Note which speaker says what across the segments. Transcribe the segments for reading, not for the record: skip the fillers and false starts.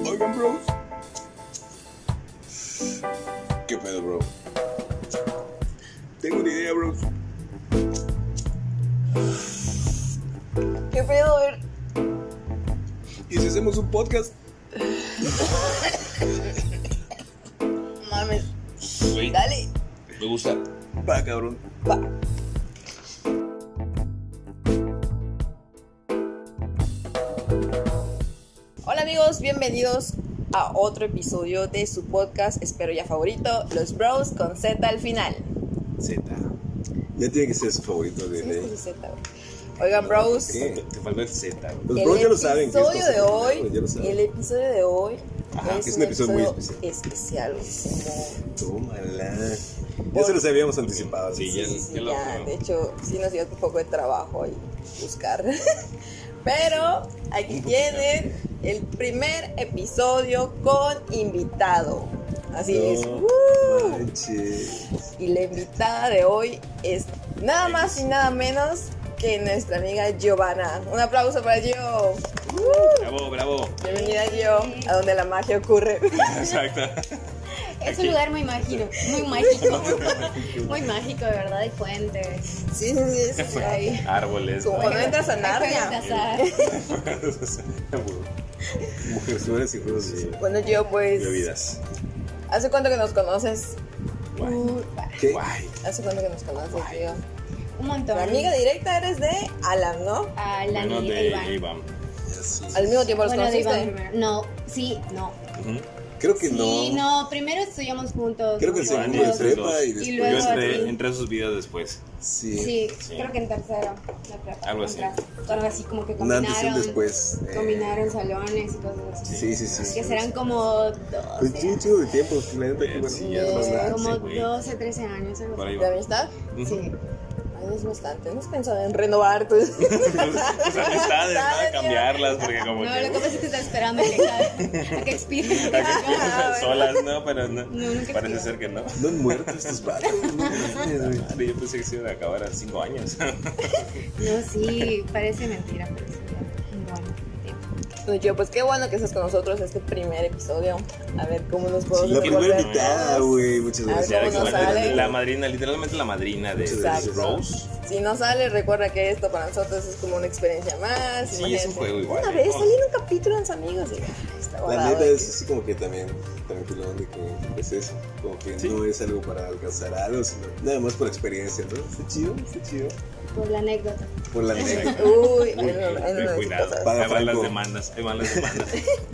Speaker 1: Oigan, bros. ¿Qué pedo, bro? Tengo una idea, bros.
Speaker 2: ¿Qué pedo? A ver.
Speaker 1: ¿Y si hacemos un podcast?
Speaker 2: Mames.
Speaker 1: Güey,
Speaker 2: Dale.
Speaker 1: me gusta. Va, cabrón.
Speaker 2: Va. Hola amigos, bienvenidos a otro episodio de su podcast, espero ya favorito, Los Bros con Z al final.
Speaker 1: Z. Ya tiene que ser su favorito de
Speaker 2: Sí,
Speaker 1: ley.
Speaker 2: es Z, güey. Oigan, bros,
Speaker 1: ¿Qué? Te faltó el Z. Los
Speaker 2: el
Speaker 1: bros ya lo saben. que es
Speaker 2: episodio de
Speaker 1: concepto,
Speaker 2: hoy,
Speaker 1: ya lo saben.
Speaker 2: el episodio de hoy
Speaker 1: Ajá,
Speaker 2: es
Speaker 1: un episodio muy
Speaker 2: especial,
Speaker 1: Tómala. Ya se los habíamos anticipado.
Speaker 3: Sí, ya.
Speaker 2: ya, de hecho, sí nos dio un poco de trabajo ahí buscar. Pero aquí tienen el primer episodio con invitado. Así es.
Speaker 1: Manches.
Speaker 2: Y la invitada de hoy es nada más y nada menos que nuestra amiga Giovanna. Un aplauso para Gio.
Speaker 3: Bravo, bravo.
Speaker 2: Bienvenida Gio, a donde la magia ocurre.
Speaker 3: Exacto.
Speaker 4: Es un lugar muy mágico, muy mágico, de verdad, hay fuentes.
Speaker 2: Sí, sí.
Speaker 4: Ahí.
Speaker 3: Árboles.
Speaker 2: Como cuando entras a
Speaker 4: Hay
Speaker 2: Narnia.
Speaker 4: juegos de azar.
Speaker 1: Mujeres y juegos de
Speaker 2: Bueno, Gio, pues,
Speaker 1: bebidas.
Speaker 2: ¿hace cuánto que nos conoces?
Speaker 1: ¿Qué?
Speaker 3: Guay.
Speaker 2: ¿Hace cuánto que nos conoces, Gio?
Speaker 4: Un montón.
Speaker 2: La amiga directa eres de Alan, ¿no?
Speaker 4: A la
Speaker 3: Bueno,
Speaker 4: niña
Speaker 3: de
Speaker 4: Iván.
Speaker 3: Iván.
Speaker 2: Al mismo tiempo los
Speaker 4: Bueno, de Iván
Speaker 2: conociste.
Speaker 4: primero. No, sí, no.
Speaker 3: Ujú.
Speaker 1: Creo que
Speaker 4: Sí,
Speaker 1: no.
Speaker 4: no, primero estudiamos juntos.
Speaker 1: Creo que en
Speaker 4: Iván,
Speaker 1: segundo de
Speaker 4: los-
Speaker 1: prepa y
Speaker 4: Y
Speaker 1: después.
Speaker 4: luego
Speaker 3: Yo
Speaker 4: aquí.
Speaker 3: entré a sus videos después.
Speaker 1: Sí.
Speaker 4: Sí,
Speaker 3: Sí.
Speaker 4: creo que en tercero. la prepa,
Speaker 3: Algo así.
Speaker 4: Algo así como que
Speaker 1: Un antes y un
Speaker 4: combinaron.
Speaker 1: después.
Speaker 4: Combinaron salones y cosas así.
Speaker 1: Sí, sí, sí.
Speaker 4: Que serán como
Speaker 1: Pues
Speaker 4: 12,
Speaker 1: un chingo de tiempo, la neta, que bueno.
Speaker 3: Sí, ya es
Speaker 1: bastante.
Speaker 4: como
Speaker 3: güey.
Speaker 4: 12, 13 años. Algo
Speaker 3: Por
Speaker 4: así.
Speaker 3: ahí
Speaker 2: ¿De
Speaker 3: va.
Speaker 2: amistad?
Speaker 4: Sí.
Speaker 2: Ay, es bastante. ¿No has pensado en renovar tus
Speaker 3: Tus amistades, ¿no? Cambiarlas, porque como
Speaker 4: No,
Speaker 3: que.
Speaker 4: lo que pasa es que está esperando a que expire.
Speaker 3: A que
Speaker 2: bueno.
Speaker 3: solas, ¿no? Pero no.
Speaker 4: No, nunca
Speaker 3: Parece
Speaker 4: expira.
Speaker 3: ser que no.
Speaker 1: No han muerto estos vatos. No mames, güey.
Speaker 3: Madre, yo pensé que se iba a acabar a 5 años.
Speaker 4: No, sí, parece mentira, pero sí. Bueno,
Speaker 2: Bueno, Gio, pues qué bueno que estás con nosotros este primer episodio. A ver cómo nos podemos
Speaker 1: La primera
Speaker 2: recordar
Speaker 1: invitada,
Speaker 2: todos.
Speaker 1: güey. Muchas
Speaker 2: A ver,
Speaker 1: gracias.
Speaker 2: ¿cómo nos sale?
Speaker 3: La madrina, literalmente la madrina de
Speaker 1: Exacto.
Speaker 3: Rose.
Speaker 2: Si no sale, recuerda que esto para nosotros es como una experiencia más.
Speaker 3: Sí,
Speaker 2: imagínate.
Speaker 3: es un juego igual.
Speaker 2: Una vez salí en un capítulo en los amigos y está
Speaker 1: La
Speaker 2: guardado
Speaker 1: neta
Speaker 2: aquí.
Speaker 1: es así como que también tranquilo de que es eso. Como que
Speaker 3: Sí.
Speaker 1: no es algo para alcanzar algo, sino nada más por experiencia, ¿no? Está chido, está chido.
Speaker 4: por la anécdota.
Speaker 1: Por la anécdota.
Speaker 2: Uy,
Speaker 3: Uy,
Speaker 2: ahí no
Speaker 3: cuidado.
Speaker 1: Paga
Speaker 3: Ahí van las
Speaker 1: Franco.
Speaker 3: demandas. Ahí van las demandas.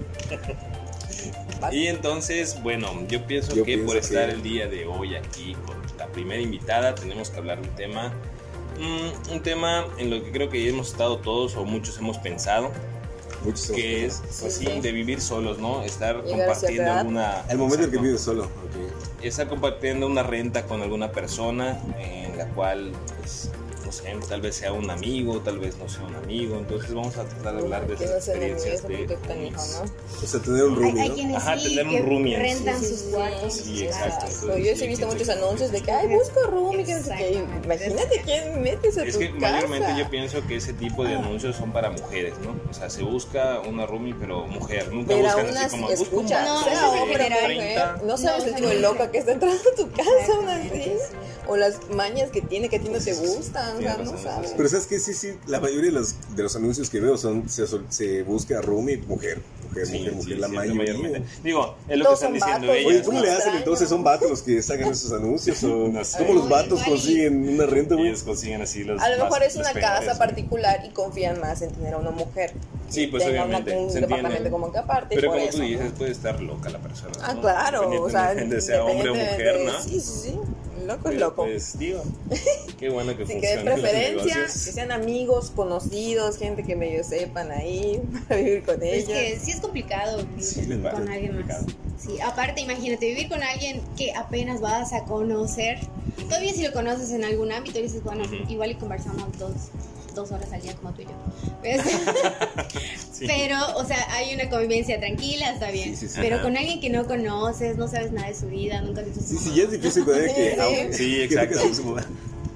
Speaker 3: Y entonces, bueno, yo pienso
Speaker 1: Yo
Speaker 3: que por
Speaker 1: pienso
Speaker 3: estar
Speaker 1: que-
Speaker 3: el día de hoy aquí con la primera invitada, tenemos que hablar de un tema en lo que creo que hemos estado todos o muchos hemos pensado,
Speaker 1: Muchos
Speaker 3: que es,
Speaker 1: hemos-
Speaker 3: pues
Speaker 2: Sí,
Speaker 3: sí,
Speaker 2: sí.
Speaker 3: de vivir solos, ¿no? Estar
Speaker 2: Llegar a cierta
Speaker 3: compartiendo
Speaker 2: edad.
Speaker 3: alguna...
Speaker 1: El momento en que
Speaker 3: Exacto.
Speaker 1: vives solo. Ok.
Speaker 3: Estar compartiendo una renta con alguna persona en la cual, pues, no sé, tal vez sea un amigo, tal vez no sea un amigo. Entonces vamos a tratar de hablar de
Speaker 2: Que
Speaker 3: esas
Speaker 2: no sean amigos,
Speaker 3: experiencias
Speaker 2: un poquito
Speaker 3: de...
Speaker 2: canijo, ¿no?
Speaker 1: O sea, tener un
Speaker 4: Hay,
Speaker 1: roomie,
Speaker 4: hay
Speaker 1: ¿no?
Speaker 4: quienes
Speaker 3: Ajá,
Speaker 4: sí
Speaker 3: tener un
Speaker 4: que
Speaker 3: roomie,
Speaker 4: rentan
Speaker 2: sí,
Speaker 4: sus
Speaker 2: sí,
Speaker 4: cuartos.
Speaker 3: sí,
Speaker 4: sus
Speaker 3: exacto.
Speaker 4: casas.
Speaker 2: Yo sí he visto muchos anuncios de que, ay, busco roomie, que no sé qué.
Speaker 4: Exactamente.
Speaker 2: Imagínate quién metes a
Speaker 3: Es
Speaker 2: tu
Speaker 3: que mayormente
Speaker 2: casa.
Speaker 3: yo pienso que ese tipo de anuncios son para mujeres, ¿no? O sea, se busca una roomie, pero mujer. Nunca
Speaker 2: Pero
Speaker 3: buscan
Speaker 2: aún
Speaker 3: así
Speaker 2: así,
Speaker 3: como busco un
Speaker 2: escucha,
Speaker 4: No,
Speaker 2: sea
Speaker 4: eso es
Speaker 2: hombre o
Speaker 4: general.
Speaker 2: mujer, no sabes
Speaker 4: No,
Speaker 2: el tipo de
Speaker 4: no,
Speaker 2: loca que está entrando a tu casa
Speaker 4: Exacto.
Speaker 2: aún así. O las mañas que tiene que a ti no te gustan, o sea,
Speaker 3: Tienes
Speaker 2: no
Speaker 3: razón,
Speaker 2: sabes.
Speaker 1: Pero sabes que sí, la mayoría de los anuncios que veo se busca roomie, mujer,
Speaker 3: Sí, sí,
Speaker 1: la
Speaker 3: sí,
Speaker 1: mayoría.
Speaker 3: mayormente. Digo, es lo que
Speaker 2: Todos
Speaker 3: están
Speaker 2: son
Speaker 3: diciendo
Speaker 2: vatos.
Speaker 3: ellas.
Speaker 1: Oye, ¿cómo
Speaker 2: Es
Speaker 1: le hacen
Speaker 2: extraño.
Speaker 1: entonces? ¿Son vatos los que sacan esos anuncios? ¿O
Speaker 3: No sé.
Speaker 1: cómo los vatos
Speaker 4: Igual y-
Speaker 1: consiguen una renta, güey?
Speaker 3: Ellos consiguen así los
Speaker 2: A lo mejor
Speaker 3: más-
Speaker 2: es
Speaker 3: los
Speaker 2: una
Speaker 3: peores,
Speaker 2: casa
Speaker 3: ¿no?
Speaker 2: particular y confían más en tener a una mujer.
Speaker 3: Sí, pues
Speaker 2: Tenga
Speaker 3: obviamente,
Speaker 2: un
Speaker 3: se
Speaker 2: departamento
Speaker 3: entiende.
Speaker 2: como que aparte. y
Speaker 3: Pero
Speaker 2: por
Speaker 3: como
Speaker 2: eso,
Speaker 3: tú
Speaker 2: ¿no?
Speaker 3: dices, puede estar loca la persona.
Speaker 2: Ah,
Speaker 3: ¿no?
Speaker 2: claro, o sea,
Speaker 3: Independientemente de sea hombre o mujer,
Speaker 2: independiente de-
Speaker 3: ¿no?
Speaker 2: Sí, sí, sí. Loco es
Speaker 3: Pero,
Speaker 2: loco.
Speaker 3: pues, digo, qué bueno que
Speaker 2: Sin que dé
Speaker 3: funcionen los
Speaker 2: preferencia, que
Speaker 3: negocios.
Speaker 2: sean amigos, conocidos, gente que medio sepan ahí para vivir con
Speaker 4: Es
Speaker 2: ellos.
Speaker 4: que sí es complicado vivir
Speaker 3: Sí, les va a
Speaker 4: con
Speaker 3: ser
Speaker 4: alguien más.
Speaker 3: complicado.
Speaker 4: Sí, aparte, imagínate vivir con alguien que apenas vas a conocer. Todavía si lo conoces en algún ámbito y dices, bueno,
Speaker 3: Ujú.
Speaker 4: igual y conversamos dos horas al día como tú y yo. Pues,
Speaker 3: Sí.
Speaker 4: pero, o sea, hay una convivencia tranquila, está bien.
Speaker 1: Sí, sí, sí.
Speaker 4: Pero
Speaker 3: Ajá.
Speaker 4: con alguien que no conoces, no sabes nada de su vida, nunca has visto a su
Speaker 1: Sí,
Speaker 4: mamá.
Speaker 1: ya es difícil con alguien que...
Speaker 2: Sí.
Speaker 3: Sí,
Speaker 1: que
Speaker 3: exacto.
Speaker 1: nunca se su mamá.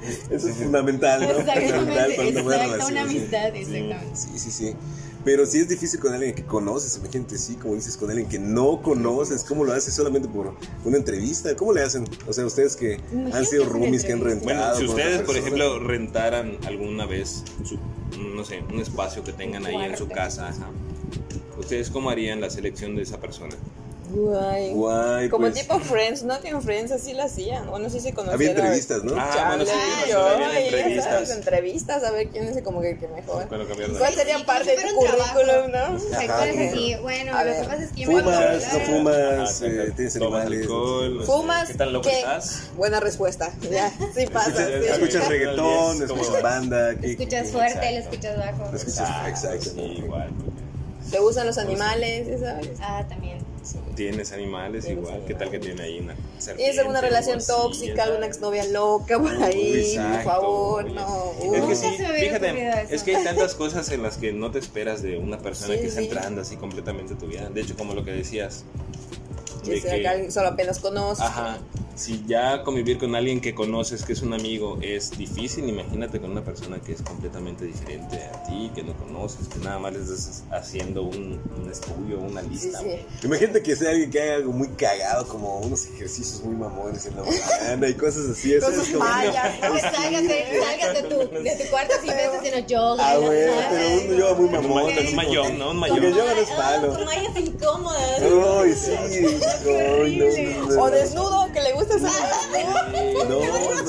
Speaker 1: Eso es fundamental, ¿no?
Speaker 4: Exactamente,
Speaker 1: Fundamental para una buena
Speaker 4: exacto,
Speaker 1: relación,
Speaker 4: una
Speaker 1: sí.
Speaker 4: amistad, exactamente.
Speaker 1: Sí. Pero si es difícil con alguien que conoces, imagínate, sí, como dices, con alguien que no conoces, ¿cómo lo haces solamente por una entrevista? ¿Cómo le hacen? O sea, ustedes que
Speaker 4: Imagínate
Speaker 1: han sido
Speaker 4: una
Speaker 1: roomies, que han
Speaker 4: entrevista.
Speaker 1: rentado.
Speaker 3: Bueno, si
Speaker 1: con otra
Speaker 3: ustedes, por
Speaker 1: persona.
Speaker 3: ejemplo, rentaran alguna vez no sé, un espacio que tengan ahí en su casa, ajá, ¿ustedes cómo harían la selección de esa persona?
Speaker 1: Guay,
Speaker 2: Como
Speaker 1: pues,
Speaker 2: tipo Friends, ¿no? Que en Friends así la hacían. O no sé si conocían.
Speaker 1: había entrevistas, ¿no?
Speaker 3: Bueno, sí,
Speaker 2: yo,
Speaker 3: habían
Speaker 2: y
Speaker 3: entrevistas.
Speaker 2: esas entrevistas, a ver quién es como que el que mejor.
Speaker 3: Cuando cambiaron
Speaker 2: ¿Cuál
Speaker 3: de-
Speaker 2: sería
Speaker 4: Sí,
Speaker 2: parte de
Speaker 4: como
Speaker 2: tu
Speaker 4: si fuera un
Speaker 2: currículum,
Speaker 4: trabajo.
Speaker 2: no?
Speaker 4: O sea,
Speaker 1: Ajá,
Speaker 4: cosas
Speaker 1: como-
Speaker 4: así. Bueno,
Speaker 2: A
Speaker 4: lo
Speaker 2: ver,
Speaker 4: que pasa es que yo me
Speaker 1: ¿Fumas?
Speaker 4: acuerdo,
Speaker 1: ¿No
Speaker 4: claro.
Speaker 1: fumas?
Speaker 3: Ajá,
Speaker 1: ¿Tienes
Speaker 3: ¿Tomas
Speaker 1: animales?
Speaker 3: alcohol? No sé,
Speaker 2: ¿Fumas?
Speaker 3: ¿Qué tan loco
Speaker 2: ¿Qué?
Speaker 3: estás?
Speaker 2: Buena respuesta. Ya, sí pasa. sí.
Speaker 1: ¿Escuchas reggaetón?
Speaker 3: ¿Cómo
Speaker 1: ¿Escuchas
Speaker 3: vas?
Speaker 1: banda?
Speaker 4: Lo escuchas fuerte, lo escuchas bajo.
Speaker 1: Lo escuchas, exacto.
Speaker 3: Sí, igual.
Speaker 2: ¿Te gustan los animales? ¿Ya sabes?
Speaker 4: Ah, también.
Speaker 3: Tienes animales
Speaker 2: Tienes
Speaker 3: igual. ¿Qué tal que tiene ahí una
Speaker 2: ¿Tienes alguna relación tóxica, alguna exnovia loca por ahí?
Speaker 3: Exacto,
Speaker 2: Por favor,
Speaker 3: oye.
Speaker 2: no.
Speaker 3: Es que
Speaker 4: Nunca
Speaker 3: sí,
Speaker 4: se me hubiera ocurrido
Speaker 3: fíjate,
Speaker 4: eso.
Speaker 3: es que hay tantas cosas en las que no te esperas de una persona
Speaker 2: Sí,
Speaker 3: que está
Speaker 2: sí.
Speaker 3: entrando así completamente a tu vida. De hecho, como lo que decías.
Speaker 2: Que
Speaker 3: de
Speaker 2: sea
Speaker 3: que-
Speaker 2: que alguien solo apenas conoces.
Speaker 3: Ajá, si ya convivir con alguien que conoces, que es un amigo, es difícil, imagínate con una persona que es completamente diferente a ti, que no conoces, que nada más le estás haciendo un estudio, una
Speaker 2: Sí,
Speaker 3: lista.
Speaker 2: sí.
Speaker 1: Imagínate que sea alguien que haga algo muy cagado, como unos ejercicios muy mamones en la mañana y cosas así. Eso
Speaker 2: Con
Speaker 1: es
Speaker 2: sus
Speaker 1: como...
Speaker 2: mallas, ¿no?
Speaker 4: Que salgas de tu cuarto si ves haciendo yoga.
Speaker 1: Ah,
Speaker 4: en la
Speaker 1: bueno,
Speaker 4: sala.
Speaker 1: pero un yoga muy
Speaker 3: Un
Speaker 1: mamón. así
Speaker 3: un
Speaker 1: como
Speaker 3: mayón,
Speaker 1: que-
Speaker 3: ¿no? Un
Speaker 1: Porque
Speaker 3: mayón.
Speaker 1: yoga no es malo.
Speaker 4: Con mallas incómodas.
Speaker 1: Ay, sí. Ay, no.
Speaker 2: O desnudo, que le gusta esa.
Speaker 1: No.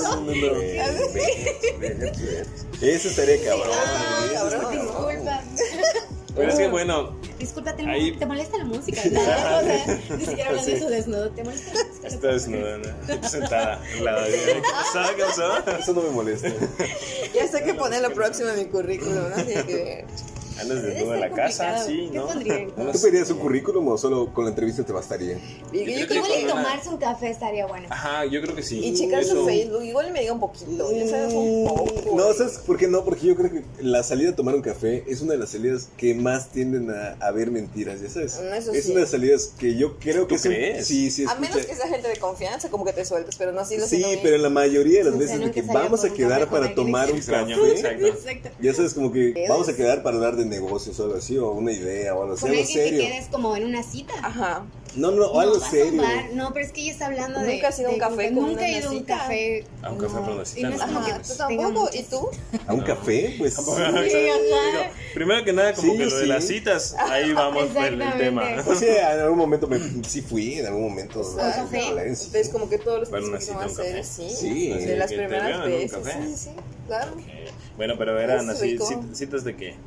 Speaker 1: Eso estaría cabrón.
Speaker 2: cabrón.
Speaker 4: Disculpa.
Speaker 3: Pero es que bueno,
Speaker 4: Disculpa,
Speaker 3: Ahí-
Speaker 4: ¿te molesta la música? O sea, ni siquiera hablando de su desnudo. ¿Te molesta la música?
Speaker 3: está desnuda, ¿no? Sentada al lado de ¿sabes qué pasó?
Speaker 1: Eso no me molesta.
Speaker 2: Ya sé que poner lo próximo en mi currículum, ¿no? Tiene que ver.
Speaker 3: Andas
Speaker 4: Debe
Speaker 3: desnuda en la
Speaker 4: ser
Speaker 3: casa,
Speaker 4: complicado.
Speaker 3: sí,
Speaker 4: ¿Qué
Speaker 3: ¿no?
Speaker 4: pondrían?
Speaker 1: ¿Tú pedirías un currículum o solo con la entrevista te bastaría?
Speaker 2: Y, yo
Speaker 3: creo
Speaker 2: creo
Speaker 4: Igual y
Speaker 2: que-
Speaker 4: tomarse un café estaría bueno.
Speaker 3: Ajá, yo creo que sí.
Speaker 2: y checar su
Speaker 3: Eso-
Speaker 2: Facebook, igual me diga un poquito, ya sabes, un poco.
Speaker 1: No, ¿sabes por qué no? Porque yo creo que la salida a tomar un café es una de las salidas que más tienden a ver mentiras, ya sabes.
Speaker 2: Eso
Speaker 1: Es
Speaker 2: sí.
Speaker 1: una de las salidas que yo creo que
Speaker 3: ¿Tú
Speaker 1: son-
Speaker 3: crees?
Speaker 1: Sí, sí,
Speaker 2: A
Speaker 1: escucha.
Speaker 2: menos que sea gente de confianza, como que te sueltes, pero no así lo
Speaker 1: Sí,
Speaker 2: siento
Speaker 1: pero en la mayoría de las
Speaker 4: O sea,
Speaker 1: veces de
Speaker 4: nunca
Speaker 1: que
Speaker 4: salió
Speaker 1: vamos
Speaker 4: por
Speaker 1: a
Speaker 4: un
Speaker 1: quedar
Speaker 4: café con
Speaker 1: para
Speaker 4: alguien
Speaker 1: tomar un
Speaker 3: extraño,
Speaker 1: café,
Speaker 3: exacto.
Speaker 4: Exacto.
Speaker 1: ya sabes, como que
Speaker 2: Pedos.
Speaker 1: vamos a quedar para hablar de negocios o algo así, o una idea o algo así,
Speaker 4: Con
Speaker 1: algo
Speaker 4: alguien que
Speaker 1: serio.
Speaker 4: quedes como en una cita.
Speaker 2: Ajá.
Speaker 1: No, no, o algo
Speaker 4: vas a un
Speaker 1: serio.
Speaker 4: bar. No, pero es que ella está hablando de.
Speaker 2: Nunca has ido a un
Speaker 4: de-
Speaker 2: café con
Speaker 4: Nunca he
Speaker 2: una
Speaker 4: ido a un
Speaker 2: cita.
Speaker 4: café.
Speaker 3: A un café
Speaker 4: no.
Speaker 3: con una cita,
Speaker 4: Y no es
Speaker 3: no.
Speaker 4: como que
Speaker 2: Ajá, tú
Speaker 4: tenga
Speaker 2: tampoco,
Speaker 4: muchas-
Speaker 2: ¿y tú?
Speaker 1: ¿A un café? Pues
Speaker 4: Sí,
Speaker 3: Digo,
Speaker 4: ajá.
Speaker 3: primero que nada, como
Speaker 1: Sí,
Speaker 3: que lo de
Speaker 1: sí.
Speaker 3: las citas, ahí vamos por el
Speaker 4: Exactamente.
Speaker 3: tema.
Speaker 1: o sea, en algún momento sí fui, en algún momento.
Speaker 2: Exacto.
Speaker 4: café?
Speaker 1: Valencia.
Speaker 2: Entonces, como que todos los
Speaker 3: Para una
Speaker 2: que van a
Speaker 3: cita, un
Speaker 2: hacer,
Speaker 3: café.
Speaker 2: sí.
Speaker 1: Sí.
Speaker 2: De las
Speaker 3: Que te
Speaker 2: primeras
Speaker 3: vean en un
Speaker 2: veces.
Speaker 3: café.
Speaker 2: Sí, sí, claro.
Speaker 3: Bueno, pero eran
Speaker 2: Es
Speaker 3: así,
Speaker 2: rico.
Speaker 3: citas de qué?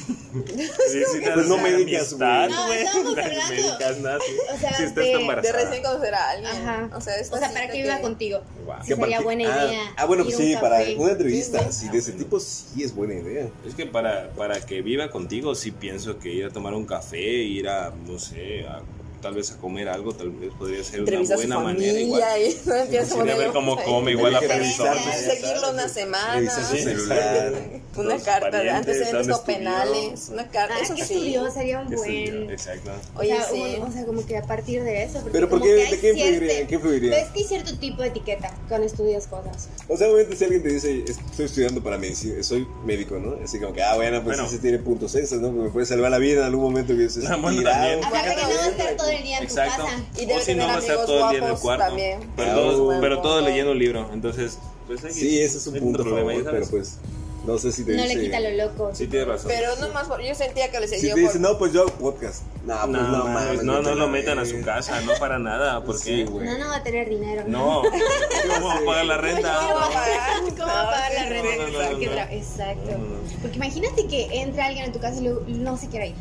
Speaker 3: Sí, citas
Speaker 1: Pues no
Speaker 3: de
Speaker 1: médicas,
Speaker 3: amistad,
Speaker 4: güey. No,
Speaker 3: güey.
Speaker 4: estábamos
Speaker 3: Las
Speaker 4: hablando.
Speaker 3: médicas, nada, sí.
Speaker 4: O sea,
Speaker 3: Si estás
Speaker 4: de-
Speaker 3: embarazada.
Speaker 2: De recién conocer a alguien.
Speaker 4: Ajá.
Speaker 2: O sea, esta
Speaker 4: para
Speaker 2: cita
Speaker 4: que viva contigo.
Speaker 3: Guau.
Speaker 4: Sí,
Speaker 1: Que
Speaker 4: sería
Speaker 1: aparte-
Speaker 4: buena idea.
Speaker 1: bueno,
Speaker 4: ir
Speaker 1: pues
Speaker 4: a un
Speaker 1: sí, para
Speaker 4: café.
Speaker 1: una entrevista
Speaker 2: Sí,
Speaker 1: sí, de ese tipo sí es buena idea.
Speaker 3: Es que para que viva contigo, sí pienso que ir a tomar un café, ir a, no sé, tal vez a comer algo, tal vez podría ser una
Speaker 2: Entrevista a su
Speaker 3: buena manera. Igual.
Speaker 2: familia y no empieza a
Speaker 3: Sí, a ver
Speaker 2: poner
Speaker 3: cómo come, igual la persona.
Speaker 2: seguirlo una semana.
Speaker 1: Revisar su
Speaker 3: Sí,
Speaker 1: celular.
Speaker 2: Una
Speaker 3: Los
Speaker 2: carta de
Speaker 3: parientes,
Speaker 2: antecedentes
Speaker 3: ¿dónde
Speaker 2: no
Speaker 3: estudió?
Speaker 2: penales. Una carta,
Speaker 4: Ah,
Speaker 2: eso
Speaker 4: que
Speaker 2: sí.
Speaker 4: estudió, sería un
Speaker 3: ¿Qué sé
Speaker 4: buen.
Speaker 3: yo? Exacto.
Speaker 2: Oye,
Speaker 4: o sea,
Speaker 2: sí.
Speaker 4: o sea, como que a partir de eso.
Speaker 1: Pero ¿por
Speaker 4: como
Speaker 1: qué?
Speaker 4: que hay
Speaker 1: ¿De qué influiría?
Speaker 4: cierta-
Speaker 1: ¿Qué influiría?
Speaker 4: Ves que hay cierto tipo de etiqueta cuando estudias cosas.
Speaker 1: O sea, obviamente si alguien te dice, estoy estudiando para medicina, soy médico, ¿no? Así como que, bueno, pues
Speaker 3: Bueno.
Speaker 1: ese tiene puntos extras, ¿no? Porque me puede salvar la vida en algún momento que estés
Speaker 3: Bueno,
Speaker 1: tirado.
Speaker 3: también.
Speaker 4: Aparte que no vas a estar todo el día en tu
Speaker 3: Exacto.
Speaker 4: casa.
Speaker 2: Y debe
Speaker 3: O si
Speaker 2: tener
Speaker 3: no, va a estar
Speaker 2: amigos
Speaker 3: todo el día en el
Speaker 2: guapos
Speaker 3: cuarto.
Speaker 2: también.
Speaker 3: Pero todo leyendo un libro. Entonces, pues hay que-
Speaker 1: Sí, ese es un
Speaker 3: no hay
Speaker 1: punto a
Speaker 3: problema,
Speaker 1: favor,
Speaker 3: ya
Speaker 1: pero
Speaker 3: sabes.
Speaker 1: pues no sé si te
Speaker 4: No
Speaker 1: dice...
Speaker 4: le quita lo loco.
Speaker 3: Sí, tienes razón.
Speaker 2: Pero no más, yo sentía que le
Speaker 1: Si
Speaker 2: seguía
Speaker 1: te dice, no, pues yo hago podcast. No, pues
Speaker 3: No,
Speaker 1: no,
Speaker 3: mames,
Speaker 1: mames.
Speaker 3: no
Speaker 1: vete a
Speaker 3: lo
Speaker 1: la
Speaker 3: metan a
Speaker 1: verga.
Speaker 3: su casa, no para nada, ¿por
Speaker 1: Sí,
Speaker 3: qué?
Speaker 1: güey.
Speaker 4: No va a tener dinero.
Speaker 3: No, ¿cómo va a pagar la
Speaker 2: ¿Cómo
Speaker 3: renta?
Speaker 2: va a pagar?
Speaker 4: ¿Cómo va a pagar la
Speaker 2: No,
Speaker 4: renta?
Speaker 3: no, no,
Speaker 4: Porque
Speaker 3: no.
Speaker 4: Exacto.
Speaker 3: No.
Speaker 4: Porque imagínate que entre alguien en tu casa y luego no se quiera ir.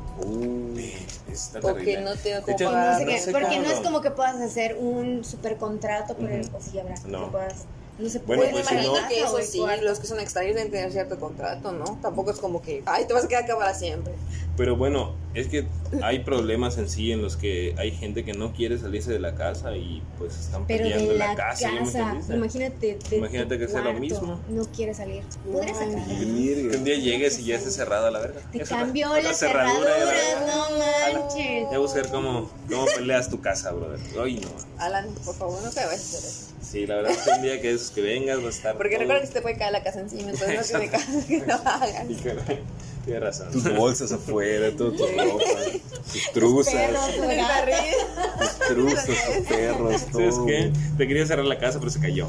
Speaker 3: Está
Speaker 2: O que
Speaker 3: terrible.
Speaker 2: no tenga
Speaker 3: De
Speaker 2: cómo
Speaker 3: hecho,
Speaker 4: No
Speaker 2: pagar.
Speaker 4: sé qué,
Speaker 3: sé
Speaker 4: porque
Speaker 3: cómo
Speaker 4: no es
Speaker 3: lo-
Speaker 4: como que puedas hacer un super contrato por el, o sí habrá.
Speaker 3: No.
Speaker 4: Que puedas, no se
Speaker 3: Bueno,
Speaker 4: puede.
Speaker 2: Pues
Speaker 3: pues,
Speaker 2: me
Speaker 3: si
Speaker 2: imagino
Speaker 3: no-
Speaker 2: que eso
Speaker 4: O el
Speaker 2: sí,
Speaker 4: cuarto.
Speaker 2: los que son extraños deben tener cierto contrato, ¿no? Tampoco es como que, ay, te vas a quedar acá para siempre.
Speaker 3: Pero bueno, es que hay problemas en sí en los que hay gente que no quiere salirse de la casa y pues están
Speaker 4: Pero
Speaker 3: peleando
Speaker 4: de
Speaker 3: en
Speaker 4: la
Speaker 3: la casa. ¿ya me
Speaker 4: casa,
Speaker 3: entendiste?
Speaker 4: imagínate. De
Speaker 3: Imagínate
Speaker 4: tu
Speaker 3: que sea lo
Speaker 4: cuarto,
Speaker 3: mismo.
Speaker 4: No quiere salir. Podría sacar.
Speaker 1: Virga.
Speaker 3: Que un día llegues y ya esté cerrado a la verga.
Speaker 4: Te
Speaker 3: Eso,
Speaker 4: cambió
Speaker 3: la
Speaker 4: las
Speaker 3: cerradura,
Speaker 4: cerraduras,
Speaker 3: ya,
Speaker 4: no manches.
Speaker 3: ya buscar cómo peleas tu casa, brother. Ay, no.
Speaker 2: Alan, por favor, no te vayas a hacer eso.
Speaker 3: Sí, la verdad es que un día que esos que vengas va a estar.
Speaker 2: Porque
Speaker 3: todo-
Speaker 2: recuerda que se te puede caer la casa encima, entonces no tiene caso que lo hagas.
Speaker 3: Sí, caray. Tienes razón.
Speaker 1: Tus bolsas afuera, todo tu ropa, tus truzas,
Speaker 4: Perros,
Speaker 2: En el carril.
Speaker 1: tus truzas, tus perros,
Speaker 3: ¿Sabes
Speaker 1: todo.
Speaker 3: qué? Te quería cerrar la casa, pero se cayó.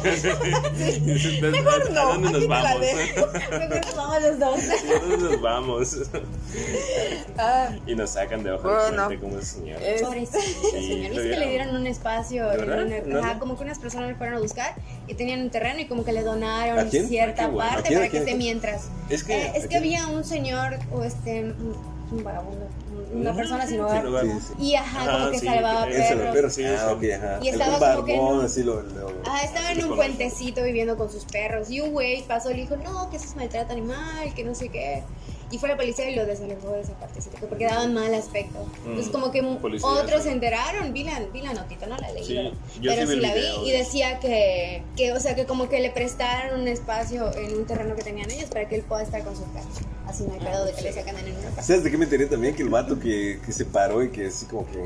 Speaker 2: Mejor no,
Speaker 3: ¿A dónde nos
Speaker 2: aquí te la
Speaker 3: vamos?
Speaker 2: dejo.
Speaker 4: Mejor nos vamos los dos.
Speaker 3: ¿A dónde nos vamos?
Speaker 2: Ah,
Speaker 3: Y nos sacan de abajo
Speaker 2: Bueno,
Speaker 3: del puente como ese señor.
Speaker 4: Pobrecito, señor. ¿Viste que le dieron un espacio?
Speaker 3: ¿De
Speaker 4: en
Speaker 3: verdad?
Speaker 4: una- ajá,
Speaker 3: No.
Speaker 4: como que unas personas le fueron a buscar y tenían un terreno y como que le
Speaker 1: ¿A
Speaker 4: donaron
Speaker 1: quién?
Speaker 4: cierta
Speaker 3: Ah, qué bueno.
Speaker 1: ¿A
Speaker 4: parte
Speaker 1: quién?
Speaker 4: para
Speaker 1: ¿A
Speaker 4: que
Speaker 1: quién?
Speaker 4: esté mientras.
Speaker 3: Es que.
Speaker 4: Es que había un señor o un vagabundo, una persona sin
Speaker 3: Sí,
Speaker 4: hogar.
Speaker 3: lugar.
Speaker 1: Sí, sí.
Speaker 4: Y ajá, como que
Speaker 3: sí,
Speaker 4: salvaba
Speaker 3: ese
Speaker 1: Eso,
Speaker 4: perros.
Speaker 1: pero
Speaker 3: sí,
Speaker 1: ah,
Speaker 3: sí.
Speaker 1: ok, ajá.
Speaker 4: Y estaba
Speaker 1: Algún
Speaker 4: como que en
Speaker 1: barbón,
Speaker 4: un-
Speaker 1: así lo
Speaker 4: Ah, estaba en un
Speaker 3: conozco.
Speaker 4: puentecito viviendo con sus perros. Y un güey pasó y le dijo, no, que eso es maltrato animal, que no sé qué. Y fue la policía y lo desalojó de esa partecita, porque daban mal aspecto. Entonces como que
Speaker 3: Policía,
Speaker 4: otros
Speaker 3: sí.
Speaker 4: se enteraron, vi la notita, no la leí,
Speaker 3: Sí,
Speaker 4: pero,
Speaker 3: yo
Speaker 4: pero
Speaker 3: sí vi
Speaker 4: sí
Speaker 3: el
Speaker 4: la
Speaker 3: video.
Speaker 4: vi y decía que, o sea, que como que le prestaron un espacio en un terreno que tenían ellos para que él pueda estar con sus perros. Así no hay pedo de que le sacan en una casa.
Speaker 1: ¿Sabes de qué me enteré también? Que el vato que se paró y que así como que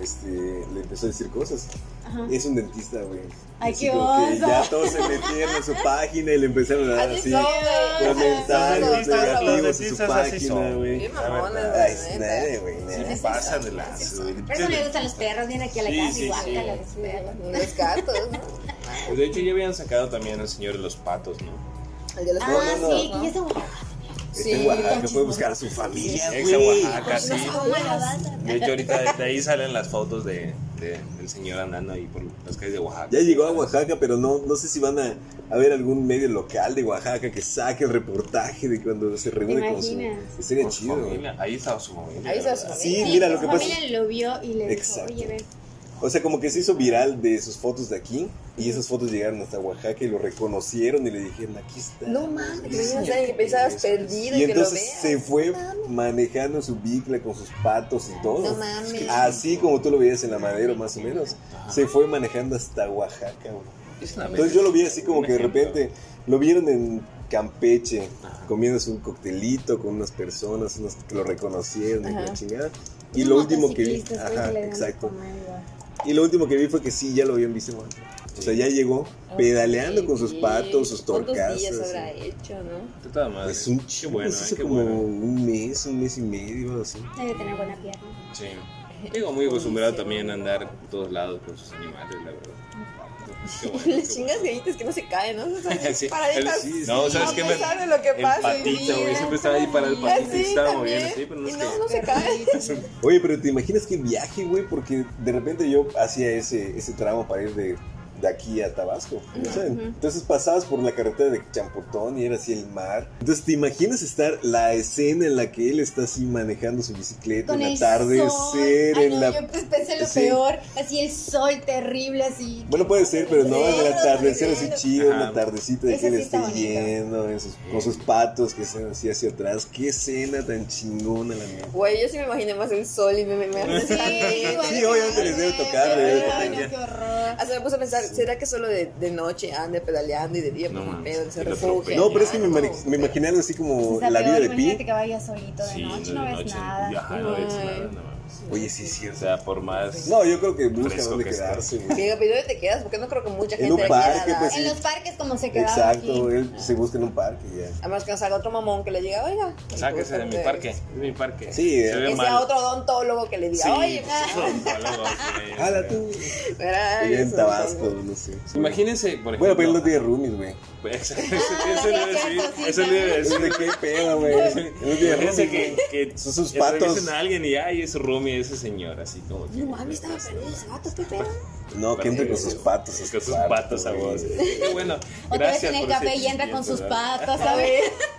Speaker 1: le empezó a decir cosas.
Speaker 4: Ajá.
Speaker 1: Es un dentista, güey.
Speaker 4: Ay,
Speaker 1: Así
Speaker 4: qué
Speaker 1: como que
Speaker 4: oso.
Speaker 1: ya todos se metieron en su página y le empezaron a dar
Speaker 2: así
Speaker 1: así
Speaker 2: son,
Speaker 1: comentarios
Speaker 2: Los dentistas
Speaker 1: negativos en su
Speaker 3: dentistas así
Speaker 1: página,
Speaker 3: son,
Speaker 1: güey.
Speaker 2: Qué
Speaker 3: La
Speaker 2: mamones,
Speaker 3: verdad.
Speaker 1: Ay, es nada, güey.
Speaker 3: Sí,
Speaker 1: nada.
Speaker 3: me pasa de lazo, güey.
Speaker 4: Por eso le gustan los perros, viene aquí a la
Speaker 3: Sí,
Speaker 4: casa
Speaker 3: sí,
Speaker 4: y guácala
Speaker 3: sí.
Speaker 4: los perros.
Speaker 2: Y los gatos, ¿no?
Speaker 3: Pues de hecho, ya habían sacado también al señor de los patos, ¿no?
Speaker 2: El de los
Speaker 4: Ah,
Speaker 2: perros,
Speaker 1: no,
Speaker 4: sí,
Speaker 2: ¿no?
Speaker 4: que ya está
Speaker 1: Está
Speaker 2: Sí,
Speaker 1: en Oaxaca,
Speaker 2: con
Speaker 1: puede buscar a su familia,
Speaker 3: Ex a
Speaker 1: güey.
Speaker 3: Oaxaca, sí.
Speaker 4: ¿Cómo la banda?
Speaker 3: De hecho, ahorita de ahí salen las fotos del señor andando ahí por las calles de Oaxaca.
Speaker 1: Ya llegó a Oaxaca, pero no sé si van a ver algún medio local de Oaxaca que saque el reportaje de cuando se reúne con su...
Speaker 4: imaginas?
Speaker 1: Sería
Speaker 3: Con su
Speaker 1: chido, güey.
Speaker 3: familia. Ahí estaba su familia.
Speaker 2: Ahí está su
Speaker 3: ¿verdad?
Speaker 2: familia.
Speaker 1: Sí, mira, lo
Speaker 4: su
Speaker 1: que pasa
Speaker 4: familia lo vio y le dijo,
Speaker 1: Exacto.
Speaker 4: oye, ven.
Speaker 1: O sea, como que se hizo viral de sus fotos de aquí y esas fotos llegaron hasta Oaxaca y lo reconocieron y le dijeron, aquí está.
Speaker 2: No mames, que
Speaker 1: Sí,
Speaker 2: me que pensabas
Speaker 1: eso.
Speaker 2: perdido
Speaker 1: Y
Speaker 2: y que lo
Speaker 1: entonces
Speaker 2: veas.
Speaker 1: se fue manejando su bicla con sus patos y todo.
Speaker 2: No mames.
Speaker 1: Así como tú lo veías en la Madero más o menos. Se fue manejando hasta Oaxaca, güey.
Speaker 3: Es una
Speaker 1: Entonces yo lo vi así como
Speaker 3: un
Speaker 1: que de
Speaker 3: ejemplo.
Speaker 1: repente lo vieron en Campeche,
Speaker 3: Ajá.
Speaker 1: comiéndose un coctelito con unas personas, unas que lo reconocieron y
Speaker 2: Ajá.
Speaker 1: la chingada. Y
Speaker 4: Unos
Speaker 1: lo último que vi,
Speaker 4: motociclistas, creo
Speaker 1: ajá,
Speaker 4: que le dan de
Speaker 1: exacto.
Speaker 4: comer igual.
Speaker 1: Y lo último que vi fue que sí, ya lo habían visto en Oaxaca. O sea, ya llegó pedaleando con sus patos, sus
Speaker 2: ¿Cuántos
Speaker 1: torcasas.
Speaker 2: días habrá hecho, no?
Speaker 3: De toda madre.
Speaker 1: Es un
Speaker 3: Qué
Speaker 1: chico,
Speaker 3: bueno,
Speaker 1: hace
Speaker 3: qué
Speaker 1: como
Speaker 3: bueno.
Speaker 1: un mes y medio, algo así.
Speaker 4: Debe tener buena pierna.
Speaker 3: Sí. Digo, muy acostumbrado también a andar por todos lados con sus animales, la verdad. Qué bueno,
Speaker 2: Les
Speaker 3: qué
Speaker 2: chingas gallitas que no se caen, ¿no? O sea,
Speaker 3: Sí,
Speaker 2: paraditas.
Speaker 3: sí, no, ¿sabes
Speaker 2: a
Speaker 3: qué?
Speaker 2: pesar de lo que
Speaker 3: El
Speaker 2: pasa en
Speaker 3: patito, güey,
Speaker 2: vida.
Speaker 3: siempre estaba ahí para el patito y
Speaker 2: Así
Speaker 3: estaba
Speaker 2: también.
Speaker 3: moviendo así, pero no
Speaker 2: Y
Speaker 3: es
Speaker 2: no,
Speaker 3: que...
Speaker 2: no se cae.
Speaker 1: Oye, pero ¿te imaginas qué viaje, güey? Porque de repente yo hacía ese tramo para ir de aquí a Tabasco, ¿no saben? Entonces pasabas por la carretera de Champotón y era así el mar. Entonces, ¿te imaginas estar la escena en la que él está así manejando su bicicleta,
Speaker 4: Con
Speaker 1: el
Speaker 4: el
Speaker 1: atardecer,
Speaker 4: sol. Ay,
Speaker 1: en
Speaker 4: no,
Speaker 1: la...
Speaker 4: yo pues pensé lo
Speaker 1: Sí.
Speaker 4: peor, así el sol terrible, así.
Speaker 1: Bueno, puede ser, pero no, en el
Speaker 4: Negro,
Speaker 1: atardecer así
Speaker 4: negro.
Speaker 1: chido,
Speaker 3: Ajá.
Speaker 1: una tardecita de
Speaker 4: Ese
Speaker 1: que él
Speaker 4: sí está
Speaker 1: esté
Speaker 4: bonito.
Speaker 1: yendo con sus patos que están así hacia atrás. Qué escena tan chingona la mía.
Speaker 2: Güey, yo sí me imaginé más el sol y me
Speaker 4: Sí, igual
Speaker 1: Sí,
Speaker 4: que
Speaker 1: obviamente les debe tocar, les debe
Speaker 4: Ay,
Speaker 1: tocar.
Speaker 4: no, qué horror.
Speaker 2: Hasta me puse a pensar, ¿será que solo de noche ande pedaleando y de día
Speaker 3: No
Speaker 2: pues
Speaker 3: mames,
Speaker 2: pedo, se
Speaker 3: y lo
Speaker 2: refugia?
Speaker 3: atropella.
Speaker 1: No, pero es que
Speaker 2: Ay,
Speaker 1: me imaginé algo así como
Speaker 4: Está
Speaker 1: la vida
Speaker 4: peor,
Speaker 1: de
Speaker 4: imagínate
Speaker 1: Pi.
Speaker 4: que vayas solito de
Speaker 3: Sí,
Speaker 4: noche,
Speaker 3: de
Speaker 4: no ves
Speaker 3: noche.
Speaker 4: nada.
Speaker 3: Ajá, no ves
Speaker 2: Ay.
Speaker 3: nada, no mames.
Speaker 1: Oye, sí, es
Speaker 3: O
Speaker 1: cierto.
Speaker 3: sea, por más...
Speaker 1: No, yo creo que busca
Speaker 3: Fresco
Speaker 1: dónde
Speaker 3: que
Speaker 1: quedarse,
Speaker 2: Que
Speaker 1: güey.
Speaker 2: diga, ¿pero dónde te quedas? Porque no creo que mucha
Speaker 1: En
Speaker 2: gente
Speaker 1: un
Speaker 2: le
Speaker 1: parque,
Speaker 2: quiera dar.
Speaker 1: pues, sí.
Speaker 4: En los parques como se quedaba
Speaker 1: Exacto,
Speaker 4: aquí.
Speaker 1: él se busca en un parque y ya.
Speaker 2: Además que salga otro mamón que le diga, oiga.
Speaker 3: Sáquese de mi parque, es mi parque.
Speaker 1: Sí,
Speaker 3: se ve
Speaker 2: Que
Speaker 3: mal.
Speaker 2: sea otro odontólogo que le diga,
Speaker 3: Sí,
Speaker 2: oye,
Speaker 3: pues, odontólogo, sí.
Speaker 1: Jala tú.
Speaker 2: verá,
Speaker 1: Allá en
Speaker 2: eso,
Speaker 1: Tabasco, no sé.
Speaker 3: Imagínense, por ejemplo...
Speaker 1: Bueno, pero él no tiene roomies, güey.
Speaker 3: Exacto, eso le iba a decir, eso le iba a
Speaker 1: Es
Speaker 3: decir.
Speaker 1: de qué pedo, güey. Él no tiene
Speaker 3: Imagínense
Speaker 1: roomies,
Speaker 3: que
Speaker 1: Son sus patos.
Speaker 3: entrevisten a alguien y ay, es su roomie, ese señor, así como que...
Speaker 2: No mames, estaba perdido ese gato, qué pedo.
Speaker 1: No, que entre con sus patos.
Speaker 3: Con sus patos a vos. Qué bueno.
Speaker 4: Otra vez
Speaker 3: Gracias
Speaker 4: en el
Speaker 3: por ese
Speaker 4: café y entra con sus
Speaker 3: sentimiento,
Speaker 4: patas, ¿sabes?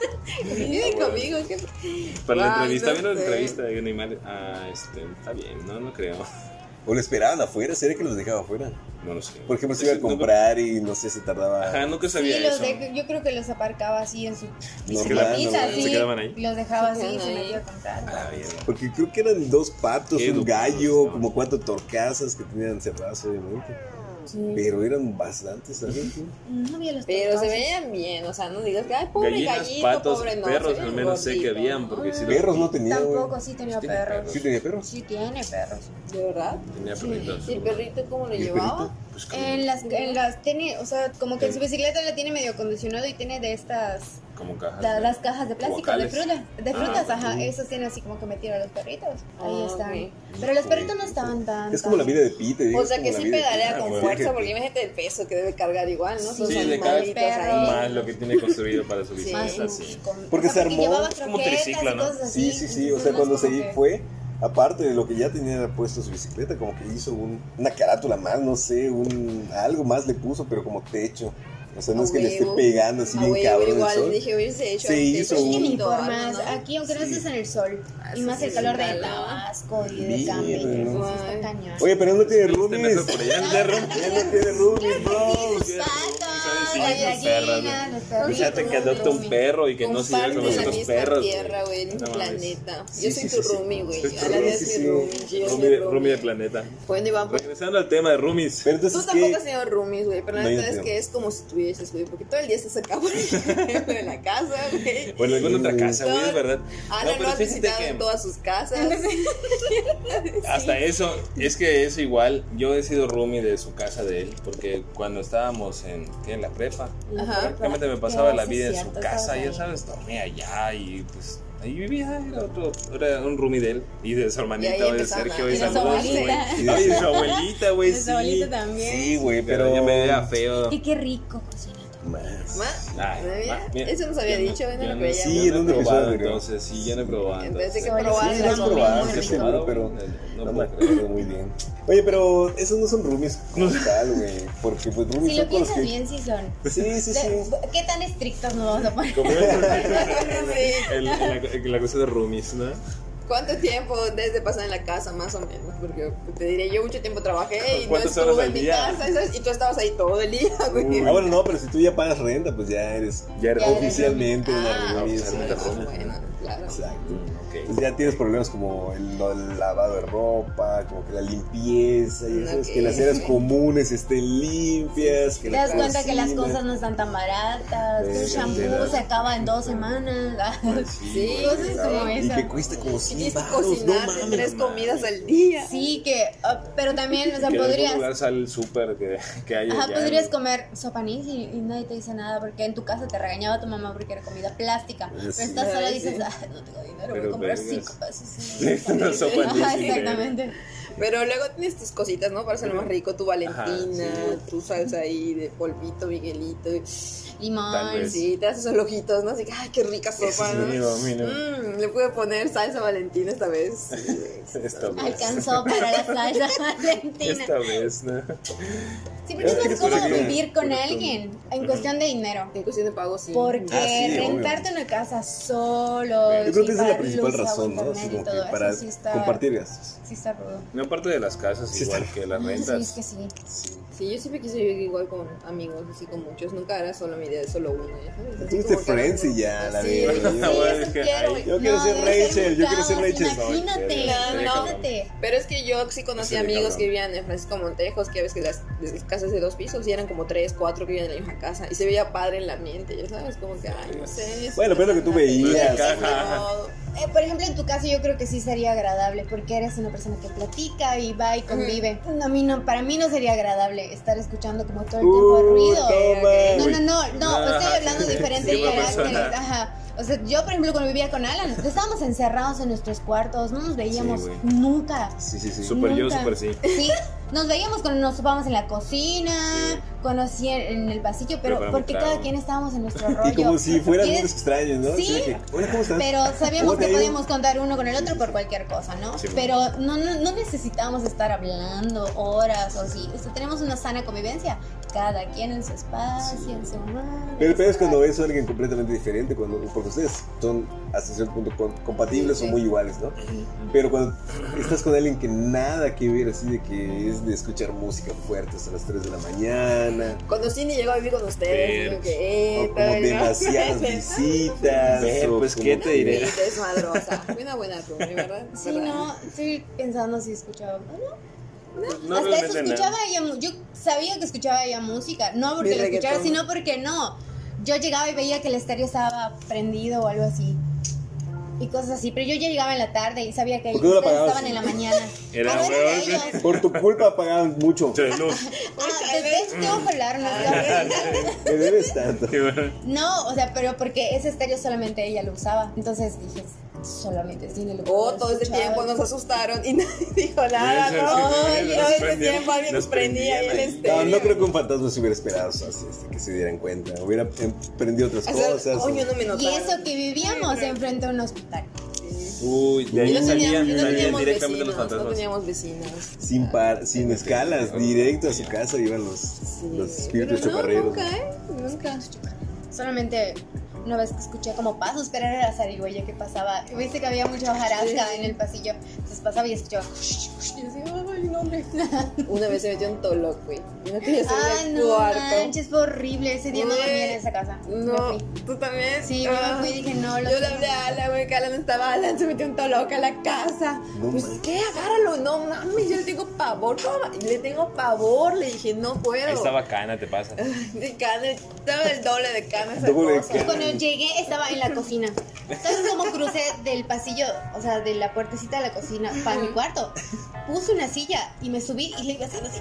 Speaker 2: Vive conmigo, qué.
Speaker 3: Para la
Speaker 2: Ay,
Speaker 3: entrevista,
Speaker 2: no
Speaker 3: ¿vieron la
Speaker 2: sé.
Speaker 3: entrevista de animales? Ah, está bien, no creo.
Speaker 1: O lo esperaban afuera, ¿sería que los dejaba afuera?
Speaker 3: No lo sé.
Speaker 1: Por ejemplo, se iba a
Speaker 3: Nunca-
Speaker 1: comprar y no sé, se tardaba.
Speaker 3: Ajá, nunca
Speaker 4: Sí,
Speaker 3: sabía eso.
Speaker 4: yo creo que los aparcaba así en su
Speaker 1: Normal,
Speaker 4: bicicletita,
Speaker 1: normal.
Speaker 4: así,
Speaker 3: Se quedaban ahí.
Speaker 4: los dejaba así y
Speaker 2: Se
Speaker 4: se
Speaker 2: quedaban
Speaker 4: metía a
Speaker 2: ahí.
Speaker 4: comprar.
Speaker 3: Ah, bien.
Speaker 1: Porque creo que eran 2 patos,
Speaker 3: Qué
Speaker 1: un
Speaker 3: educados
Speaker 1: gallo,
Speaker 3: estaban.
Speaker 1: como 4 torcasas que tenían cerradas, obviamente.
Speaker 4: Sí.
Speaker 1: Pero eran bastantes, ¿sabes?
Speaker 4: No había los
Speaker 2: Pero
Speaker 4: perros.
Speaker 2: se veían bien, o sea, no digas que, ay, pobre
Speaker 3: Gallinas,
Speaker 2: gallito,
Speaker 3: patos,
Speaker 2: pobre no.
Speaker 3: perros,
Speaker 2: se
Speaker 3: al
Speaker 2: ven
Speaker 3: menos sé que
Speaker 2: gorditos,
Speaker 3: habían,
Speaker 2: ¿no?
Speaker 3: porque sí
Speaker 1: Perros no tenía, güey.
Speaker 4: Tampoco, sí tenía
Speaker 3: tiene
Speaker 4: perros.
Speaker 3: perros.
Speaker 1: ¿Sí tenía perros?
Speaker 4: Sí tiene perros.
Speaker 2: ¿De verdad?
Speaker 3: Tenía perritos.
Speaker 2: ¿Y el perrito cómo lo
Speaker 1: ¿Y el
Speaker 2: llevaba?
Speaker 1: perrito?
Speaker 3: Pues,
Speaker 4: En las tiene, o sea, como que en su bicicleta la tiene medio acondicionado y tiene de estas,
Speaker 3: como cajas.
Speaker 4: las cajas de plástico, de
Speaker 3: Guacales.
Speaker 4: frutas, ajá,
Speaker 3: uh.
Speaker 4: esos tienen así como que metieron a los perritos. Ahí
Speaker 2: Ah,
Speaker 4: están.
Speaker 2: ok.
Speaker 4: Pero los perritos no estaban tan.
Speaker 1: Es como la vida de Pete.
Speaker 2: O sea que
Speaker 1: es como
Speaker 2: sí
Speaker 1: la vida de
Speaker 2: pedalea
Speaker 1: Pete.
Speaker 2: con
Speaker 3: bueno.
Speaker 2: fuerza, porque imagínate el peso que debe cargar igual, ¿no? Sus
Speaker 3: Sí, de
Speaker 2: animalitos
Speaker 4: cada-
Speaker 2: ahí.
Speaker 3: Más lo que tiene construido para su
Speaker 2: Sí.
Speaker 3: bicicleta, sí.
Speaker 1: Porque se armó,
Speaker 4: llevaba
Speaker 3: es como un
Speaker 4: croquetas
Speaker 3: triciclo,
Speaker 4: y
Speaker 3: ¿no?
Speaker 4: cosas así,
Speaker 1: Sí, o
Speaker 4: entonces
Speaker 1: sea,
Speaker 4: no
Speaker 1: cuando
Speaker 4: es como
Speaker 1: se
Speaker 4: que-
Speaker 1: fue, aparte de lo que ya tenía puesto su bicicleta, como que hizo una carátula más, no sé, algo más le puso, pero como techo. O sea, no
Speaker 2: A
Speaker 1: es que le esté
Speaker 2: huevo.
Speaker 1: pegando así
Speaker 2: A
Speaker 1: bien
Speaker 2: huevo,
Speaker 1: cabrón el
Speaker 2: igual
Speaker 1: sol.
Speaker 2: dije, hubiese hecho
Speaker 1: Se
Speaker 2: un
Speaker 1: hizo
Speaker 2: techito,
Speaker 4: Es que ni
Speaker 2: algo,
Speaker 4: por más,
Speaker 2: ¿no?
Speaker 4: aquí aunque no
Speaker 1: Sí.
Speaker 4: estés en el sol, y
Speaker 2: sí,
Speaker 4: más el
Speaker 2: sí,
Speaker 4: calor de
Speaker 2: calor.
Speaker 4: Tabasco y de
Speaker 1: Bien,
Speaker 4: Campeche,
Speaker 1: ¿no?
Speaker 4: sí está cañón.
Speaker 1: Oye, pero no tiene
Speaker 3: Te
Speaker 1: roomies.
Speaker 3: meto por allá, ya
Speaker 1: Ya no tiene roomies, bro.
Speaker 4: Los
Speaker 3: Sí,
Speaker 4: patos,
Speaker 3: sí,
Speaker 4: las
Speaker 3: sí,
Speaker 4: gallinas, los perritos.
Speaker 3: Fíjate que adopta un perro y que no se lleve con los
Speaker 2: Comparten la
Speaker 3: otros
Speaker 2: misma
Speaker 3: perros.
Speaker 2: tierra, güey, en
Speaker 3: No
Speaker 2: un
Speaker 3: mames.
Speaker 2: planeta.
Speaker 1: Sí,
Speaker 2: Yo soy
Speaker 1: sí,
Speaker 2: tu
Speaker 1: sí, sí.
Speaker 2: roomie, güey.
Speaker 1: Sí,
Speaker 2: A la vez
Speaker 1: sí,
Speaker 2: mi
Speaker 1: sí.
Speaker 2: roomie. Yo soy mi
Speaker 3: Roomie de planeta.
Speaker 2: Bueno, Iván, pues,
Speaker 3: Regresando al tema de roomies.
Speaker 1: Pero
Speaker 2: tú
Speaker 1: entonces,
Speaker 2: tampoco
Speaker 1: ¿qué?
Speaker 2: has tenido roomies, güey, pero la
Speaker 1: No, yo
Speaker 2: neta es
Speaker 1: no.
Speaker 2: que es como si tuvieses, güey, porque todo el día estás acá, güey, en la casa, güey.
Speaker 3: Bueno, alguna otra casa, güey, es verdad.
Speaker 2: Ana no
Speaker 3: pero
Speaker 2: has
Speaker 3: fíjate
Speaker 2: visitado
Speaker 3: que
Speaker 2: en todas sus casas.
Speaker 3: hasta eso, es que eso igual, yo he sido roomie de su casa de él, porque cuando estábamos en la prepa,
Speaker 2: Ajá.
Speaker 3: prácticamente me pasaba
Speaker 4: Sí,
Speaker 3: la
Speaker 4: sí,
Speaker 3: vida en su
Speaker 4: cierto,
Speaker 3: casa,
Speaker 4: estabas
Speaker 3: ya
Speaker 4: ahí.
Speaker 3: sabes, dormía allá y pues ahí vivía, era un roomie de él y de su hermanita,
Speaker 2: Y ahí
Speaker 3: güey, de
Speaker 2: empezaron
Speaker 3: Sergio,
Speaker 2: a-
Speaker 3: y
Speaker 2: y de su
Speaker 3: saludos, güey.
Speaker 4: abuelita.
Speaker 3: Ay, de su abuelita, güey,
Speaker 4: De su
Speaker 3: sí.
Speaker 4: abuelita también.
Speaker 1: Sí, güey,
Speaker 3: Pero
Speaker 1: pero
Speaker 3: ya me veía feo.
Speaker 4: Y qué rico cocina.
Speaker 1: Más.
Speaker 2: ¿Más?
Speaker 3: Ay, mira,
Speaker 2: Eso nos había
Speaker 3: yo
Speaker 2: dicho, ¿no?
Speaker 3: yo
Speaker 2: Lo que veíamos.
Speaker 1: Sí,
Speaker 3: yo
Speaker 1: en
Speaker 3: no he
Speaker 1: un episodio
Speaker 3: probado,
Speaker 1: anterior.
Speaker 3: entonces, sí, yo no he probado.
Speaker 2: En vez de que
Speaker 4: entonces.
Speaker 2: probar
Speaker 1: Sí,
Speaker 2: las
Speaker 1: lo he probado,
Speaker 2: roomies,
Speaker 1: sí,
Speaker 2: rico.
Speaker 1: seguro, pero
Speaker 3: no
Speaker 1: no
Speaker 3: puedo
Speaker 1: me
Speaker 3: creer.
Speaker 1: acuerdo muy bien. Oye, pero esos no son roomies como tal, güey. Porque pues roomies
Speaker 4: Si
Speaker 1: son
Speaker 4: lo
Speaker 1: con los
Speaker 4: piensas
Speaker 1: que...
Speaker 4: bien, sí son.
Speaker 1: Sí, sí, sí.
Speaker 4: ¿Qué tan estrictos nos vamos a poner?
Speaker 3: Como
Speaker 2: Sí.
Speaker 3: la cosa de roomies, ¿no?
Speaker 2: ¿Cuánto tiempo desde pasar en la casa, más o menos? Porque te diré, yo mucho tiempo trabajé y no
Speaker 3: ¿Cuántas horas
Speaker 2: estuve
Speaker 3: al
Speaker 2: en mi
Speaker 3: día?
Speaker 2: casa, ¿sabes? Y tú estabas ahí todo el día, güey.
Speaker 1: Ah, bueno, no, pero si tú ya pagas renta, pues ya eres
Speaker 3: Ya eres
Speaker 1: oficialmente
Speaker 2: Ah,
Speaker 1: una roomie. sí.
Speaker 3: oficialmente roomie.
Speaker 2: bueno, claro.
Speaker 1: Exacto.
Speaker 3: Ok.
Speaker 1: Pues ya tienes problemas como el lavado de ropa, como que la limpieza, y eso es
Speaker 2: Ok.
Speaker 1: que las áreas comunes estén limpias. Que
Speaker 4: Te
Speaker 1: la
Speaker 4: das cuenta que las
Speaker 1: cocina-
Speaker 4: cosas no están tan baratas,
Speaker 1: Sí,
Speaker 4: tu
Speaker 1: sí,
Speaker 4: shampoo
Speaker 1: sí.
Speaker 4: se acaba en 2 semanas.
Speaker 2: Sí,
Speaker 4: Cosas como
Speaker 1: Y
Speaker 4: esa.
Speaker 1: que cuesta como
Speaker 2: Y
Speaker 1: 100
Speaker 2: tienes que
Speaker 1: baros, no
Speaker 2: cocinar
Speaker 1: mames.
Speaker 2: 3
Speaker 3: no
Speaker 2: comidas
Speaker 3: mames.
Speaker 2: al día.
Speaker 4: Sí, que, pero también, o sea,
Speaker 3: Que en algún
Speaker 4: podrías,
Speaker 3: lugar sale el súper que hay
Speaker 4: ajá,
Speaker 3: allá.
Speaker 4: podrías comer sopanís y nadie te dice nada, porque en tu casa te regañaba tu mamá porque era comida plástica. Pero
Speaker 1: Sí.
Speaker 4: estás sola y
Speaker 2: Sí.
Speaker 4: dices, "Ay, no tengo dinero, voy
Speaker 3: Pero
Speaker 4: a comprar
Speaker 3: vergas.
Speaker 4: 5 pesos.
Speaker 3: Una sopanís,
Speaker 4: Ajá,
Speaker 3: sí,
Speaker 4: exactamente.
Speaker 2: Pero luego tienes tus cositas, ¿no? Para hacerlo más rico, tu Valentina,
Speaker 3: Ajá,
Speaker 2: tu salsa ahí de polvito, Miguelito.
Speaker 3: Tal
Speaker 4: Limón.
Speaker 3: vez.
Speaker 2: Sí, te haces esos ojitos, ¿no? Así que, ay, qué rica sopa, ¿no?
Speaker 3: Mínimo.
Speaker 2: Le pude poner salsa Valentina esta vez.
Speaker 3: Esta vez.
Speaker 4: Alcanzó para la salsa Valentina.
Speaker 3: Esta vez, ¿no?
Speaker 4: Sí, pero es más
Speaker 1: que
Speaker 4: cómodo
Speaker 1: sería
Speaker 4: vivir con
Speaker 3: por
Speaker 4: alguien en cuestión de dinero.
Speaker 2: En cuestión de pago, sí.
Speaker 4: Porque
Speaker 1: Ah, sí,
Speaker 4: rentarte una casa solo,
Speaker 1: Yo creo que esa es la
Speaker 4: pagar
Speaker 1: principal
Speaker 4: luz, agua,
Speaker 1: razón, ¿no? Así
Speaker 4: internet y
Speaker 1: como que
Speaker 4: todo
Speaker 1: para
Speaker 4: eso sí está,
Speaker 1: compartir gastos.
Speaker 4: sí está rudo.
Speaker 3: No, aparte de las casas,
Speaker 1: Sí,
Speaker 3: igual
Speaker 1: está.
Speaker 3: que las
Speaker 4: Sí, es
Speaker 3: rentas.
Speaker 4: que sí.
Speaker 1: Sí.
Speaker 2: Sí, yo siempre quise vivir igual con amigos, así con muchos. Nunca era solo mi idea de solo uno. ¿Ya sabes? Así
Speaker 1: Tuviste
Speaker 2: como que
Speaker 1: Friends y
Speaker 2: era-
Speaker 1: ya, la
Speaker 2: Sí,
Speaker 1: verdad.
Speaker 2: sí,
Speaker 3: Bueno,
Speaker 4: eso
Speaker 3: es que
Speaker 4: quiero.
Speaker 3: ahí-
Speaker 1: Yo quiero ser
Speaker 4: debe
Speaker 1: Rachel, yo quiero ser
Speaker 4: caos,
Speaker 1: Rachel.
Speaker 4: Imagínate,
Speaker 3: No,
Speaker 4: imagínate.
Speaker 2: Pero es que yo sí conocí
Speaker 3: Ese de
Speaker 2: amigos
Speaker 3: cabrón.
Speaker 2: que vivían en Francisco Montejos, que ves que las casas de 2 pisos y eran como 3, 4 que vivían en la misma casa. Y se veía padre el ambiente, ya sabes, como que, ay, no sé.
Speaker 1: Bueno, pero es lo que tú veías.
Speaker 4: Por ejemplo, en tu caso yo creo que sí sería agradable porque eres una persona que platica y va y convive. A mí no, para mí no sería agradable estar escuchando como todo el tiempo ruido.
Speaker 1: toma.
Speaker 4: No, estoy hablando de diferentes
Speaker 3: Sí, una
Speaker 4: caracteres.
Speaker 3: persona.
Speaker 4: Ajá. O sea, yo, por ejemplo, cuando vivía con Alan, estábamos encerrados en nuestros cuartos, no nos veíamos
Speaker 3: Sí, güey.
Speaker 4: nunca.
Speaker 1: Sí, sí, sí.
Speaker 3: Super yo,
Speaker 4: Nunca.
Speaker 3: super sí.
Speaker 4: Sí, nos veíamos cuando nos topábamos en la cocina,
Speaker 3: Sí.
Speaker 4: conocí en el pasillo, pero
Speaker 3: Preparando
Speaker 4: porque
Speaker 3: trago.
Speaker 4: cada quien estábamos en nuestro rollo.
Speaker 1: Y como si fueran
Speaker 4: Y
Speaker 1: muy
Speaker 4: es-
Speaker 1: extraños, ¿no?
Speaker 4: Sí.
Speaker 1: Así de que, hola, ¿cómo estás?
Speaker 4: Pero sabíamos
Speaker 1: ¿Cómo te
Speaker 4: que
Speaker 1: ha ido?
Speaker 4: podíamos contar uno con el otro por cualquier cosa, ¿no?
Speaker 3: Sí,
Speaker 4: Pero no necesitábamos estar hablando horas o así. O sea, tenemos una sana convivencia. Cada quien en su espacio, en su madre.
Speaker 1: Pero el peor es cuando ves a alguien completamente diferente, porque ustedes son hasta cierto punto compatibles
Speaker 2: Sí,
Speaker 1: o muy iguales, ¿no? Pero cuando estás con alguien que nada que ver, así de que es de escuchar música fuerte hasta las 3 de la mañana,
Speaker 2: Cuando Cindy llegó a vivir con ustedes,
Speaker 3: Pero-
Speaker 2: digo que,
Speaker 1: o como demasiadas visitas,
Speaker 3: Ve,
Speaker 1: o
Speaker 3: pues,
Speaker 1: como
Speaker 3: ¿qué te
Speaker 1: que-
Speaker 3: diré?
Speaker 2: desmadrosa. Fue una buena roomie, ¿verdad?
Speaker 4: Sí,
Speaker 2: ¿Verdad?
Speaker 4: no, estoy pensando si escuchaba. ¿No?
Speaker 3: No
Speaker 4: Hasta eso
Speaker 3: realmente
Speaker 4: escuchaba
Speaker 3: nada.
Speaker 4: ella, yo sabía que escuchaba ella música, no porque
Speaker 2: Ni
Speaker 4: la escuchara,
Speaker 2: reggaetón.
Speaker 4: sino porque no. Yo llegaba y veía que el estéreo estaba prendido o algo así. Y cosas así, pero yo ya llegaba en la tarde y sabía que
Speaker 1: ¿Por qué no la
Speaker 4: ustedes
Speaker 1: apagabas?
Speaker 4: estaban en la mañana.
Speaker 3: Era
Speaker 4: Como eran
Speaker 3: huevón,
Speaker 4: ellos.
Speaker 1: Por tu culpa apagaban mucho.
Speaker 3: De luz.
Speaker 4: De hecho, tengo que hablar, ¿no?
Speaker 1: Me debes tanto.
Speaker 3: Qué bueno.
Speaker 4: No, o sea, pero porque ese estéreo solamente ella lo usaba. Entonces dije, solamente tiene lo que puedo
Speaker 2: Todo este
Speaker 4: escuchar.
Speaker 2: tiempo nos asustaron y nadie dijo nada,
Speaker 3: Puede ser,
Speaker 2: ¿no?
Speaker 3: sí,
Speaker 2: Y
Speaker 3: nos
Speaker 2: todo este
Speaker 3: prendían-
Speaker 2: tiempo alguien nos
Speaker 3: nos
Speaker 2: prendía ahí el
Speaker 3: prendían ahí.
Speaker 2: estéreo.
Speaker 1: No creo que un fantasma se hubiera esperado así, que se dieran cuenta. Hubiera prendido otras
Speaker 2: O sea,
Speaker 1: cosas.
Speaker 2: coño, no me
Speaker 4: Y
Speaker 2: notaron.
Speaker 4: eso que vivíamos enfrente a un hospital.
Speaker 3: Uy, de
Speaker 2: Y
Speaker 3: ahí
Speaker 2: no
Speaker 3: salían
Speaker 2: teníamos
Speaker 3: directamente los
Speaker 2: vecinos, no
Speaker 3: fantasmas.
Speaker 2: teníamos vecinos.
Speaker 1: Sin escalas, directo a su casa iban los espíritus
Speaker 2: Pero no,
Speaker 1: chocarreros.
Speaker 2: nunca, nunca.
Speaker 4: Solamente una vez que escuché como pasos, pero era la zarigüeya que pasaba. Viste que había mucha hojarasca en el pasillo. Entonces pasaba y escuchaba. Y decía, ay, no, hombre.
Speaker 2: Una vez se metió un toloc, güey. Y no quería salir
Speaker 4: Ah,
Speaker 2: del
Speaker 4: no
Speaker 2: cuarto.
Speaker 4: manches, fue horrible. Ese día no
Speaker 2: Güey,
Speaker 4: dormí en esa casa.
Speaker 2: No,
Speaker 4: Me fui.
Speaker 2: ¿tú también?
Speaker 4: Sí, me fui y dije, no, lo
Speaker 2: Yo le
Speaker 4: siento.
Speaker 2: hablé a Alan, güey, que Alan estaba, Alan se metió un toloc a la casa.
Speaker 1: No
Speaker 2: Pues,
Speaker 1: manches.
Speaker 2: ¿qué? Agárralo. No, mami, yo le tengo pavor. ¿Cómo? Le tengo pavor. Le dije, no puedo.
Speaker 3: Ahí está bacana, te pasa.
Speaker 2: De cana, estaba el doble de cana esa
Speaker 1: Doble de
Speaker 2: cosa.
Speaker 1: cana.
Speaker 4: Cuando llegué estaba en la cocina. ¿Sabes cómo crucé del pasillo, o sea, de la puertecita de la cocina para mi cuarto? Puse una silla y me subí y le iba haciendo así.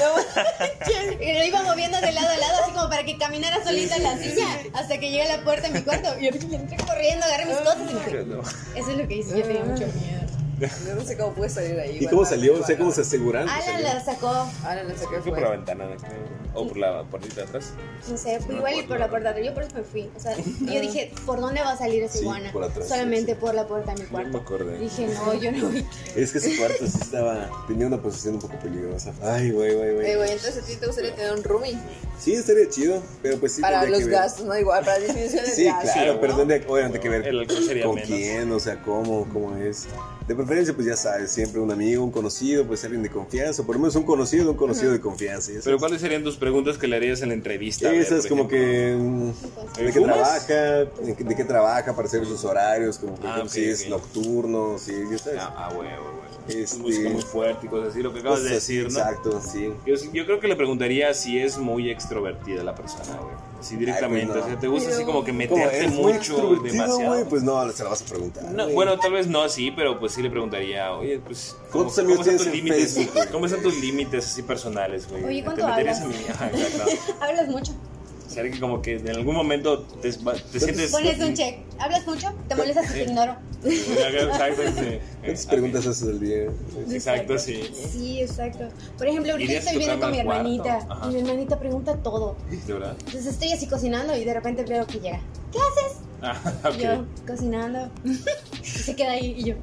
Speaker 4: Y lo iba moviendo de lado a lado, así como para que caminara solita en la silla hasta que llegué a la puerta de mi cuarto. Y yo entré corriendo, agarré mis cosas y me fui.
Speaker 3: No.
Speaker 4: Eso es lo que hice, yo tenía mucho miedo.
Speaker 2: Yo no sé cómo pude salir de ahí.
Speaker 1: ¿Y cómo salió? O sea, ¿cómo se aseguraron? que
Speaker 4: Alan
Speaker 1: salió?
Speaker 4: la sacó,
Speaker 2: Alan la saqué
Speaker 3: Fue por la ventana, ¿no? O por la puertita de atrás.
Speaker 4: no sé, fue igual y por la puerta de atrás. Yo por eso me fui. O sea, yo dije, ¿por dónde va a salir esa
Speaker 1: Sí,
Speaker 4: iguana?
Speaker 1: por atrás,
Speaker 4: Solamente
Speaker 1: sí, sí.
Speaker 4: por la puerta de mi
Speaker 3: No me
Speaker 4: cuarto.
Speaker 3: acordé.
Speaker 4: Dije, no, yo no voy.
Speaker 1: Es que su cuarto sí tenía una posición un poco peligrosa. Ay, güey.
Speaker 2: Güey, entonces a ti te gustaría tener un roomie.
Speaker 1: Sí, estaría chido, pero pues sí
Speaker 2: Para
Speaker 1: tendría
Speaker 2: los
Speaker 1: que ver.
Speaker 2: gastos, ¿no? Igual, para disminución de
Speaker 1: Sí,
Speaker 2: gastos.
Speaker 1: claro,
Speaker 2: ¿no?
Speaker 1: pero tendría obviamente que ver
Speaker 3: El alcohol sería
Speaker 1: con
Speaker 3: menos.
Speaker 1: quién, o sea, cómo es. De preferencia, pues ya sabes, siempre un amigo, un conocido, pues alguien de confianza, o por lo menos un conocido de confianza. ¿sí?
Speaker 3: Pero ¿cuáles serían tus preguntas que le harías en la entrevista? A ver,
Speaker 1: Esas
Speaker 3: por
Speaker 1: como
Speaker 3: ejemplo.
Speaker 1: que de qué
Speaker 3: ¿Fumas?
Speaker 1: trabaja, de qué trabaja para hacer sus horarios, como por
Speaker 3: Ah,
Speaker 1: ejemplo
Speaker 3: ok,
Speaker 1: si es
Speaker 3: ok.
Speaker 1: nocturno, si ya sabes.
Speaker 3: Huevo.
Speaker 1: Este-
Speaker 3: Música muy fuerte y cosas así, lo que acabas de
Speaker 1: Cosas así,
Speaker 3: decir, ¿no?
Speaker 1: Exacto, sí.
Speaker 3: Yo creo que le preguntaría si es muy extrovertida la persona, güey. Así directamente.
Speaker 1: Ay, pues no.
Speaker 3: O sea, ¿te gusta así como que
Speaker 1: Como
Speaker 3: meterte
Speaker 1: es muy
Speaker 3: mucho,
Speaker 1: extrovertido,
Speaker 3: demasiado?
Speaker 1: güey, pues no, se la vas a preguntar.
Speaker 3: No,
Speaker 1: güey.
Speaker 3: bueno, tal vez no así, pero pues sí le preguntaría, oye, pues.
Speaker 1: ¿Cuántos amigos
Speaker 3: están
Speaker 1: tienes
Speaker 3: tus
Speaker 1: en
Speaker 3: límites?
Speaker 1: Facebook, güey?
Speaker 3: ¿Cómo están tus límites así personales, güey?
Speaker 4: Oye, ¿cuánto
Speaker 3: ¿Te meterías
Speaker 4: hablas?
Speaker 3: a mí? Ajá, exacto.
Speaker 4: Hablas mucho.
Speaker 3: O sea, que como que en algún momento te sientes.
Speaker 4: Pones un check. ¿Hablas mucho? ¿Te molestas si te ignoro?
Speaker 3: Exacto, sí.
Speaker 1: ¿Cuántas preguntas haces al día?
Speaker 3: Exacto, sí.
Speaker 4: Sí, exacto. Por ejemplo, ahorita
Speaker 3: ¿Irías a
Speaker 4: estoy
Speaker 3: tu
Speaker 4: viendo con mi
Speaker 3: cama al
Speaker 4: hermanita.
Speaker 3: cuarto? Ajá.
Speaker 4: Y mi hermanita pregunta todo.
Speaker 3: ¿De verdad?
Speaker 4: Entonces estoy así cocinando y de repente veo que llega. ¿Qué haces?
Speaker 3: Ah,
Speaker 4: Y yo,
Speaker 3: ok.
Speaker 4: cocinando. Y se queda ahí y yo.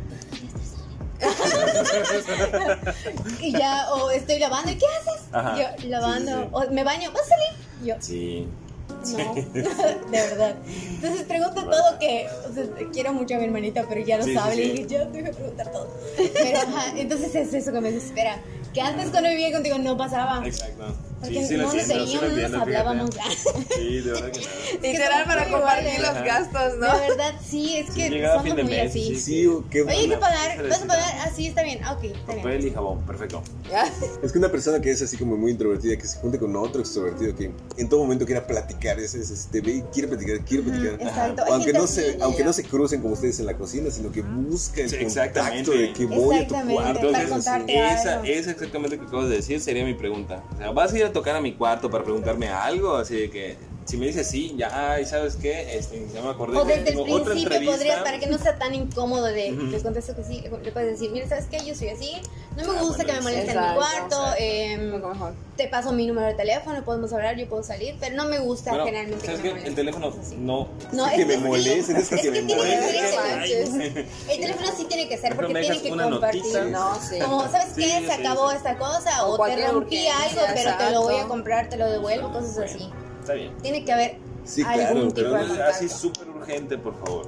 Speaker 4: Y ya, o estoy lavando. ¿Y qué haces?
Speaker 3: Ajá.
Speaker 4: Yo, lavando.
Speaker 3: Sí, sí, sí.
Speaker 4: O me baño. ¿Vas a salir? Y yo,
Speaker 3: Sí.
Speaker 4: no, de verdad. Entonces pregunto todo que, o sea, quiero mucho a mi hermanita, pero ya lo
Speaker 3: Sí,
Speaker 4: sabe.
Speaker 3: sí,
Speaker 4: Y
Speaker 3: sí.
Speaker 4: dije, yo tengo que preguntar todo. Pero ajá, entonces es eso que me desespera. Que antes cuando vivía contigo no pasaba.
Speaker 3: Exacto.
Speaker 4: Porque
Speaker 3: Sí, lo
Speaker 4: no nos
Speaker 3: entiendo, sí lo
Speaker 4: veíamos, no nos
Speaker 3: entiendo,
Speaker 4: hablábamos.
Speaker 3: fíjate. Sí, de verdad que nada.
Speaker 2: Literal para
Speaker 4: somos
Speaker 2: compartir
Speaker 4: iguales.
Speaker 2: los gastos, ¿no?
Speaker 4: De verdad, sí, es que
Speaker 3: llegaba
Speaker 4: somos
Speaker 3: fin de
Speaker 4: muy
Speaker 3: mes,
Speaker 4: así.
Speaker 1: Sí, o qué
Speaker 4: Oye, hay que pagar,
Speaker 3: Sí,
Speaker 4: ¿vas a
Speaker 3: sí,
Speaker 4: pagar? Ah, sí, está bien. Ah, ok, está bien.
Speaker 3: Papel y jabón, perfecto.
Speaker 1: Es que una persona que es así como muy introvertida, que se junte con otro extrovertido, que en todo momento quiera platicar, te ve y quiere platicar.
Speaker 4: Exacto.
Speaker 1: O
Speaker 4: Hay
Speaker 1: aunque
Speaker 4: gente
Speaker 1: no,
Speaker 4: así.
Speaker 1: aunque no se crucen como ustedes en la cocina, sino que busca el
Speaker 3: Sí,
Speaker 1: contacto
Speaker 3: exactamente.
Speaker 1: de que voy a tu
Speaker 4: Exactamente,
Speaker 1: cuarto.
Speaker 4: para
Speaker 1: cosas
Speaker 4: contarte.
Speaker 3: Esa
Speaker 4: Claro.
Speaker 3: es exactamente lo que acabas de decir, sería mi pregunta. O sea, ¿vas a ir a tocar a mi cuarto para preguntarme algo? Así de que, si me dices sí, ya, ¿y sabes qué? Ya me acordé
Speaker 4: O
Speaker 3: que
Speaker 4: desde el
Speaker 3: tengo otra
Speaker 4: principio
Speaker 3: entrevista.
Speaker 4: podrías, para que no sea tan incómodo de,
Speaker 3: Ujú.
Speaker 4: les contesto que sí, le puedes decir, mira, ¿sabes qué? Yo soy así, no me
Speaker 3: Ah,
Speaker 4: gusta
Speaker 3: bueno,
Speaker 4: que me molesten en mi
Speaker 2: exacto,
Speaker 4: cuarto,
Speaker 2: Un poco mejor.
Speaker 4: te paso mi número de teléfono, podemos hablar, yo puedo salir, pero no me gusta
Speaker 3: Bueno,
Speaker 4: generalmente
Speaker 3: ¿sabes
Speaker 4: que me
Speaker 3: qué? El
Speaker 4: molesten,
Speaker 3: teléfono
Speaker 4: cosas así.
Speaker 3: no.
Speaker 4: No,
Speaker 1: Es que me molesten, es que me
Speaker 4: tiene que
Speaker 1: molesten.
Speaker 4: ser
Speaker 2: Ay,
Speaker 4: ese. El teléfono sí tiene que ser porque
Speaker 3: Mejor me
Speaker 4: tiene
Speaker 3: dejas
Speaker 4: que
Speaker 3: una
Speaker 4: compartir.
Speaker 3: notita.
Speaker 2: No, sí.
Speaker 4: Como, ¿sabes
Speaker 3: Sí,
Speaker 4: qué?
Speaker 3: sí,
Speaker 4: Se acabó
Speaker 3: sí.
Speaker 4: esta cosa
Speaker 2: O
Speaker 4: o te
Speaker 2: cualquier
Speaker 4: rompí
Speaker 2: urgencia,
Speaker 4: algo, pero te lo voy a
Speaker 2: exacto.
Speaker 4: comprar, te lo devuelvo, cosas así.
Speaker 3: Está bien.
Speaker 4: Tiene que haber
Speaker 1: Sí,
Speaker 4: algún
Speaker 1: claro,
Speaker 4: tipo
Speaker 3: Pero
Speaker 4: de
Speaker 3: no es
Speaker 4: contacto.
Speaker 3: así súper urgente, por favor.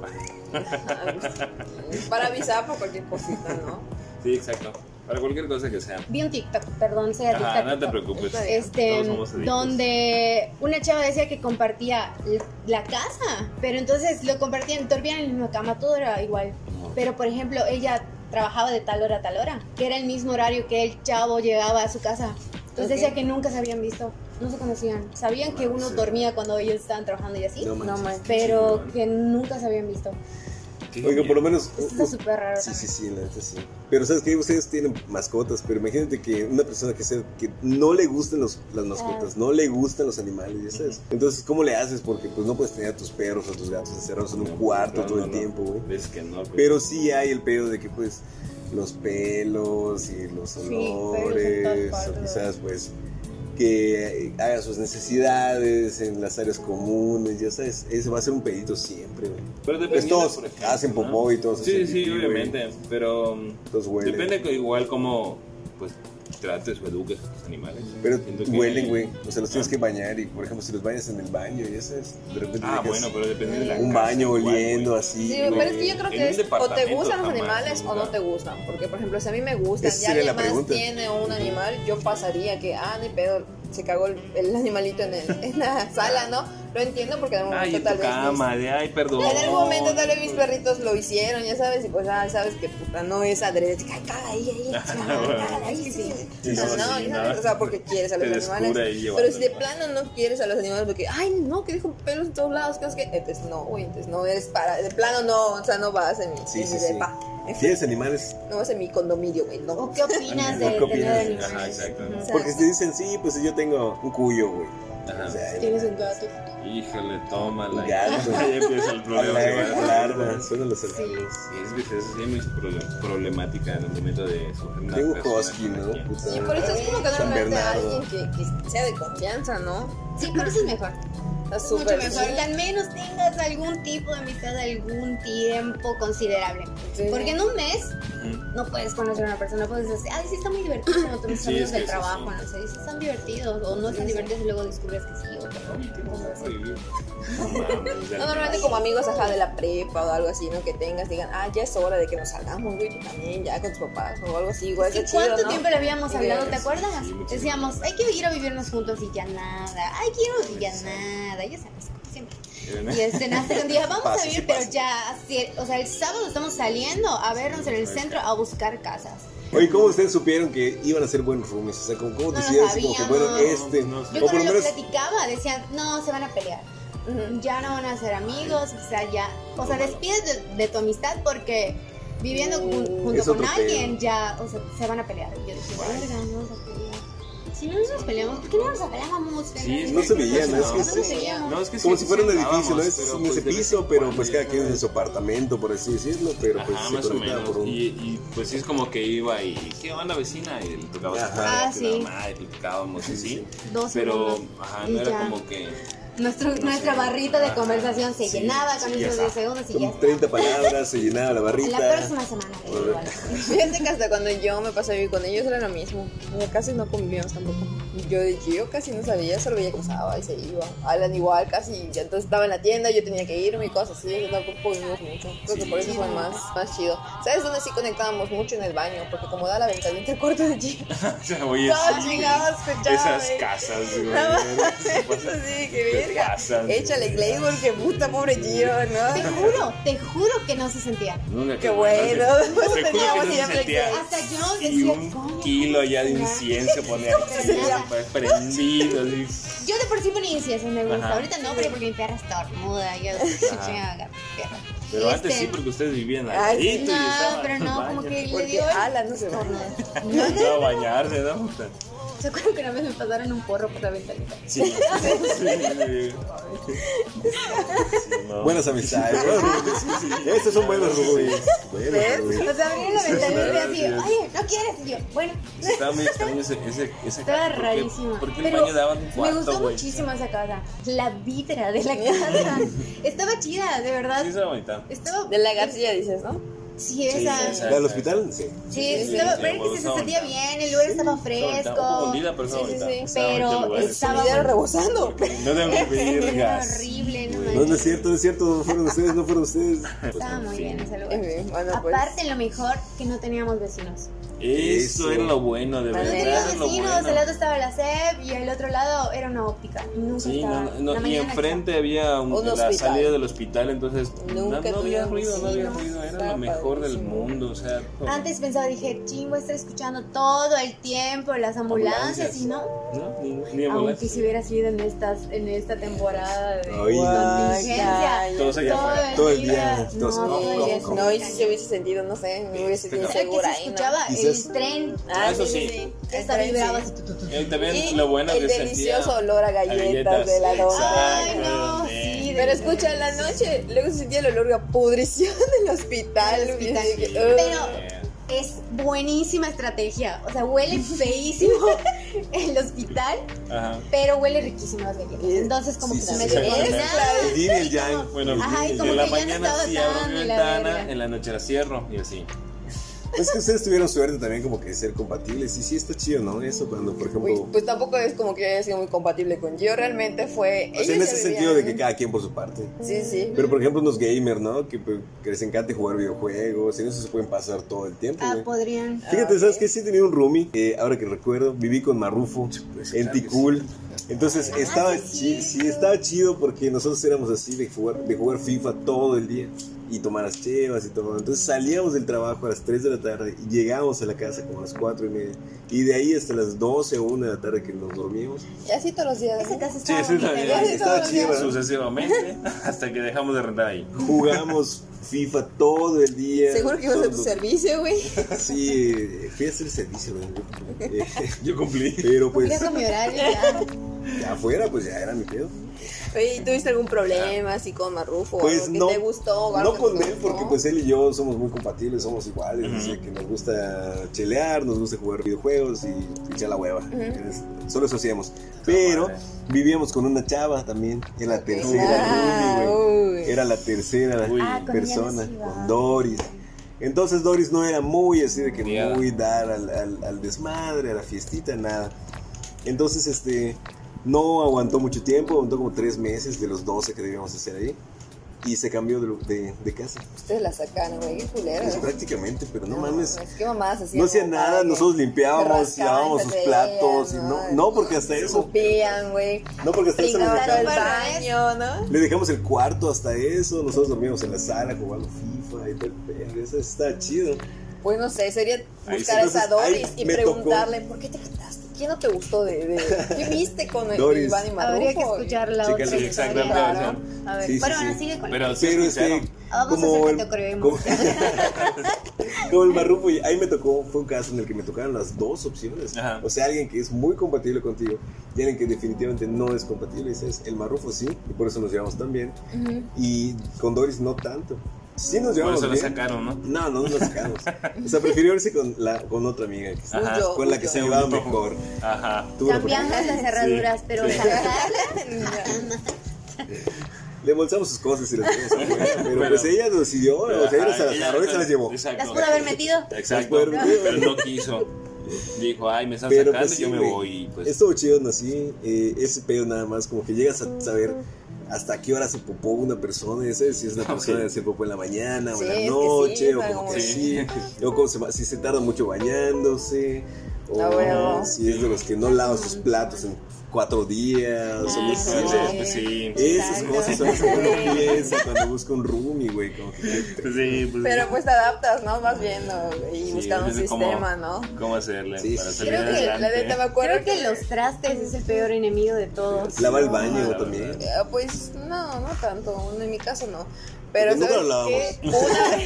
Speaker 2: Para avisar por cualquier cosita, ¿no?
Speaker 3: Sí, exacto. Para cualquier cosa que sea.
Speaker 4: Vi un TikTok, perdón, sea
Speaker 3: Ajá,
Speaker 4: TikTok.
Speaker 3: no te preocupes.
Speaker 4: Este,
Speaker 3: Todos somos adictos.
Speaker 4: donde una chava decía que compartía la casa, pero entonces lo compartían, dormían en la misma cama, todo era igual. Pero por ejemplo, ella trabajaba de tal hora a tal hora, que era el mismo horario que el chavo llegaba a su casa. Entonces decía que nunca se habían visto, no se conocían. Sabían que uno dormía cuando ellos estaban trabajando y así, pero que nunca se habían visto.
Speaker 1: Oiga, por lo menos...
Speaker 4: Esto está súper raro.
Speaker 1: Sí, la neta sí. Pero ¿sabes qué? Ustedes tienen mascotas, pero imagínate que una persona que no le gusten las mascotas, no le gustan los animales, ya sabes. Entonces, ¿cómo le haces? Porque pues no puedes tener a tus perros o a tus gatos encerrados en un cuarto todo el tiempo, güey.
Speaker 3: Ves que no, pues.
Speaker 1: Pero sí hay el pedo de que pues los pelos y los olores, o quizás pues que haga sus necesidades en las áreas comunes, ya sabes, eso va a ser un pedito siempre, güey.
Speaker 3: Pero
Speaker 1: Pues
Speaker 3: dependiendo,
Speaker 1: todos
Speaker 3: por ejemplo,
Speaker 1: hacen popó y todos
Speaker 3: Sí,
Speaker 1: hacen
Speaker 3: sí,
Speaker 1: pipí, güey.
Speaker 3: obviamente, pero
Speaker 1: Todos huelen.
Speaker 3: depende que igual como pues trates o eduques a tus animales.
Speaker 1: Pero
Speaker 3: Siento que-
Speaker 1: huelen, güey. O sea, los tienes que bañar y, por ejemplo, si los bañas en el baño, ya sabes, de repente dejas
Speaker 3: bueno, pero depende de la
Speaker 1: un
Speaker 3: casa,
Speaker 1: baño
Speaker 3: igual,
Speaker 1: oliendo
Speaker 3: güey.
Speaker 1: así,
Speaker 2: Sí,
Speaker 1: güey.
Speaker 2: pero es que yo creo
Speaker 3: En
Speaker 2: que
Speaker 3: un
Speaker 2: es o te
Speaker 3: departamento
Speaker 2: gustan los
Speaker 3: jamás,
Speaker 2: animales o no
Speaker 3: nunca.
Speaker 2: te gustan. Porque, por ejemplo, si a mí me gustan
Speaker 1: Esa
Speaker 2: y
Speaker 1: sería la
Speaker 2: alguien más
Speaker 1: pregunta.
Speaker 2: tiene un animal, yo pasaría que, ni pedo, se cagó el animalito en la sala, ¿no? Lo entiendo porque en algún
Speaker 3: Ay,
Speaker 2: momento
Speaker 3: en
Speaker 2: tal
Speaker 3: tu
Speaker 2: vez
Speaker 3: cama, de ay, perdón.
Speaker 2: en algún momento tal vez mis perritos lo hicieron, ya sabes, y pues sabes que puta no es adrede, ay, caga ahí, caga ahí, sí.
Speaker 3: Sí,
Speaker 2: No,
Speaker 3: sí,
Speaker 2: ya
Speaker 3: sí,
Speaker 2: sabes,
Speaker 3: no.
Speaker 2: o sea, porque quieres a los
Speaker 3: Te
Speaker 2: animales.
Speaker 3: descubre ahí
Speaker 2: Pero si de
Speaker 3: llevándolo.
Speaker 2: plano no quieres a los animales porque, ay, no, que dejo pelos en todos lados, que es que, entonces no, güey, entonces no eres para, de plano no, o sea, no vas en mi,
Speaker 1: Sí,
Speaker 2: en
Speaker 1: sí,
Speaker 2: mi
Speaker 1: sí.
Speaker 2: depa.
Speaker 1: ¿Tienes animales?
Speaker 2: No vas en mi condominio, güey, no.
Speaker 4: ¿O qué opinas de
Speaker 1: ¿Qué opinas?
Speaker 4: tener animales?
Speaker 3: Ajá, exacto.
Speaker 2: O sea,
Speaker 1: Porque te dicen, sí, pues yo tengo un cuyo, güey.
Speaker 3: Ajá.
Speaker 1: O sea,
Speaker 4: Tienes un gato.
Speaker 3: Híjole, tómala.
Speaker 1: Un gato.
Speaker 3: Ahí empieza el problema.
Speaker 1: alarma, suenan los alarmas.
Speaker 3: Sí, es que eso sí es muy problemática en el momento de sufrir una
Speaker 1: Tengo un
Speaker 3: persona
Speaker 1: husky,
Speaker 3: con
Speaker 1: ¿no?
Speaker 3: alguien.
Speaker 1: Puta
Speaker 2: Sí, por eso es como que
Speaker 1: San
Speaker 2: normalmente
Speaker 1: Bernardo.
Speaker 2: alguien que sea de confianza, ¿no?
Speaker 4: Sí, por eso es mejor.
Speaker 2: Está
Speaker 4: Mucho
Speaker 2: súper
Speaker 4: mejor
Speaker 2: bien.
Speaker 4: que al menos tengas algún tipo de amistad algún tiempo considerable.
Speaker 2: Sí.
Speaker 4: Porque en un mes
Speaker 3: Ujú.
Speaker 4: no puedes conocer a una persona, puedes decir, ay, sí está muy divertido, como tus
Speaker 3: Sí,
Speaker 4: amigos
Speaker 3: es que
Speaker 4: del
Speaker 3: eso
Speaker 4: trabajo,
Speaker 3: sí.
Speaker 4: no sé, sí están divertidos, o no están divertidos y luego descubres que sí, o que no, cosas así.
Speaker 3: No mames,
Speaker 2: No, normalmente como amigos ajá de la prepa o algo así, ¿no? Que tengas, digan, ya es hora de que nos salgamos, güey, tú también, ya con tus papás o algo así, güey,
Speaker 4: ¿Y
Speaker 2: está chido,
Speaker 4: cuánto
Speaker 2: ¿no?
Speaker 4: tiempo le habíamos
Speaker 2: Sí,
Speaker 4: hablado? ¿Te
Speaker 2: sí,
Speaker 4: acuerdas?
Speaker 3: sí, muchísimo.
Speaker 4: Decíamos, hay que ir a vivirnos juntos y ya nada, ay, quiero y ya nada, ya sabes, siempre. Y hasta que un día vamos
Speaker 1: Pasa,
Speaker 4: a vivir,
Speaker 1: sí
Speaker 4: pero
Speaker 1: pasa.
Speaker 4: ya, así, o sea, el sábado estamos saliendo a vernos en el centro a buscar casas.
Speaker 1: Oye, ¿cómo ustedes supieron que iban a ser buenos roomies? O sea, ¿cómo
Speaker 4: No lo
Speaker 1: decías? Como que,
Speaker 4: sabíamos.
Speaker 1: bueno,
Speaker 4: Yo
Speaker 1: o por
Speaker 4: cuando
Speaker 1: lo
Speaker 4: lo
Speaker 1: menos...
Speaker 4: platicaba decían, no, se van a pelear. Ya no van a ser amigos, o sea, ya, o sea, despides de tu amistad porque viviendo junto
Speaker 1: Es
Speaker 4: con
Speaker 1: otro
Speaker 4: alguien
Speaker 1: pedo.
Speaker 4: ya, o sea, se van a pelear. Y yo dije, verga, no vamos a pelear. Si no nos peleamos, ¿por qué no nos hablábamos?
Speaker 3: Sí,
Speaker 1: No se veían,
Speaker 3: no,
Speaker 1: es que
Speaker 4: no
Speaker 1: sí.
Speaker 4: nos veíamos.
Speaker 3: No, es que
Speaker 1: Como
Speaker 3: sí,
Speaker 1: si fuera un
Speaker 3: sí
Speaker 1: edificio, ¿no?
Speaker 3: hablábamos,
Speaker 1: Es
Speaker 3: pero,
Speaker 1: en
Speaker 3: pues,
Speaker 1: ese
Speaker 3: de vez
Speaker 1: piso,
Speaker 3: en
Speaker 1: pero
Speaker 3: cuando,
Speaker 1: pues cada
Speaker 3: ya
Speaker 1: quien en
Speaker 3: sabes.
Speaker 1: su apartamento, por así decirlo, pero pues
Speaker 3: Ajá,
Speaker 1: se
Speaker 3: más o
Speaker 1: conectaban
Speaker 3: menos.
Speaker 1: por un...
Speaker 3: Y pues sí es como que iba y ¿qué onda vecina? Y le tocaba su
Speaker 1: Ajá.
Speaker 3: madre,
Speaker 4: Sí.
Speaker 3: nada más, y platicábamos y sí.
Speaker 4: 2
Speaker 3: Pero,
Speaker 4: segundos.
Speaker 3: ajá,
Speaker 4: Y
Speaker 3: no era
Speaker 4: ya.
Speaker 3: como que...
Speaker 4: Nuestra barrita de
Speaker 3: Ajá.
Speaker 4: conversación se
Speaker 3: Sí,
Speaker 4: llenaba con
Speaker 3: sí, ya
Speaker 4: esos
Speaker 3: está.
Speaker 4: 10 segundos y ya
Speaker 1: Con
Speaker 4: está.
Speaker 1: 30 palabras, se llenaba la barrita.
Speaker 4: La próxima semana, igual.
Speaker 2: Fíjate que hasta cuando yo me pasé a vivir con ellos era lo mismo. O sea, casi no convivíamos tampoco. Yo casi no sabía, solo veía que usaba y se iba. Hablan igual casi. Ya entonces estaba en la tienda, yo tenía que irme y cosas así. Tampoco convivimos mucho. Creo que por eso fue más chido. ¿Sabes dónde sí conectábamos mucho? En el baño. Porque como da la ventanita al cuarto de Gio.
Speaker 3: O sea, oye,
Speaker 2: Todos
Speaker 3: sí,
Speaker 2: chingados escuchaban.
Speaker 3: esas casas, güey.
Speaker 2: Eso sí, que verga.
Speaker 3: Pasan,
Speaker 2: Échale Glaybor, que puta pobre Gio, ¿no?
Speaker 4: Te juro que no se sentía.
Speaker 3: Nunca
Speaker 2: Qué bueno.
Speaker 3: Te juro que
Speaker 2: Teníamos
Speaker 3: no se
Speaker 2: siempre
Speaker 3: sentía
Speaker 4: Hasta yo
Speaker 3: y
Speaker 4: decía,
Speaker 3: un
Speaker 4: ¿cómo?
Speaker 3: kilo ya de incienso ponía prendido. Así.
Speaker 4: Yo de por sí ponía incienso, me gusta.
Speaker 3: Ajá.
Speaker 4: Ahorita no, pero porque mi perra está hormuda. Yo perra.
Speaker 3: Pero
Speaker 4: Y
Speaker 3: antes sí, porque ustedes vivían
Speaker 2: Ay,
Speaker 3: ahí.
Speaker 2: sí.
Speaker 3: y
Speaker 4: No,
Speaker 3: estaban
Speaker 4: pero
Speaker 3: en el
Speaker 4: no,
Speaker 3: baño.
Speaker 4: como que le
Speaker 2: Porque
Speaker 4: dio.
Speaker 2: Alan no se va.
Speaker 3: No, a bañarse, ¿no?
Speaker 4: ¿Se acuerdan que una vez me pasaron un porro por la ventanita?
Speaker 3: Sí. Sí. No.
Speaker 1: Buenas amistades. Estos son buenos roomies. Buenos
Speaker 2: ¿Ves?
Speaker 1: roomies.
Speaker 4: O sea, abrieron la ventanita y así, oye, ¿no quieres? Y yo, bueno.
Speaker 3: Estaba muy extraño esa
Speaker 4: Estaba
Speaker 3: casa. ¿Por qué-
Speaker 4: rarísima.
Speaker 3: ¿Por qué el
Speaker 4: Pero
Speaker 3: baño daba un
Speaker 4: me
Speaker 3: cuarto,
Speaker 4: gustó
Speaker 3: güey?
Speaker 4: muchísimo esa casa. La vibra de la casa. Estaba chida, de verdad.
Speaker 3: Sí, estaba bonita.
Speaker 4: Estaba.
Speaker 2: De la García dices, ¿no?
Speaker 4: Sí, esa.
Speaker 3: Sí,
Speaker 1: ¿La del hospital? Sí.
Speaker 4: Sí, estaba,
Speaker 3: sí,
Speaker 4: pero que se
Speaker 3: estaba
Speaker 4: sentía
Speaker 3: bonita.
Speaker 4: bien, el lugar estaba
Speaker 3: Estaba bonita. Un poco
Speaker 4: fresco.
Speaker 3: hundida, pero estaba
Speaker 2: Sí, sí,
Speaker 3: bonita.
Speaker 2: sí.
Speaker 3: Estaba bonito el
Speaker 4: Pero
Speaker 3: lugar.
Speaker 4: estaba
Speaker 2: Estaba rebosando.
Speaker 3: No de
Speaker 4: Era
Speaker 3: vergas.
Speaker 4: horrible, no
Speaker 3: güey.
Speaker 1: No, no es cierto, no fueron ustedes.
Speaker 4: Estaba muy bien ese lugar.
Speaker 2: Bueno, pues.
Speaker 4: Aparte, lo mejor, que no teníamos vecinos.
Speaker 3: Eso era lo bueno, de
Speaker 4: No
Speaker 3: verdad.
Speaker 4: teníamos
Speaker 3: era lo
Speaker 4: vecinos,
Speaker 3: bueno.
Speaker 4: al lado estaba la SEP y al otro lado era una óptica. Y nunca
Speaker 3: Sí,
Speaker 4: estaba.
Speaker 3: no,
Speaker 4: La
Speaker 3: y
Speaker 4: mañana
Speaker 3: enfrente había
Speaker 2: Un
Speaker 3: la
Speaker 2: hospital.
Speaker 3: salida del hospital, entonces
Speaker 2: Nunca
Speaker 3: no había
Speaker 2: tuvimos
Speaker 3: ruido,
Speaker 2: vecinos.
Speaker 3: era
Speaker 2: Estaba
Speaker 3: lo mejor del
Speaker 2: padrísimo.
Speaker 3: mundo, o sea, todo.
Speaker 4: Antes pensaba, dije, ching, voy a estar escuchando todo el tiempo las ambulancias y no.
Speaker 3: No, ni
Speaker 4: Aunque
Speaker 3: ambulancias.
Speaker 4: si hubiera sido en esta temporada de
Speaker 1: Ay, no.
Speaker 4: contingencia,
Speaker 3: Todos allá afuera.
Speaker 1: Todo el día, todos,
Speaker 4: no,
Speaker 1: no.
Speaker 2: No, y si se hubiese sentido, no sé, me hubiese sentido
Speaker 4: ¿Sabes qué
Speaker 2: segura
Speaker 4: se
Speaker 2: ahí, ¿no?
Speaker 4: escuchaba?
Speaker 1: Quizás-
Speaker 4: El tren.
Speaker 2: Ah,
Speaker 3: Eso
Speaker 2: sí,
Speaker 3: sí.
Speaker 2: sí, sí.
Speaker 4: Esta
Speaker 2: El tren,
Speaker 4: vibraba
Speaker 2: sí.
Speaker 4: así.
Speaker 3: También
Speaker 2: Y
Speaker 3: lo bueno
Speaker 2: el
Speaker 3: que
Speaker 2: delicioso
Speaker 3: sentía
Speaker 2: olor a galletas de la doce.
Speaker 4: Ay, no, sí.
Speaker 2: Pero escucha, en la noche, luego se sentía el olor a pudrición del hospital.
Speaker 4: Del hospital.
Speaker 2: Y dije,
Speaker 4: Pero es buenísima estrategia. O sea, huele feísimo el hospital,
Speaker 3: Ajá.
Speaker 4: pero huele riquísimo las galletas. Entonces, como
Speaker 1: Sí,
Speaker 4: que
Speaker 1: sí,
Speaker 4: se
Speaker 1: sí,
Speaker 4: me
Speaker 1: sí.
Speaker 4: descoordinaba.
Speaker 1: El yin y el yang.
Speaker 3: Bueno,
Speaker 4: Ajá, y
Speaker 3: yo
Speaker 4: como
Speaker 3: en la
Speaker 4: que ya no
Speaker 3: mañana
Speaker 4: estaba
Speaker 3: sí abro mi
Speaker 4: tan y la
Speaker 3: ventana,
Speaker 4: verga.
Speaker 3: en la noche la cierro y así.
Speaker 1: Es que ustedes tuvieron suerte también como que de ser compatibles. Y sí está chido, ¿no? Eso cuando, por ejemplo...
Speaker 2: Uy, pues tampoco es como que haya sido muy compatible con yo. Realmente fue.
Speaker 1: O sea, en
Speaker 2: ellos
Speaker 1: ese
Speaker 2: se
Speaker 1: sentido de que
Speaker 2: veían-
Speaker 1: cada quien por su parte.
Speaker 2: Sí, sí.
Speaker 1: Pero por ejemplo unos gamers, ¿no? Que les encanta jugar videojuegos. En eso se pueden pasar todo el tiempo,
Speaker 4: Ah,
Speaker 1: güey.
Speaker 4: podrían.
Speaker 1: Fíjate,
Speaker 2: ok.
Speaker 1: ¿sabes qué? Sí he tenido un roomie, ahora que recuerdo, viví con Marrufo en Ticul. Entonces estaba, estaba chido porque nosotros éramos así de jugar FIFA todo el día y tomar las chevas y todo. Entonces salíamos del trabajo a las 3 de la tarde y llegábamos a la casa como a las 4:30. Y de ahí hasta las 12 o 1 de la tarde que nos dormíamos.
Speaker 2: Y así todos los días.
Speaker 4: Esa
Speaker 2: ¿no?
Speaker 4: casa
Speaker 3: Sí,
Speaker 4: estaba
Speaker 3: sí,
Speaker 4: bonita.
Speaker 3: está bien.
Speaker 1: Estaba chido, ¿verdad?
Speaker 3: Sucesivamente hasta que dejamos de rentar ahí.
Speaker 1: Jugamos FIFA todo el día.
Speaker 2: Seguro que ibas a
Speaker 1: todos
Speaker 2: tu
Speaker 1: los-
Speaker 2: servicio, güey.
Speaker 1: Sí, fui a hacer servicio, güey.
Speaker 3: Yo cumplí.
Speaker 1: Pero pues,
Speaker 4: Ya con mi horario, ya.
Speaker 1: ya afuera, pues ya era mi pedo.
Speaker 2: Oye, ¿y ¿tuviste algún problema así con Marrufo?
Speaker 1: Pues
Speaker 2: algo
Speaker 1: no,
Speaker 2: que te gustó? o algo
Speaker 1: no
Speaker 2: que
Speaker 1: con
Speaker 2: te
Speaker 1: él,
Speaker 2: gustó?
Speaker 1: porque pues él y yo somos muy compatibles, somos iguales,
Speaker 3: Ujú.
Speaker 1: así que nos gusta chelear, nos gusta jugar videojuegos y echar la hueva. Solo eso hacíamos. Pero
Speaker 3: madre.
Speaker 1: vivíamos con una chava también, era la
Speaker 2: Ah,
Speaker 1: tercera roomie, güey.
Speaker 2: uy.
Speaker 1: Era la tercera
Speaker 3: Uy.
Speaker 4: Ah, con ella
Speaker 1: persona,
Speaker 4: no se iba.
Speaker 1: con Doris. Entonces Doris no era muy así de que
Speaker 3: Criada.
Speaker 1: muy dar al desmadre, a la fiestita, nada. Entonces no aguantó mucho tiempo, aguantó como 3 meses de los 12 que debíamos hacer ahí. Y se cambió de casa.
Speaker 2: Ustedes la sacaron, güey, qué culero.
Speaker 1: Pues prácticamente, pero no mames.
Speaker 2: Es que mamás hacían.
Speaker 1: No hacía
Speaker 2: como
Speaker 1: nada,
Speaker 2: para que
Speaker 1: nosotros
Speaker 2: se
Speaker 1: limpiábamos,
Speaker 2: rascaban,
Speaker 1: lavábamos
Speaker 2: se
Speaker 1: sus
Speaker 2: veían,
Speaker 1: platos. Y no, porque hasta
Speaker 2: Se
Speaker 1: eso.
Speaker 2: escupían, güey.
Speaker 1: No, porque hasta eso
Speaker 2: Brincaban todo el
Speaker 4: Para
Speaker 2: baño, ¿no?
Speaker 1: le dejamos el cuarto hasta eso. Nosotros dormíamos en la sala jugando FIFA y todo el pedo. Eso está chido.
Speaker 2: Pues no sé, sería
Speaker 3: Ahí
Speaker 2: buscar a
Speaker 1: sí.
Speaker 2: esa
Speaker 1: Entonces,
Speaker 2: Doris
Speaker 1: ahí
Speaker 2: y
Speaker 1: me
Speaker 2: preguntarle, ¿por qué te quitaste? ¿Quién no te gustó ¿Qué viste con el
Speaker 1: Doris.
Speaker 2: Iván y Marrufo?
Speaker 4: Habría que escuchar la
Speaker 3: Chécale,
Speaker 4: otra
Speaker 3: exacto,
Speaker 4: historia.
Speaker 3: claro.
Speaker 4: Claro. A ver,
Speaker 1: Sí, sí,
Speaker 4: bueno,
Speaker 1: sí.
Speaker 4: bueno, sigue con
Speaker 3: Pero
Speaker 4: él.
Speaker 3: sí,
Speaker 1: Pero
Speaker 3: sincero.
Speaker 4: Vamos a
Speaker 1: como
Speaker 4: hacer
Speaker 1: el,
Speaker 4: que te creemos.
Speaker 1: como el Marrufo, y ahí me tocó, fue un caso en el que me tocaron las dos opciones.
Speaker 3: Ajá.
Speaker 1: O sea, alguien que es muy compatible contigo y alguien que definitivamente no es compatible. Ese es el Marrufo, sí, y por eso nos llevamos tan bien. Y con Doris no tanto. Sí nos
Speaker 3: Por
Speaker 1: llevamos
Speaker 3: eso lo
Speaker 1: bien.
Speaker 3: sacaron, ¿no?
Speaker 1: No nos lo sacamos. O sea, prefirió irse con otra amiga que-
Speaker 3: Ajá.
Speaker 2: Huyo,
Speaker 1: con la que se
Speaker 2: huyo.
Speaker 1: llevaba mejor.
Speaker 3: Ajá.
Speaker 1: Tuvo la
Speaker 4: Cambiamos las cerraduras, pero sacarla.
Speaker 1: Le embolsamos sus cosas y las llevamos afuera. Pero pues ella lo decidió, o sea, ella se las agarró y se las llevó.
Speaker 3: Exacto.
Speaker 4: Las pudo haber metido.
Speaker 3: Exacto.
Speaker 1: Las pudo haber metido.
Speaker 3: Pero no quiso. Dijo, ay, me están
Speaker 1: Pero
Speaker 3: sacando
Speaker 1: pues
Speaker 3: y yo
Speaker 1: sí,
Speaker 3: me
Speaker 1: güey.
Speaker 3: voy. Y pues.
Speaker 1: Estuvo chido, ¿no? Así, ese pedo nada más, como que llegas a saber hasta qué hora se popó una persona, ¿sabes? Si es una persona que se popó en la mañana o
Speaker 2: Sí,
Speaker 1: en la
Speaker 2: es que sí,
Speaker 1: noche, o
Speaker 2: está
Speaker 1: como
Speaker 2: como
Speaker 1: que
Speaker 3: que-
Speaker 1: sí, o como si se tarda mucho bañándose, o
Speaker 2: Ah, bueno.
Speaker 1: si es de los que no lava sus platos en 4 días, o
Speaker 4: Ah,
Speaker 1: cosas
Speaker 3: Pues,
Speaker 1: así.
Speaker 3: pues, sí.
Speaker 1: Esas
Speaker 4: Exacto.
Speaker 1: cosas son las que uno piensa cuando busca un roomie, güey, como que...
Speaker 3: Pues sí, pues.
Speaker 2: Pero pues te adaptas, ¿no? Vas viendo y
Speaker 3: Sí,
Speaker 2: buscando un
Speaker 3: desde cómo-
Speaker 2: sistema, ¿no?
Speaker 3: ¿Cómo hacerle
Speaker 1: Sí,
Speaker 3: para
Speaker 1: sí.
Speaker 3: salir
Speaker 2: Creo que
Speaker 3: adelante?
Speaker 2: la neta me acuerdo
Speaker 4: Creo que los trastes es el peor enemigo de todos.
Speaker 1: Lava el baño
Speaker 3: la
Speaker 1: también.
Speaker 3: verdad.
Speaker 2: Pues no tanto, en mi caso no. Pero
Speaker 1: Porque nunca
Speaker 2: ¿sabes
Speaker 1: lo
Speaker 2: qué?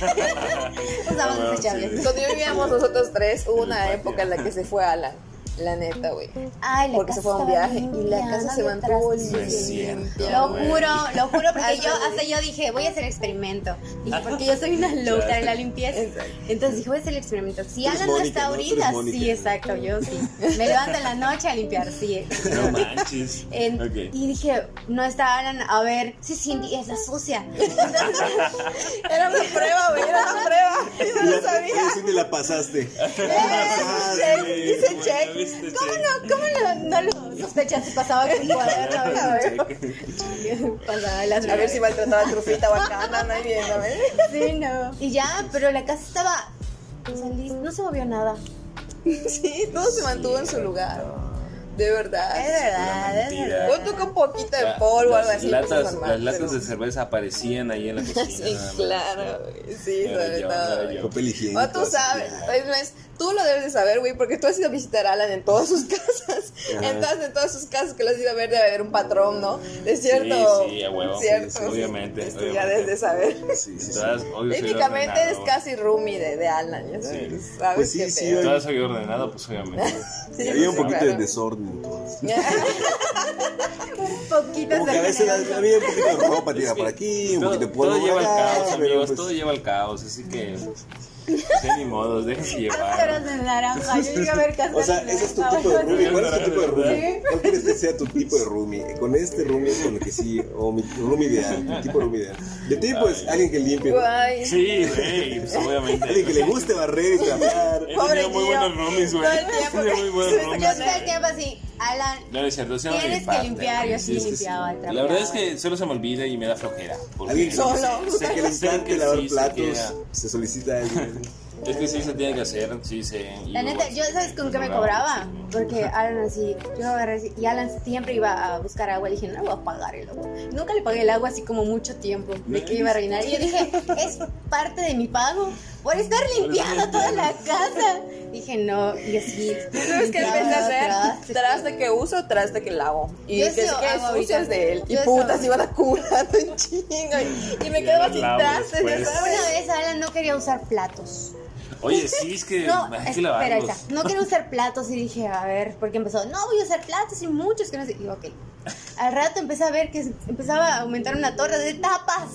Speaker 2: Una
Speaker 4: Usamos
Speaker 3: Ah,
Speaker 4: desechables.
Speaker 3: sí.
Speaker 2: cuando vivíamos nosotros tres, hubo una época en la que se fue Alan. La neta, güey.
Speaker 4: Ay, la
Speaker 2: Porque
Speaker 4: casa
Speaker 2: se fue a un
Speaker 4: estaba
Speaker 2: viaje y
Speaker 4: limpia,
Speaker 2: la casa
Speaker 4: no
Speaker 2: se
Speaker 4: había
Speaker 2: mantuvo
Speaker 4: trastes.
Speaker 3: No es cierto.
Speaker 2: limpia.
Speaker 4: Lo
Speaker 3: güey.
Speaker 4: juro, porque
Speaker 2: Hasta
Speaker 4: hasta yo dije, voy a hacer el experimento. Dije, porque yo soy una loca de la limpieza.
Speaker 2: Exacto.
Speaker 4: Entonces dije, voy a hacer el experimento. Si
Speaker 1: Tú eres
Speaker 4: Ana no
Speaker 1: Mónica,
Speaker 4: está
Speaker 1: ¿no? Tú eres
Speaker 4: ahorita,
Speaker 1: Mónica.
Speaker 4: sí, exacto, yo sí. Me levanto en la noche a limpiar, sí.
Speaker 3: No manches. Ok.
Speaker 4: Y dije, no está Alan, a ver, sí, Cindy, está sucia.
Speaker 2: Era una prueba, güey, era una prueba. No lo sabía.
Speaker 1: Y la pasaste.
Speaker 2: Dice check.
Speaker 4: ¿Cómo no lo sospechaste? Pasaba con cuaderno.
Speaker 2: A ver si maltrataba a Trufita o acá andan ahí viendo, a ver.
Speaker 4: Sí, no. Y ya, pero la casa estaba... O sea, no se movió nada.
Speaker 2: Sí, todo se mantuvo en su lugar. De verdad.
Speaker 4: Es verdad.
Speaker 2: O toca un poquito de polvo o algo así.
Speaker 3: Las latas de cerveza aparecían ahí en la cocina.
Speaker 2: Sí, claro, güey. Sí, sobre todo.
Speaker 1: Papel higiénico.
Speaker 2: O tú sabes, tú lo debes de saber, güey, porque tú has ido a visitar a Alan en todas sus casas. Entonces, en todas sus casas que lo has ido a ver, debe haber un patrón, ¿no? ¿Es cierto?
Speaker 3: Sí, a huevo.
Speaker 2: Cierto,
Speaker 3: sí, obviamente.
Speaker 2: Esto ya debes de saber.
Speaker 1: Sí.
Speaker 2: Técnicamente eres casi roomie de Alan, ya sabes.
Speaker 3: Sí.
Speaker 2: ¿Sabes
Speaker 1: Pues
Speaker 2: qué
Speaker 1: sí,
Speaker 2: pedo?
Speaker 3: Todas soy ordenado, pues obviamente.
Speaker 2: Sí,
Speaker 1: Había un
Speaker 2: sí,
Speaker 1: poquito
Speaker 2: claro.
Speaker 1: de desorden en todos.
Speaker 4: Poquito
Speaker 1: Como que a veces había un poquito de ropa tirada por aquí, un poquito de polvo
Speaker 3: Todo lleva
Speaker 1: por
Speaker 3: al
Speaker 1: acá,
Speaker 3: caos,
Speaker 1: pero
Speaker 3: amigos,
Speaker 1: pues,
Speaker 3: todo lleva al caos, así que ni modos, déjense
Speaker 4: Caras
Speaker 3: llevar.
Speaker 4: de naranja. Yo llegué a ver casas
Speaker 1: o sea,
Speaker 4: de
Speaker 1: ese es tu
Speaker 4: naranja.
Speaker 1: tipo de roomie. ¿Cuál es tu tipo de
Speaker 3: Sí.
Speaker 1: roomie? ¿Cuál quieres que sea tu tipo de roomie? Con este roomie es con el que sí, o mi roomie ideal, mi tipo de roomie ideal. Y el tipo es alguien que limpie, ¿no?
Speaker 2: Guay.
Speaker 3: Sí, güey, pues obviamente.
Speaker 1: Alguien que le guste barrer y trapear.
Speaker 3: He
Speaker 2: Pobre
Speaker 3: tenido muy
Speaker 2: Gio.
Speaker 3: buenos roomies, güey.
Speaker 2: Todo el tiempo
Speaker 3: He tenido muy buenos
Speaker 2: que-
Speaker 3: roomies.
Speaker 4: Yo todo el tiempo así, Alan,
Speaker 3: No, es cierto, sí, no me
Speaker 4: tienes que
Speaker 3: impacta,
Speaker 4: limpiar.
Speaker 3: güey.
Speaker 4: Yo sí
Speaker 3: es que
Speaker 4: limpiaba,
Speaker 3: sí.
Speaker 4: trapeaba.
Speaker 3: La verdad es que solo se me olvida y me da flojera. porque
Speaker 1: Alguien
Speaker 2: Solo.
Speaker 1: que le encante
Speaker 3: que
Speaker 1: lavar
Speaker 3: sí se
Speaker 1: platos,
Speaker 3: queda.
Speaker 1: se solicita a alguien.
Speaker 3: Es que sí se tiene que hacer, sí se.
Speaker 4: La neta, yo sabes con qué me cobraba, porque Alan así, yo agarré así, y Alan siempre iba a buscar agua, y dije, no voy a pagar el agua. Nunca le pagué el agua así como mucho tiempo, de que iba a rellenar, y yo dije, es parte de mi pago, por estar limpiando toda la casa. Dije, no, y así.
Speaker 2: ¿Sabes qué empecé a hacer? Traste que uso, traste que lavo. Y
Speaker 4: Yo
Speaker 2: que
Speaker 4: eso
Speaker 2: se quede
Speaker 4: hago ahorita.
Speaker 2: sucias de él. Y
Speaker 4: Yo
Speaker 2: putas,
Speaker 4: eso.
Speaker 2: iban acumulando en chingo. Y me quedaba sin
Speaker 3: lavo
Speaker 2: trastes, ya
Speaker 3: después.
Speaker 2: sabes.
Speaker 4: Una vez Alan no quería usar platos.
Speaker 3: Oye, sí, es que
Speaker 4: No,
Speaker 3: hay que
Speaker 4: espera,
Speaker 3: lavarlos.
Speaker 4: Isa, no quiero usar platos y dije, a ver, porque empezó, no voy a usar platos y muchos que no sé. Y digo, ok. Al rato empecé a ver que empezaba a aumentar una torre de tapas,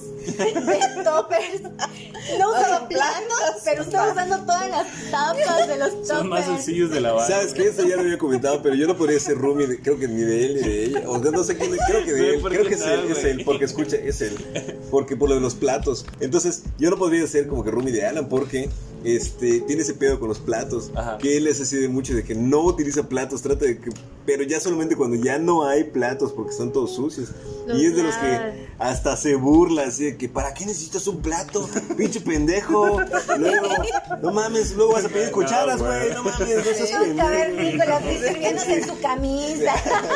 Speaker 4: de toppers. No usaba platos, pero estaba usando todas las tapas de los toppers.
Speaker 3: Son más sencillos de lavar.
Speaker 1: ¿Sabes qué? Eso ya lo había comentado, pero yo no podría ser roomie, creo que ni de él ni de ella. O sea, no sé quién, creo que de él.
Speaker 3: ¿Por
Speaker 1: Creo
Speaker 3: qué
Speaker 1: que es
Speaker 3: tal,
Speaker 1: él, es
Speaker 3: güey?
Speaker 1: él, porque escucha, es él. Porque por lo de los platos. Entonces, yo no podría ser como que roomie de Alan, porque tiene ese pedo con los platos.
Speaker 3: Ajá.
Speaker 1: Que él es así de mucho, de que no utiliza platos, trata de que. Pero ya solamente cuando ya no hay platos, porque son todos sucios. Y es de los que hasta se burla, así de que, ¿para qué necesitas un plato? Pinche pendejo. Luego, no mames, luego vas a pedir cucharas, güey. No mames, no seas
Speaker 4: Nunca ver
Speaker 1: pendejo.
Speaker 4: Nicolás sirviéndose en su camisa.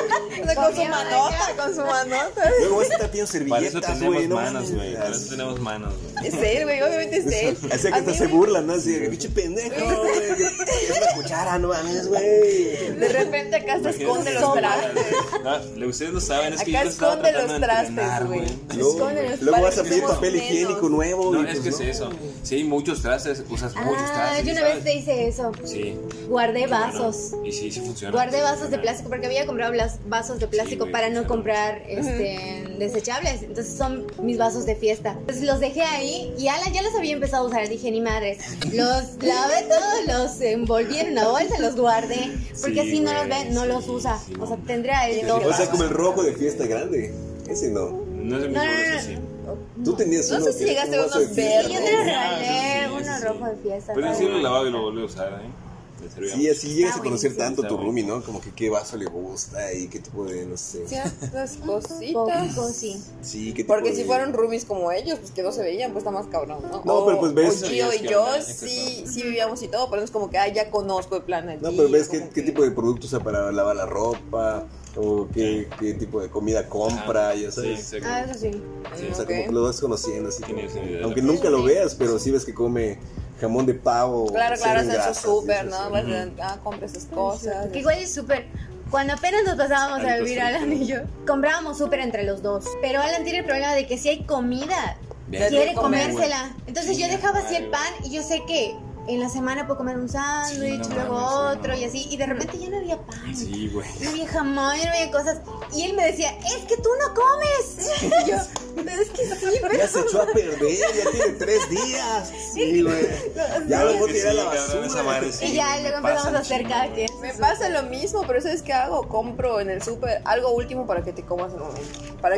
Speaker 2: Con su manota, con su manota.
Speaker 1: Luego vas a estar pidiendo
Speaker 3: Para eso
Speaker 1: servilletas,
Speaker 3: tenemos
Speaker 1: güey. No
Speaker 3: manos,
Speaker 1: mames.
Speaker 3: güey. Para eso tenemos manos, güey.
Speaker 2: Es él, güey, obviamente es él.
Speaker 1: Así que
Speaker 2: A
Speaker 1: hasta
Speaker 2: mí,
Speaker 1: se
Speaker 2: güey,
Speaker 1: burlan, ¿no? Así de que, pinche pendejo, güey. que Es una cuchara, no mames, güey.
Speaker 2: De repente acá se esconde los trastes.
Speaker 3: No, ustedes no saben, es que
Speaker 2: Acá
Speaker 3: yo estaba
Speaker 2: esconde
Speaker 3: tratando
Speaker 2: los
Speaker 3: de
Speaker 2: trastes,
Speaker 3: entrenar,
Speaker 2: güey.
Speaker 1: Luego,
Speaker 2: Esconde los
Speaker 1: luego vas a
Speaker 2: para que
Speaker 1: pedir
Speaker 2: somos
Speaker 1: papel
Speaker 2: menos.
Speaker 1: higiénico nuevo.
Speaker 3: No,
Speaker 1: y
Speaker 3: es
Speaker 1: pues
Speaker 3: que es
Speaker 1: no.
Speaker 3: eso. Si hay muchos trastes, usas muchos
Speaker 4: Ah,
Speaker 3: trastes.
Speaker 4: yo una
Speaker 3: ¿sabes?
Speaker 4: vez te hice eso.
Speaker 3: Sí.
Speaker 4: Guardé vasos.
Speaker 3: Y sí funciona.
Speaker 4: Guardé vasos de
Speaker 3: Funciona.
Speaker 4: plástico porque había comprado vasos de plástico
Speaker 3: güey,
Speaker 4: para no
Speaker 3: funciona.
Speaker 4: comprar desechables. Entonces son mis vasos de fiesta. Entonces los dejé ahí y Alan ya los había empezado a usar. Dije, ni madres. Los lavé todos, los envolví en una bolsa, los guardé. Porque
Speaker 3: Sí,
Speaker 4: así no los
Speaker 3: güey,
Speaker 4: ve, no
Speaker 3: sí,
Speaker 4: los usa.
Speaker 3: sí.
Speaker 4: O sea, tendría el
Speaker 3: Sí,
Speaker 4: doble.
Speaker 1: O sea, como el rojo de fiesta grande. Ese no.
Speaker 3: No es el
Speaker 4: No,
Speaker 3: mismo,
Speaker 4: no,
Speaker 3: eso sí.
Speaker 1: Tú tenías
Speaker 2: No
Speaker 1: uno
Speaker 2: sé si
Speaker 1: que era
Speaker 2: llegaste
Speaker 1: como
Speaker 2: a
Speaker 1: vaso de
Speaker 2: unos
Speaker 1: fiesta,
Speaker 4: Sí, yo
Speaker 1: ¿no?
Speaker 4: te lo
Speaker 3: Ah,
Speaker 4: regalé,
Speaker 3: sí,
Speaker 4: uno
Speaker 3: sí.
Speaker 4: rojo de fiesta.
Speaker 3: Pero
Speaker 4: está
Speaker 3: sí lo he
Speaker 4: bueno.
Speaker 3: lavado y lo volví a usar, ¿eh? Me servía
Speaker 1: Sí,
Speaker 3: mucho.
Speaker 1: así llegas
Speaker 4: Está
Speaker 1: a conocer
Speaker 4: buenísimo.
Speaker 1: tanto a tu
Speaker 3: Está
Speaker 1: roomie, ¿no? Como que qué vaso le gusta y qué tipo de, no sé.
Speaker 2: Ciertas
Speaker 4: Poco,
Speaker 2: cositas.
Speaker 4: sí.
Speaker 1: Sí, qué tipo
Speaker 2: Porque
Speaker 1: de...
Speaker 2: si fueron roomies como ellos, pues que no se veían, pues está más cabrón, ¿no?
Speaker 1: No, pero pues ves-
Speaker 2: O Gio y
Speaker 3: ¿Qué
Speaker 2: yo
Speaker 3: onda?
Speaker 2: sí vivíamos y todo, pero es como que, ya conozco el plan de
Speaker 1: No,
Speaker 2: Gio,
Speaker 1: pero ves
Speaker 2: como
Speaker 1: qué
Speaker 2: que-
Speaker 1: tipo de productos usa para lavar la ropa o qué tipo de comida compra, ya
Speaker 3: Sí,
Speaker 1: sabes.
Speaker 3: exacto.
Speaker 4: Ah, eso sí.
Speaker 1: O sea,
Speaker 2: Ok.
Speaker 1: como que lo vas conociendo así.
Speaker 3: Tienes
Speaker 1: como-
Speaker 3: una idea de
Speaker 1: aunque
Speaker 3: lo que
Speaker 1: nunca lo veas, pero sí ves que come jamón de pavo.
Speaker 2: Claro,
Speaker 1: cerdo en
Speaker 2: hacen
Speaker 1: grasa,
Speaker 2: su súper,
Speaker 1: sí,
Speaker 2: ¿no?
Speaker 1: sí,
Speaker 2: Vas compra esas cosas.
Speaker 4: Que igual es súper. Cuando apenas nos pasábamos a
Speaker 3: Algo
Speaker 4: vivir
Speaker 3: súper.
Speaker 4: Alan y yo, comprábamos súper entre los dos. Pero Alan tiene el problema de que si hay comida,
Speaker 3: Bien.
Speaker 4: quiere
Speaker 2: comer,
Speaker 4: comérsela. Entonces yo
Speaker 3: Sí,
Speaker 4: dejaba así
Speaker 3: madre,
Speaker 4: el pan y yo sé que en la semana puedo comer un sándwich,
Speaker 3: Sí, no
Speaker 4: luego
Speaker 3: mames,
Speaker 4: otro
Speaker 3: no.
Speaker 4: y así. Y de repente ya no había pan.
Speaker 3: Sí, güey.
Speaker 4: No había jamón, ya no había cosas. Y él me decía, es que tú no comes. Y yo, es que sí, pero...
Speaker 1: Ya se echó a perder, ya tiene 3 días. Sí, güey. Ya lo voy a tirar a la
Speaker 3: cabrón, esa madre,
Speaker 1: basura.
Speaker 3: sí.
Speaker 4: Y ya luego
Speaker 3: me
Speaker 4: empezamos
Speaker 3: pasa
Speaker 4: a hacer
Speaker 3: un
Speaker 4: cada
Speaker 3: chingo.
Speaker 4: quien.
Speaker 2: Me pasa lo mismo, pero ¿sabes qué hago? Compro en el súper algo último para que te comas en un momento. Para que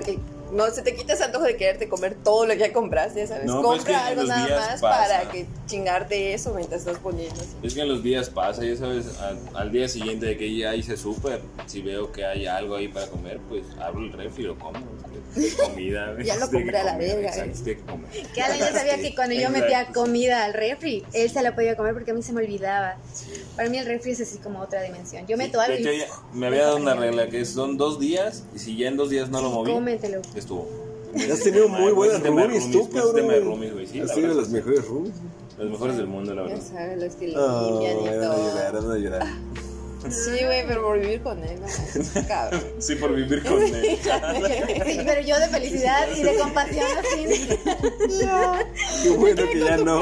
Speaker 2: no se te quita ese antojo de quererte comer todo lo que ya compraste, ya sabes.
Speaker 3: No, pues
Speaker 2: compra
Speaker 3: es que en
Speaker 2: algo
Speaker 3: los
Speaker 2: nada
Speaker 3: días
Speaker 2: más
Speaker 3: pasa.
Speaker 2: para que chingarte eso mientras estás poniendo así.
Speaker 3: Es que en los días pasa, ya sabes, al día siguiente de que ya hice súper, si veo que hay algo ahí para comer, pues abro el refri y lo como. Comida.
Speaker 2: Ya lo
Speaker 3: tiene
Speaker 2: compré
Speaker 3: que
Speaker 2: a la
Speaker 3: comer,
Speaker 2: verga,
Speaker 3: exacto, tiene que comer.
Speaker 4: Que Alan ya sabía que cuando yo metía comida al refri, él se la podía comer porque a mí se me olvidaba. Para mí el refri es así como otra dimensión. Yo meto algo
Speaker 3: De hecho,
Speaker 4: y...
Speaker 3: me había dado una regla que son 2 días y si ya en 2 días no lo moví,
Speaker 4: Cómetelo.
Speaker 3: estuvo.
Speaker 1: Has tenido muy buenas roomies, tú,
Speaker 3: Tema de
Speaker 1: cabrón.
Speaker 3: roomies, güey, sí,
Speaker 1: Has
Speaker 3: la
Speaker 1: tenido
Speaker 3: verdad
Speaker 1: las
Speaker 3: es que
Speaker 1: mejores roomies.
Speaker 3: Los mejores del mundo, la
Speaker 2: Ya
Speaker 3: verdad.
Speaker 2: sabes, los que le
Speaker 1: Oh,
Speaker 2: limpian y
Speaker 1: van a
Speaker 2: todo.
Speaker 1: llorar, van a llorar.
Speaker 2: Sí, güey, pero por vivir con él, no, cabrón.
Speaker 3: Sí, por vivir con él.
Speaker 4: Sí, pero yo de felicidad y de compasión así.
Speaker 1: Qué bueno que ya no.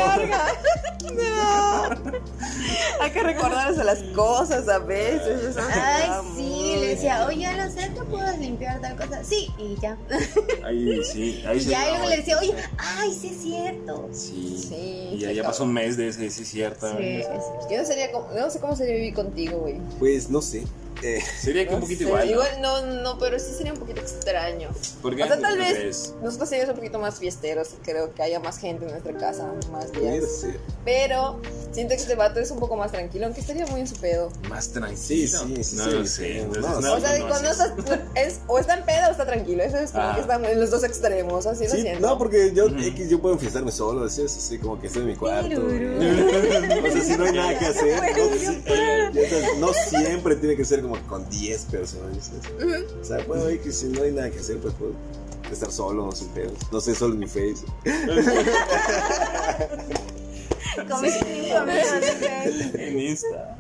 Speaker 2: No. Hay que recordarse las cosas a veces. Eso
Speaker 4: Ay,
Speaker 2: da
Speaker 4: sí, le decía, oye, no sé, ¿tú puedes limpiar tal cosa? Sí, y ya.
Speaker 3: Ahí sí, ahí
Speaker 4: Y
Speaker 3: se
Speaker 4: ya
Speaker 3: dio,
Speaker 4: luego le decía, oye, ay, sí es cierto.
Speaker 3: Sí.
Speaker 2: Sí,
Speaker 3: Y ya,
Speaker 2: qué
Speaker 3: ya pasó
Speaker 2: cabrón.
Speaker 3: un mes de ese, sí, es cierto.
Speaker 4: Sí,
Speaker 2: Yo no sé cómo sería vivir contigo, güey.
Speaker 1: Pues no sé.
Speaker 3: Sería que un
Speaker 2: No
Speaker 3: poquito
Speaker 2: sé,
Speaker 3: igual. ¿no?
Speaker 2: Igual no, pero sí sería un poquito extraño.
Speaker 3: ¿Por qué?
Speaker 2: O sea, tal
Speaker 3: ¿Qué
Speaker 2: vez
Speaker 3: crees?
Speaker 2: nosotros seríamos un poquito más fiesteros. Creo que haya más gente en nuestra casa, más
Speaker 1: Puede
Speaker 2: días.
Speaker 1: ser.
Speaker 2: Pero siento que este vato es un poco más tranquilo, aunque estaría muy en su pedo.
Speaker 3: Más tranquilo.
Speaker 1: Sí, sí,
Speaker 3: No
Speaker 1: sí,
Speaker 3: lo
Speaker 1: sí,
Speaker 3: sé.
Speaker 1: sí.
Speaker 3: Entonces,
Speaker 1: No,
Speaker 3: no,
Speaker 2: O sea,
Speaker 3: no,
Speaker 2: cuando
Speaker 3: sí.
Speaker 2: estás, o está en pedo o está tranquilo. Eso es como
Speaker 3: Ah.
Speaker 2: que están en los dos extremos, así lo
Speaker 1: Sí,
Speaker 2: siento.
Speaker 1: no, porque yo yo puedo enfiestarme solo, así es así como que estoy en mi cuarto.
Speaker 4: Pirurú.
Speaker 1: O sea, si no hay nada que hacer. No siempre tiene que ser como con 10 personas. ¿sabes? O sea, bueno, que si no hay nada que hacer, pues puedo estar solo, sin pedos. No sé, solo en mi face.
Speaker 4: Como
Speaker 3: En Insta.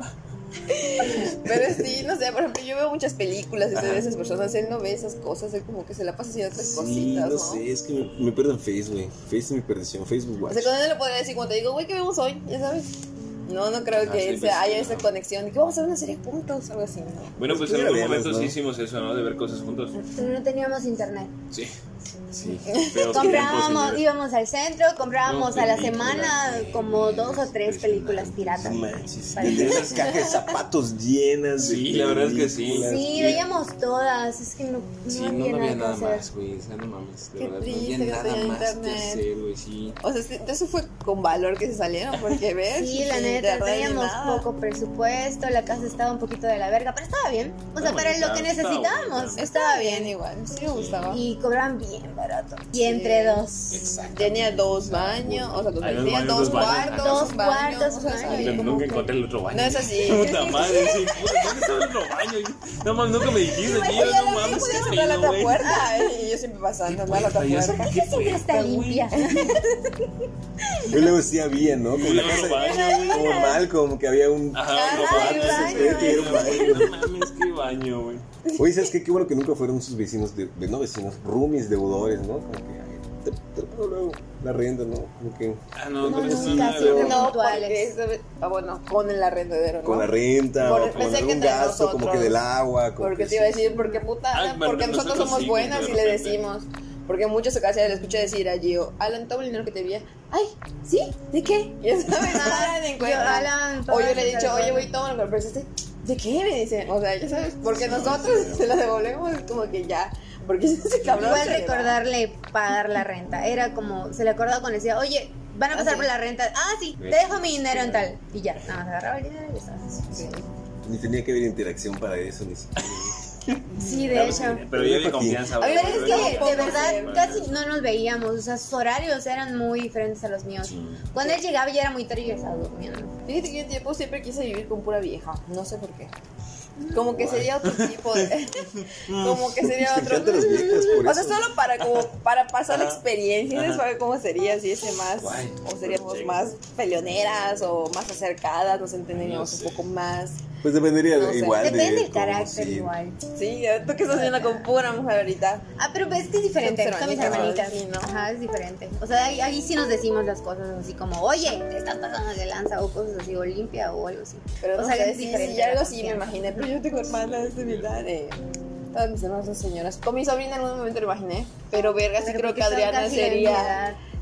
Speaker 2: Pero sí, no sé, por ejemplo, yo veo muchas películas y soy de esas personas. Él no ve esas cosas, él como que se la pasa haciendo otras
Speaker 1: Sí,
Speaker 2: cositas,
Speaker 1: no
Speaker 2: ¿no?
Speaker 1: sé, es que me pierdo en Face, güey. Face es mi perdición, Facebook
Speaker 2: O
Speaker 1: Watch.
Speaker 2: sea, cuando él le podría decir, cuando te digo, güey, ¿qué vemos hoy? Ya sabes. No creo que
Speaker 3: sí,
Speaker 2: él
Speaker 3: pues,
Speaker 2: haya
Speaker 3: sí,
Speaker 2: esa
Speaker 3: no.
Speaker 2: conexión. Que vamos a ver una serie juntos, algo así, ¿no?
Speaker 3: Bueno, pues en
Speaker 1: Pudiera
Speaker 3: algún
Speaker 1: verlas,
Speaker 3: momento
Speaker 1: ¿no?
Speaker 3: sí hicimos eso, ¿no? De ver cosas juntos.
Speaker 4: Pero no teníamos internet.
Speaker 3: Sí. Sí. Feos
Speaker 4: Comprábamos,
Speaker 3: tiempos, señores.
Speaker 4: íbamos al centro, comprábamos
Speaker 3: No,
Speaker 4: a la
Speaker 3: películas,
Speaker 4: semana
Speaker 3: güey.
Speaker 4: como 2 o 3 películas piratas.
Speaker 1: No manches.
Speaker 4: Para-
Speaker 1: De esas cajas de zapatos llenas.
Speaker 3: Sí,
Speaker 1: de
Speaker 3: la verdad es que sí.
Speaker 1: películas.
Speaker 4: Sí, veíamos todas, es que no
Speaker 3: Sí,
Speaker 4: había
Speaker 3: no había
Speaker 4: que
Speaker 3: nada
Speaker 4: hacer.
Speaker 3: más, güey. O sea, no mames. De
Speaker 2: Qué
Speaker 3: verdad,
Speaker 2: triste
Speaker 3: no había
Speaker 2: que
Speaker 3: nada
Speaker 2: no tenía
Speaker 3: más que
Speaker 2: internet.
Speaker 3: hacer, güey. Sí.
Speaker 2: O sea, eso fue con valor que se salieron, porque ves.
Speaker 4: Sí, la
Speaker 2: sin
Speaker 4: neta,
Speaker 2: internet ni
Speaker 4: teníamos
Speaker 2: nada.
Speaker 4: poco presupuesto, la casa estaba un poquito de la verga, pero estaba bien. O sea,
Speaker 3: Estaba
Speaker 4: para
Speaker 3: bonita,
Speaker 4: lo que
Speaker 3: estaba
Speaker 4: necesitábamos,
Speaker 3: bonita.
Speaker 4: estaba bien.
Speaker 2: igual, sí me gustaba.
Speaker 4: Y cobraban bien barato. Y
Speaker 2: Sí.
Speaker 4: entre dos.
Speaker 3: Exacto.
Speaker 2: Tenía 2 baños, o sea,
Speaker 3: Hay dos
Speaker 2: tenía
Speaker 3: baños,
Speaker 2: 2
Speaker 3: dos baños.
Speaker 2: cuartos,
Speaker 4: Dos
Speaker 2: un baño,
Speaker 4: cuartos,
Speaker 2: o sea,
Speaker 4: baño.
Speaker 2: está
Speaker 4: Y
Speaker 2: bien.
Speaker 4: como
Speaker 3: Nunca
Speaker 4: que-
Speaker 3: encontré el otro baño.
Speaker 2: No es así.
Speaker 3: Puta madre, sí. Puta, ¿dónde está el otro baño? No mames, nunca me dijiste,
Speaker 2: Oye,
Speaker 3: tío.
Speaker 2: a
Speaker 3: No
Speaker 2: la
Speaker 3: mames,
Speaker 2: podías
Speaker 3: qué
Speaker 2: cerrar la
Speaker 3: feo,
Speaker 2: otra
Speaker 3: güey.
Speaker 2: puerta, y yo siempre pasando, mal la otra
Speaker 3: Yo sé
Speaker 2: puerta.
Speaker 3: qué
Speaker 4: Siempre está
Speaker 3: puerta, güey.
Speaker 4: limpia.
Speaker 1: Yo luego sí había, ¿no? Como
Speaker 3: El
Speaker 1: la
Speaker 3: otro
Speaker 1: casa,
Speaker 3: baño, güey.
Speaker 1: como mal, como que había un...
Speaker 3: Ajá,
Speaker 2: Ay,
Speaker 3: los
Speaker 2: baño,
Speaker 3: baños.
Speaker 1: que era un baño.
Speaker 3: No mames, qué baño, güey.
Speaker 1: Oye, ¿sabes qué? Qué bueno que nunca fueron sus vecinos, no vecinos, roomies, deudores, ¿no? Como que, ay, te pago luego la renta, ¿no? Como que
Speaker 3: Ah, no,
Speaker 4: No,
Speaker 3: pero eso
Speaker 4: nunca,
Speaker 3: no,
Speaker 4: siempre
Speaker 2: No,
Speaker 4: puntuales.
Speaker 2: porque bueno, con el arrendadero, ¿no?
Speaker 1: con la renta,
Speaker 2: Por-
Speaker 1: o con
Speaker 2: pensé que
Speaker 1: algún
Speaker 2: entre
Speaker 1: gasto, como
Speaker 2: nosotros.
Speaker 1: que del agua. Como
Speaker 2: Porque
Speaker 1: que
Speaker 2: te iba a
Speaker 1: sí.
Speaker 2: decir, porque puta,
Speaker 3: Ah, bueno,
Speaker 2: porque nosotros
Speaker 3: nosotros
Speaker 2: somos
Speaker 3: sí,
Speaker 2: buenas
Speaker 3: de
Speaker 2: y le
Speaker 3: repente.
Speaker 2: decimos. Porque en muchas ocasiones le escuché decir a Gio, Alan, toma el dinero que te envía. Ay, ¿sí? ¿De qué? Ya sabes, nada de
Speaker 4: Yo,
Speaker 2: encuentra.
Speaker 4: Alan,
Speaker 2: O yo le he
Speaker 4: todas
Speaker 2: dicho,
Speaker 4: esas
Speaker 2: oye,
Speaker 4: cosas.
Speaker 2: güey, toma lo que me prestaste. ¿De qué? Me dice. O sea, ya sabes, porque nosotros se lo devolvemos, es como que ya. Porque ese cabrón.
Speaker 4: Igual
Speaker 2: se le va.
Speaker 4: recordarle pagar la renta. Era como, se le acordaba cuando decía, oye, van a pasar
Speaker 2: sí.
Speaker 4: por la renta. Ah, sí, te dejo mi dinero en tal. Y ya, nada más agarraba el dinero y ya estaba.
Speaker 2: Sí.
Speaker 1: Ni tenía que haber interacción para eso, ni siquiera.
Speaker 4: Sí, de hecho.
Speaker 3: Pero yo de confianza,
Speaker 2: A mí
Speaker 3: güey.
Speaker 2: me
Speaker 4: Pero es
Speaker 2: Pero
Speaker 4: que
Speaker 2: poco
Speaker 4: de verdad
Speaker 2: siempre.
Speaker 4: casi no nos veíamos, o sea, sus horarios eran muy diferentes a los míos. Cuando él llegaba ya era muy tarde y yo estaba durmiendo.
Speaker 2: Fíjate que un tiempo siempre quise vivir con pura vieja. No sé por qué. Como que sería otro tipo de. Como que sería
Speaker 1: Te
Speaker 2: otro.
Speaker 1: encantan las viejas, por
Speaker 2: O sea,
Speaker 1: eso.
Speaker 2: solo para pasar la experiencia y
Speaker 3: Ajá.
Speaker 2: saber cómo sería, si ese más.
Speaker 3: Guay.
Speaker 2: O seríamos
Speaker 3: Sí.
Speaker 2: más peleoneras o más acercadas, nos entenderíamos
Speaker 3: No sé.
Speaker 2: un poco más.
Speaker 1: Pues dependería
Speaker 2: No sé.
Speaker 1: igual de...
Speaker 4: Depende del
Speaker 1: cómo,
Speaker 4: carácter
Speaker 1: sí.
Speaker 4: igual.
Speaker 2: Sí, tú que estás haciendo con pura mujer ahorita.
Speaker 4: Ah, pero es que es diferente,
Speaker 2: Son
Speaker 4: son mis
Speaker 2: hermanitas,
Speaker 4: hermanitas.
Speaker 2: sí, ¿no?
Speaker 4: Ajá, es diferente. O sea, ahí sí nos decimos las cosas así como, oye, te estás pasando de lanza o cosas así, o limpia o algo así.
Speaker 2: Pero
Speaker 4: o
Speaker 2: no
Speaker 4: sea,
Speaker 2: sé,
Speaker 4: es
Speaker 2: sí,
Speaker 4: diferente
Speaker 2: sí, algo
Speaker 4: la
Speaker 2: así me
Speaker 4: confianza.
Speaker 2: imaginé. Pero yo tengo hermanas de verdad. Todas mis hermanas son señoras. Con mi sobrina en algún momento lo imaginé. Pero verga, sí
Speaker 4: Pero
Speaker 2: creo que
Speaker 4: porque son
Speaker 2: Adriana
Speaker 4: casi de mi
Speaker 2: sería.
Speaker 4: edad.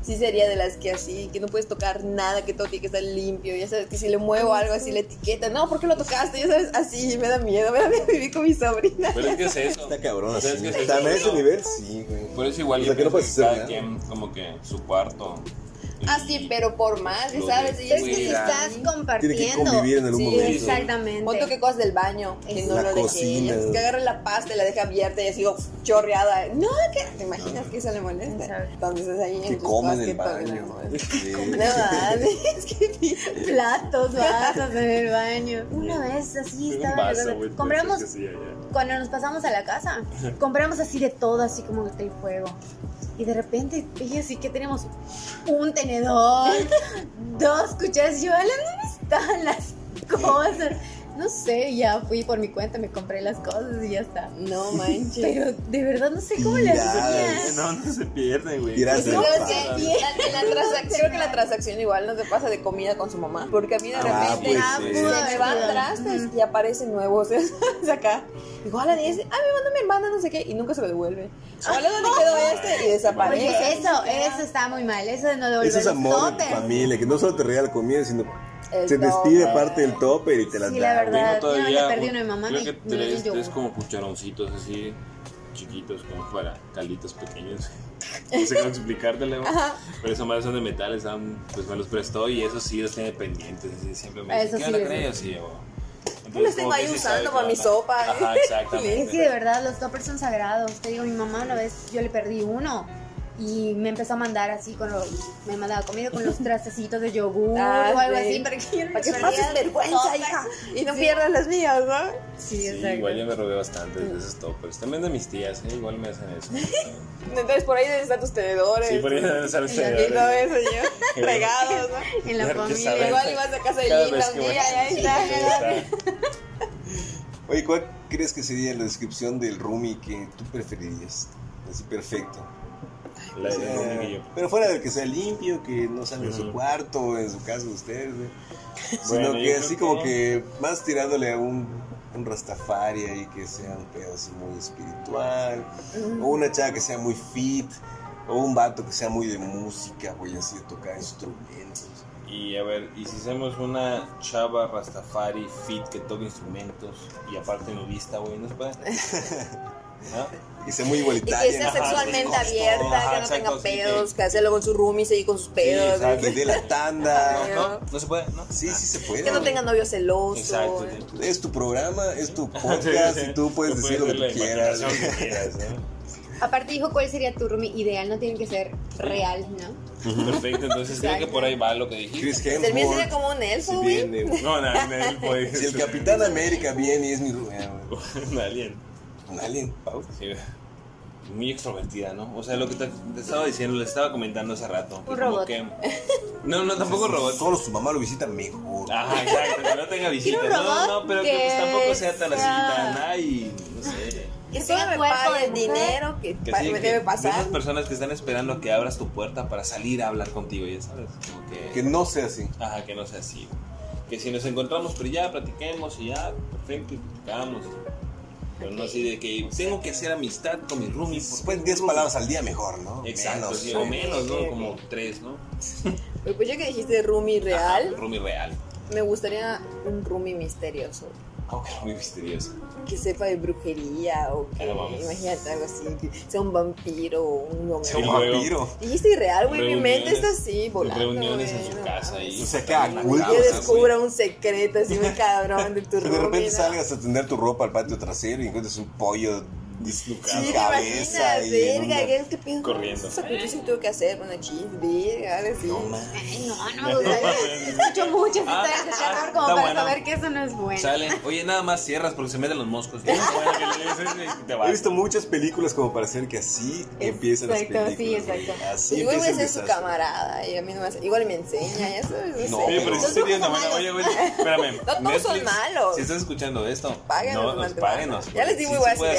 Speaker 2: sí sería de las que así, que no puedes tocar nada, que todo tiene que estar limpio. Ya sabes que si le muevo algo así, la etiqueta, no, ¿por qué lo tocaste? Ya sabes, así, me da miedo vivir con mi sobrina.
Speaker 3: Pero es que es eso.
Speaker 1: Está cabrón, así.
Speaker 3: ¿Sabes qué es eso?
Speaker 1: Están a ese nivel, sí, güey.
Speaker 3: Por eso igual
Speaker 1: O sea,
Speaker 3: yo
Speaker 1: que no
Speaker 3: pienso
Speaker 1: puedes hacer
Speaker 3: cada
Speaker 1: nada.
Speaker 3: quien como que su cuarto.
Speaker 2: Ah, sí, pero por más,
Speaker 3: Lo
Speaker 2: ¿sabes?
Speaker 3: de
Speaker 2: Y es
Speaker 4: Es que si
Speaker 3: Cuida.
Speaker 4: estás compartiendo.
Speaker 1: Tiene que convivir en algún
Speaker 2: Sí,
Speaker 1: momento.
Speaker 4: Exactamente.
Speaker 2: Monto que cosas del baño, que no
Speaker 1: La
Speaker 2: lo dejé.
Speaker 1: cocina.
Speaker 2: Es que agarre la pasta y la deja abierta y así chorreada. No, ¿qué? ¿Te imaginas que eso le molesta?
Speaker 4: Exacto.
Speaker 2: Entonces es ahí
Speaker 1: Que
Speaker 2: en tus
Speaker 1: comen
Speaker 2: cosas
Speaker 1: en el
Speaker 2: que todo
Speaker 1: baño.
Speaker 2: le
Speaker 1: Sí.
Speaker 2: No, es que
Speaker 4: Platos, vasos en el baño. Una vez así
Speaker 3: Un
Speaker 4: estaba.
Speaker 3: vaso, güey,
Speaker 4: compramos,
Speaker 3: pues, sí, allá.
Speaker 4: cuando nos pasamos a la casa, compramos así de todo, así como del fuego. Y de repente, ella sí que tenemos un tenedor, 2 cucharas. Y yo, Alan, ¿dónde están las cosas? No sé, ya fui por mi cuenta, me compré las cosas y ya está.
Speaker 2: no manches.
Speaker 4: Pero de verdad no sé cómo le hacía.
Speaker 3: No se pierde, güey.
Speaker 1: Tiraste
Speaker 2: ¿Sabes
Speaker 1: el
Speaker 2: qué?
Speaker 1: pan.
Speaker 2: En la transacción, creo que la transacción igual no te pasa de comida con su mamá. Porque a mí de repente
Speaker 1: pues sí.
Speaker 2: se me van trastes y aparecen nuevos. Es acá. Digo, Alan, dice, me mandó mi hermana, no sé qué, y nunca se lo devuelve. Alan, ¿dónde quedó este? Y desaparece.
Speaker 4: Oye, eso está muy mal, eso de no devolver
Speaker 1: Eso es
Speaker 4: los
Speaker 1: amor de tu
Speaker 4: toppers.
Speaker 1: familia, que no solo te regala comida, sino
Speaker 2: El
Speaker 1: se despide
Speaker 2: topper.
Speaker 1: parte del topper y te las
Speaker 4: Sí,
Speaker 1: da.
Speaker 4: la verdad.
Speaker 3: Tengo
Speaker 4: yo
Speaker 3: todavía,
Speaker 4: le perdí uno a mi mamá,
Speaker 3: creo
Speaker 4: me-
Speaker 3: que
Speaker 4: me dio
Speaker 3: tres
Speaker 4: yogur.
Speaker 3: como cucharoncitos así chiquitos, como para calitos pequeños. No sé cómo explicártelo, pero esa madre son de metal, pues me los prestó y eso sí los tiene pendientes. Así, siempre me dice,
Speaker 4: Eso
Speaker 3: ¿qué
Speaker 4: sí,
Speaker 3: onda
Speaker 4: eso
Speaker 3: con
Speaker 4: sí.
Speaker 3: ellos? Sí,
Speaker 2: Yo los tengo ahí usando para mi sopa.
Speaker 3: Ajá, exactamente.
Speaker 4: Es que de verdad los toppers son sagrados. Te digo, mi mamá una vez yo le perdí uno y me empezó a mandar así me mandaba comida con los trastecitos de yogur o algo
Speaker 2: sí.
Speaker 4: así para que yo no
Speaker 2: Para que
Speaker 4: me
Speaker 2: pases
Speaker 4: perdiera el
Speaker 2: vergüenza,
Speaker 4: topper.
Speaker 2: hija. Y no
Speaker 4: Sí.
Speaker 2: pierdas las mías, ¿no?
Speaker 4: Sí,
Speaker 3: Sí,
Speaker 4: exacto.
Speaker 3: igual yo me robé bastantes de esos toppers. También de mis tías, igual me hacen eso.
Speaker 2: Entonces por ahí deben estar tus tenedores.
Speaker 3: Sí, por ahí deben estar
Speaker 2: Y
Speaker 3: ustedes.
Speaker 2: todo eso yo. Regados, ¿no?
Speaker 4: En la
Speaker 3: Ya que
Speaker 4: familia.
Speaker 3: saben.
Speaker 2: Igual ibas a casa de
Speaker 3: Cada
Speaker 2: Linda
Speaker 3: vez
Speaker 2: un
Speaker 3: que
Speaker 2: día
Speaker 3: voy-
Speaker 2: y ahí está.
Speaker 3: Ahí está.
Speaker 1: Oye, ¿cuál crees que sería la descripción del roomie que tú preferirías? Así perfecto.
Speaker 3: La
Speaker 1: O
Speaker 3: de
Speaker 1: sea,
Speaker 3: Romy que yo.
Speaker 1: pero fuera de que sea limpio, que no salga en su
Speaker 3: Ujú.
Speaker 1: cuarto, en su casa de ustedes, güey.
Speaker 3: Bueno,
Speaker 1: Sino
Speaker 3: yo
Speaker 1: que
Speaker 3: creo
Speaker 1: así
Speaker 3: que-
Speaker 1: como que más tirándole a un rastafari ahí que sea un pedo así muy espiritual, o una chava que sea muy fit, o un vato que sea muy de música, güey, así de tocar instrumentos.
Speaker 3: Y a ver, y si hacemos una chava Rastafari fit que toca instrumentos y aparte nudista, güey, ¿no se puede? ¿No?
Speaker 1: Y sea muy
Speaker 2: Y
Speaker 1: igualitaria.
Speaker 2: que sea
Speaker 1: Ajá,
Speaker 2: sexualmente
Speaker 1: sí,
Speaker 2: abierta,
Speaker 3: Ajá,
Speaker 2: que no
Speaker 3: exacto,
Speaker 2: tenga
Speaker 3: sí,
Speaker 2: pedos,
Speaker 3: que-
Speaker 2: que hacerlo con su roomie, seguir con sus pedos.
Speaker 3: exacto.
Speaker 1: que dé la tanda.
Speaker 3: No se puede, ¿no?
Speaker 1: Sí, sí se puede.
Speaker 2: Que no tenga novio celoso.
Speaker 3: Exacto. Sí.
Speaker 1: Es tu programa, es tu
Speaker 3: Sí,
Speaker 1: podcast
Speaker 3: sí.
Speaker 1: y tú puedes decir lo que
Speaker 3: hacer
Speaker 1: tú
Speaker 3: la
Speaker 1: quieras.
Speaker 3: imaginación que quieras, ¿no?
Speaker 4: Aparte dijo cuál sería tu roomie ideal, no tiene que ser real, ¿no?
Speaker 3: Perfecto, entonces creo que por ahí va lo que dijiste.
Speaker 1: Chris
Speaker 2: El mío sería
Speaker 1: Hemsworth,
Speaker 2: como un elfo,
Speaker 1: si
Speaker 2: güey.
Speaker 1: viene, güey.
Speaker 3: No, él puede.
Speaker 1: Si el Capitán América viene y es mi rubia, güey.
Speaker 3: Un alien.
Speaker 1: Un alien, Pau.
Speaker 3: Sí, muy extrovertida, ¿no? O sea, lo que te estaba diciendo, le estaba comentando hace rato. que
Speaker 4: Un
Speaker 3: como
Speaker 4: robot.
Speaker 3: que- No, tampoco robot.
Speaker 1: Solo su mamá lo visita mejor.
Speaker 3: Ajá, exacto, que no tenga visita.
Speaker 4: Quiero un robot
Speaker 3: No, pero que
Speaker 4: que
Speaker 3: pues, tampoco sea tan así,
Speaker 4: sea-
Speaker 3: tan ay, no sé.
Speaker 2: Que
Speaker 4: tenga
Speaker 2: solo me
Speaker 4: cuerpo de
Speaker 2: pague el
Speaker 4: mujer.
Speaker 2: dinero que,
Speaker 3: Que
Speaker 2: me
Speaker 3: sí,
Speaker 2: debe
Speaker 3: de
Speaker 2: pasar.
Speaker 3: esas personas que están esperando a que abras tu puerta para salir a hablar contigo, ya sabes. Como
Speaker 1: Que no sea así.
Speaker 3: Ajá, que no sea así. Que si nos encontramos, pero ya platiquemos y ya, perfecto, y platicamos. Pero no así de que tengo que hacer amistad con mi roomie.
Speaker 1: Pues 10 palabras al día mejor, ¿no?
Speaker 3: Exacto,
Speaker 1: Menos.
Speaker 3: sí, o menos, ¿no?
Speaker 2: Ok.
Speaker 3: Como 3, ¿no?
Speaker 2: Pues ya que dijiste roomie real,
Speaker 3: Ajá, roomie real.
Speaker 2: me gustaría un roomie misterioso.
Speaker 3: Aunque muy misterioso.
Speaker 2: Que sepa de brujería o que,
Speaker 3: Ah, vamos.
Speaker 2: imagínate algo así, que sea un vampiro o un hombre.
Speaker 1: Sea un
Speaker 3: Y luego-
Speaker 1: vampiro.
Speaker 2: Dijiste irreal, güey, mi mente está
Speaker 3: Reuniones-
Speaker 2: así, volando.
Speaker 3: Reuniones
Speaker 2: güey,
Speaker 3: en su
Speaker 2: no
Speaker 3: casa
Speaker 2: mames.
Speaker 3: y
Speaker 1: O sea, cada
Speaker 3: una
Speaker 1: culto,
Speaker 2: Yo
Speaker 1: o sea,
Speaker 2: descubra un secreto así muy cabrón de tu
Speaker 1: Que de repente
Speaker 2: roomie, ¿no?
Speaker 1: salgas a tender tu ropa al patio trasero y encuentres un pollo
Speaker 3: dislucado.
Speaker 2: Sí, te
Speaker 1: cabeza
Speaker 2: imaginas,
Speaker 1: y en
Speaker 2: verga,
Speaker 1: una-
Speaker 2: ¿qué pedo?
Speaker 3: Corriendo.
Speaker 2: Esa sacrificio tuve que hacer, una chis, verga, ahora sí.
Speaker 1: No mames.
Speaker 4: Ay, no, o sea, escucho muchas historias de terror como
Speaker 3: está
Speaker 4: para
Speaker 3: bueno.
Speaker 4: saber que eso no es bueno.
Speaker 3: Salen, oye, nada más cierras porque se meten los moscos. Bueno, que le dices y te vas.
Speaker 1: He visto muchas películas como para hacer que así empiezan las
Speaker 4: Exacto, sí,
Speaker 1: películas. güey.
Speaker 4: exacto.
Speaker 1: Así
Speaker 2: Igual voy a
Speaker 1: empieza el
Speaker 2: ser su
Speaker 1: desastre.
Speaker 2: camarada y a mí no me hace, igual me enseña, ya sabes,
Speaker 1: No,
Speaker 2: sé.
Speaker 3: Oye, pero
Speaker 1: Los
Speaker 3: si sería una
Speaker 2: brujos
Speaker 3: buena.
Speaker 2: son
Speaker 3: Oye, güey, espérame.
Speaker 2: No todos son malos.
Speaker 3: Si estás escuchando esto,
Speaker 2: Páguenos,
Speaker 3: no,
Speaker 2: mantener.
Speaker 3: páguenos.
Speaker 2: Ya les di
Speaker 3: Sí
Speaker 2: muy
Speaker 3: se
Speaker 2: buenas
Speaker 3: puede
Speaker 2: ideas,
Speaker 3: hacer.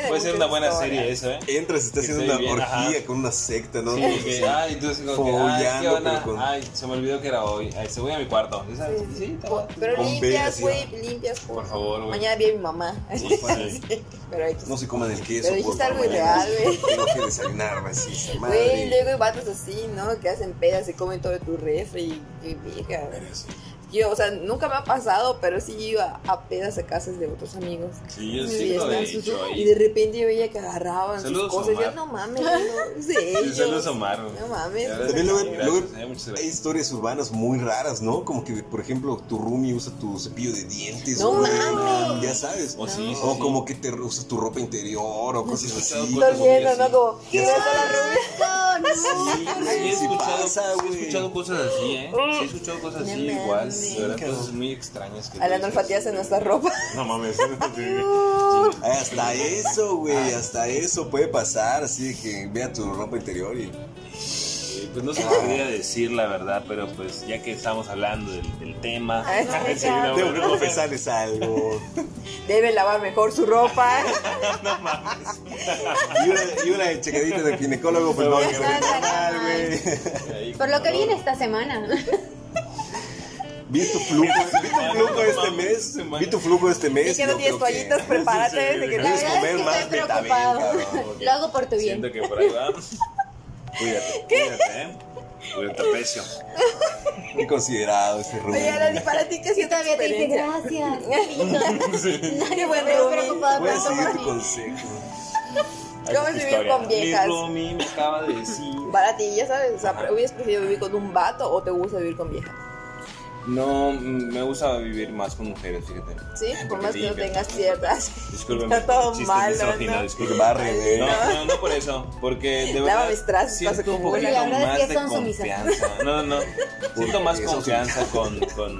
Speaker 2: de
Speaker 3: Puede ser
Speaker 2: muchas
Speaker 3: una buena
Speaker 2: historias.
Speaker 3: serie eso,
Speaker 1: Entras, está
Speaker 3: Que
Speaker 1: haciendo
Speaker 3: esté
Speaker 1: una
Speaker 3: bien,
Speaker 1: orgía
Speaker 3: ajá.
Speaker 1: con una secta, ¿no?
Speaker 3: Sí, que, entonces como que, ¿qué
Speaker 1: Follando,
Speaker 3: onda?
Speaker 1: pero con-
Speaker 3: Ay, se me olvidó que era hoy. Ay, se voy a mi cuarto. ¿Ya sabes? Sí, está bueno.
Speaker 2: Pero
Speaker 1: Con
Speaker 2: limpias,
Speaker 1: velas,
Speaker 2: güey,
Speaker 1: sí.
Speaker 2: limpias.
Speaker 3: Por favor, güey.
Speaker 2: Mañana viene mi mamá.
Speaker 3: Sí.
Speaker 2: Pero hay que...
Speaker 1: No se coman el queso.
Speaker 2: Pero dijiste
Speaker 1: por
Speaker 2: algo
Speaker 1: favor,
Speaker 2: irreal, güey.
Speaker 1: Tengo que desayunar, así, esa
Speaker 2: Güey,
Speaker 1: madre.
Speaker 2: luego hay vatos así, ¿no? Que hacen pedas, se comen todo de tu refri y vieja. Yo, o sea, nunca me ha pasado, pero sí iba a pedas a casas de otros amigos.
Speaker 3: Sí, yo
Speaker 2: Y
Speaker 3: sí lo he
Speaker 2: están sus-
Speaker 3: dicho
Speaker 2: Y
Speaker 3: ahí.
Speaker 2: de repente yo veía que agarraban
Speaker 3: Saludos,
Speaker 2: sus cosas.
Speaker 3: Omar.
Speaker 2: Yo, no mames, no, es de ellos.
Speaker 3: Sí, saludos, Omar.
Speaker 2: No mames.
Speaker 3: La verdad
Speaker 1: También luego,
Speaker 3: Gracias,
Speaker 1: luego
Speaker 3: muchas
Speaker 1: hay
Speaker 3: gracias.
Speaker 1: historias urbanas muy raras, ¿no? Como que, por ejemplo, tu roomie usa tu cepillo de dientes.
Speaker 2: No
Speaker 1: güey,
Speaker 2: mames.
Speaker 1: ya sabes.
Speaker 3: O sí, sí,
Speaker 1: O
Speaker 3: sí.
Speaker 1: como que te usas tu ropa interior o cosas
Speaker 3: escuchado
Speaker 1: así.
Speaker 3: cosas
Speaker 2: Durmiendo,
Speaker 3: así.
Speaker 2: ¿no? Como,
Speaker 1: Ya
Speaker 2: ¿qué ves a la
Speaker 1: sabes.
Speaker 2: rubia?
Speaker 3: Sí, he
Speaker 1: Sí
Speaker 3: escuchado,
Speaker 1: pasa,
Speaker 3: sí he
Speaker 1: güey.
Speaker 3: escuchado cosas así, ¿eh? Sí he escuchado cosas así
Speaker 2: No
Speaker 3: igual.
Speaker 2: mames.
Speaker 3: De verdad,
Speaker 1: Cabrón.
Speaker 3: cosas muy extrañas. Que
Speaker 2: Hablando
Speaker 3: dices.
Speaker 2: olfateas en nuestra ropa.
Speaker 3: No mames.
Speaker 1: Hasta eso, güey, hasta eso puede pasar, así de que vea tu ropa interior y...
Speaker 3: Pues no se podría decir la verdad, pero pues ya que estamos hablando del tema.
Speaker 2: Ay,
Speaker 3: sí, no,
Speaker 1: Tengo que
Speaker 3: no,
Speaker 1: confesarles algo.
Speaker 2: Debe lavar mejor su ropa.
Speaker 1: Y una checadita de ginecólogo, pues no,
Speaker 3: No,
Speaker 1: se ve normal, güey.
Speaker 3: ahí,
Speaker 4: Por lo que
Speaker 3: no.
Speaker 4: viene esta semana.
Speaker 1: Vi tu flujo este mes. Vi tu flujo este mes.
Speaker 2: Y que no
Speaker 1: yo
Speaker 2: tienes
Speaker 1: creo que
Speaker 2: toallitas, prepárate.
Speaker 3: Sí, sí,
Speaker 2: de que
Speaker 3: sí.
Speaker 1: Debes
Speaker 4: La verdad
Speaker 1: comer
Speaker 4: es que
Speaker 1: más
Speaker 4: estoy
Speaker 1: betabel,
Speaker 4: preocupado.
Speaker 1: cabrón.
Speaker 4: Lo hago por tu bien.
Speaker 3: Siento que por ahí va. Cuídate, ¿eh? Cuídate, pecio.
Speaker 1: Muy considerado ese
Speaker 2: Oye,
Speaker 1: roomie.
Speaker 2: Arani, para ti, ¿qué ha sido
Speaker 4: Y
Speaker 2: tu
Speaker 4: todavía te dice
Speaker 2: experiencia?
Speaker 4: gracias.
Speaker 2: Qué buen
Speaker 4: Estoy
Speaker 2: roomie.
Speaker 4: preocupada
Speaker 1: Voy a
Speaker 4: por
Speaker 1: seguir tu
Speaker 4: mí.
Speaker 1: consejo.
Speaker 2: ¿Cómo es vivir con viejas?
Speaker 3: Mi roomie me acaba de decir.
Speaker 2: Para ti, ya sabes, o sea,
Speaker 3: Ajá.
Speaker 2: ¿hubieras preferido vivir con un vato o te gusta vivir con viejas?
Speaker 3: No, me gusta vivir más con mujeres, fíjate.
Speaker 2: Sí, por más que no
Speaker 3: Porque
Speaker 2: tengas ciertas.
Speaker 3: Discúlpeme,
Speaker 2: Está todo
Speaker 3: chistes
Speaker 2: malo,
Speaker 3: misóginos,
Speaker 2: ¿no?
Speaker 3: discúlpeme.
Speaker 1: Barre, güey.
Speaker 3: No por eso, porque de verdad
Speaker 2: Lava mis trastes,
Speaker 3: siento
Speaker 2: pasa
Speaker 3: un
Speaker 2: como
Speaker 3: poquito
Speaker 2: una.
Speaker 4: La verdad
Speaker 3: más
Speaker 4: es que
Speaker 3: de
Speaker 4: son sumisas.
Speaker 3: confianza. No, siento más
Speaker 1: Porque son
Speaker 3: confianza con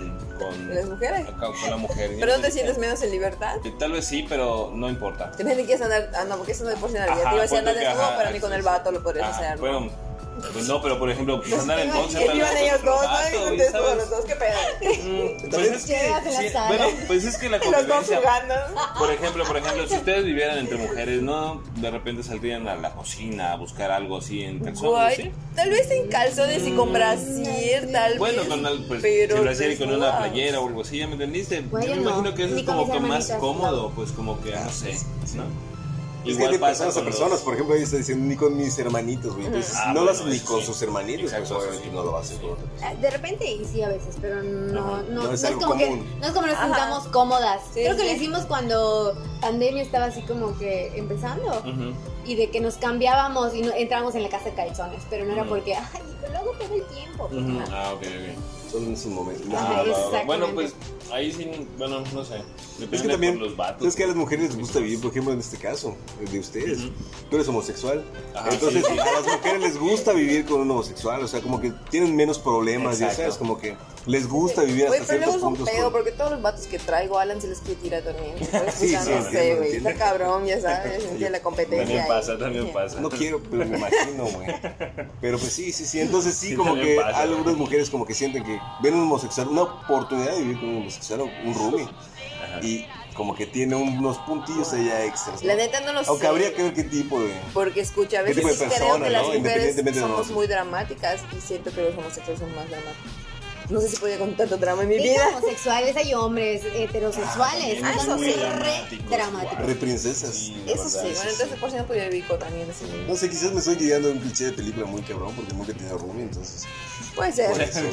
Speaker 2: ¿Las mujeres?
Speaker 3: con la mujer.
Speaker 2: ¿Pero no te sientes menos en libertad?
Speaker 3: Tal vez sí, pero no importa.
Speaker 2: Depende de quieres andar. Ah, no, porque eso no es de personalidad.
Speaker 3: Ajá,
Speaker 2: Te iba a decir andar
Speaker 3: ponte que,
Speaker 2: desnudo,
Speaker 3: ajá,
Speaker 2: pero ni con el vato lo podrías hacer. ¿no?
Speaker 3: Bueno, pues no, pero por ejemplo, pues andar en boxer
Speaker 2: Y
Speaker 3: tal
Speaker 2: iban
Speaker 3: vez
Speaker 2: ellos
Speaker 3: con
Speaker 2: dos,
Speaker 3: otro
Speaker 2: ¿no?
Speaker 3: vato,
Speaker 2: Y
Speaker 3: y
Speaker 2: ustedes
Speaker 3: ¿sabes?
Speaker 2: todos los dos, ¿qué pedo?
Speaker 3: Pues es que,
Speaker 4: Llegas en la
Speaker 3: sí,
Speaker 4: sala.
Speaker 3: bueno, pues es que la
Speaker 2: Los dos
Speaker 3: convivencia,
Speaker 2: jugando.
Speaker 3: por ejemplo, si ustedes vivieran entre mujeres, ¿no? De repente saldrían a la cocina a buscar algo así en persona,
Speaker 2: Guay,
Speaker 3: ¿sí?
Speaker 2: tal vez en calzones y con brasier, tal
Speaker 3: Bueno,
Speaker 2: vez.
Speaker 3: pues,
Speaker 2: pero
Speaker 3: si lo hacía con una
Speaker 2: desnuda.
Speaker 3: playera o algo así, ¿ya me entendiste?
Speaker 4: Güey,
Speaker 3: Yo me
Speaker 4: no,
Speaker 3: imagino que eso
Speaker 4: ni
Speaker 3: es
Speaker 4: con
Speaker 3: como
Speaker 4: mis
Speaker 3: que más
Speaker 4: hermanitas,
Speaker 3: cómodo, pues como que, no sé, ¿no?
Speaker 1: Es que hay de personas a
Speaker 3: con los-
Speaker 1: personas, por ejemplo, ahí está diciendo ni con mis hermanitos, güey. Entonces,
Speaker 3: Ah,
Speaker 1: no lo
Speaker 3: bueno,
Speaker 1: hacen ni
Speaker 3: eso
Speaker 1: con
Speaker 3: sí.
Speaker 1: sus hermanitos,
Speaker 3: Exacto,
Speaker 1: pues obviamente
Speaker 3: sí.
Speaker 1: no lo hacen con otra persona.
Speaker 4: De repente y sí a veces, pero no,
Speaker 3: Ajá.
Speaker 4: no
Speaker 1: No es
Speaker 4: es
Speaker 1: algo
Speaker 4: como que
Speaker 1: común.
Speaker 4: no es como nos
Speaker 2: Ajá.
Speaker 4: sintamos cómodas.
Speaker 2: Sí,
Speaker 4: Creo que
Speaker 2: sí.
Speaker 4: lo hicimos cuando pandemia estaba así como que empezando
Speaker 3: Ujú.
Speaker 4: y de que nos cambiábamos y entrábamos en la casa de calzones, pero no era
Speaker 3: Ujú.
Speaker 4: porque ay, pero luego todo el tiempo. Pues,
Speaker 3: Ujú.
Speaker 4: no.
Speaker 3: Ah, ok.
Speaker 1: Son esos momentos.
Speaker 4: Ah,
Speaker 3: Va, va, va.
Speaker 4: exactamente.
Speaker 3: Bueno, pues ahí sí, bueno, no sé. Depende
Speaker 1: Es que también,
Speaker 3: por los vatos.
Speaker 1: ¿sabes que a las mujeres les gusta vivir, por ejemplo, en este caso, el de ustedes?
Speaker 3: Ujú.
Speaker 1: Tú eres homosexual.
Speaker 3: Ajá,
Speaker 1: Entonces,
Speaker 3: sí, sí.
Speaker 1: a las mujeres les gusta vivir con un homosexual, o sea, como que tienen menos problemas, ya
Speaker 3: Exacto.
Speaker 1: sabes, como que les gusta vivir
Speaker 2: Güey,
Speaker 1: hasta
Speaker 2: pero luego
Speaker 1: ciertos
Speaker 2: es un
Speaker 1: puntos.
Speaker 2: pedo, porque todos los vatos que traigo, Alan se les quiere tirar también. Entonces,
Speaker 1: Sí,
Speaker 2: o sea,
Speaker 1: sí,
Speaker 2: no
Speaker 1: entiendo,
Speaker 2: sé, güey.
Speaker 1: entiendo.
Speaker 2: Está cabrón, ya sabes, entiende la competencia.
Speaker 3: También
Speaker 2: ahí.
Speaker 3: pasa.
Speaker 1: No quiero, pero me imagino, güey. Pero pues sí. Entonces sí,
Speaker 3: Sí,
Speaker 1: como
Speaker 3: también
Speaker 1: que
Speaker 3: pasa.
Speaker 1: algunas mujeres como que sienten que ven un homosexual, una oportunidad de vivir con un homosexual o un roomie.
Speaker 3: Ajá.
Speaker 1: Y como que tiene unos puntillos allá extras, ¿no?
Speaker 2: La neta no lo sé.
Speaker 1: Aunque habría que ver qué tipo de...
Speaker 2: Porque escucha, a
Speaker 1: ¿Qué
Speaker 2: veces
Speaker 1: tipo de
Speaker 2: sí creo
Speaker 1: persona,
Speaker 2: que las
Speaker 1: no?
Speaker 2: mujeres
Speaker 1: Independientemente de
Speaker 2: somos
Speaker 1: lo-
Speaker 2: muy dramáticas y siento que los homosexuales son más dramáticos. No sé si podía con tanto drama en mi
Speaker 4: Hay
Speaker 2: vida.
Speaker 4: homosexuales, hay hombres heterosexuales,
Speaker 3: Ah,
Speaker 2: eso
Speaker 4: son
Speaker 2: sí.
Speaker 4: re
Speaker 3: dramáticos,
Speaker 4: dramáticos.
Speaker 1: Re princesas.
Speaker 3: Sí, la
Speaker 2: Eso
Speaker 3: verdad,
Speaker 2: sí, bueno, entonces por si no podía vivir con alguien así.
Speaker 1: No sé, quizás me estoy guiando de un cliché de película muy cabrón porque nunca he tenido roomie, entonces...
Speaker 2: Puede ser.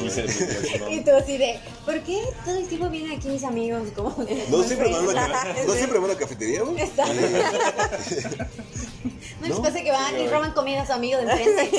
Speaker 4: Y tú así de, ¿por qué todo el tiempo vienen aquí mis amigos? Como
Speaker 1: No siempre me van a no siempre me van a cafetería, güey.
Speaker 4: Exacto. No les
Speaker 1: ¿No?
Speaker 4: pasa que van y roban comida a su amigo de enfrente.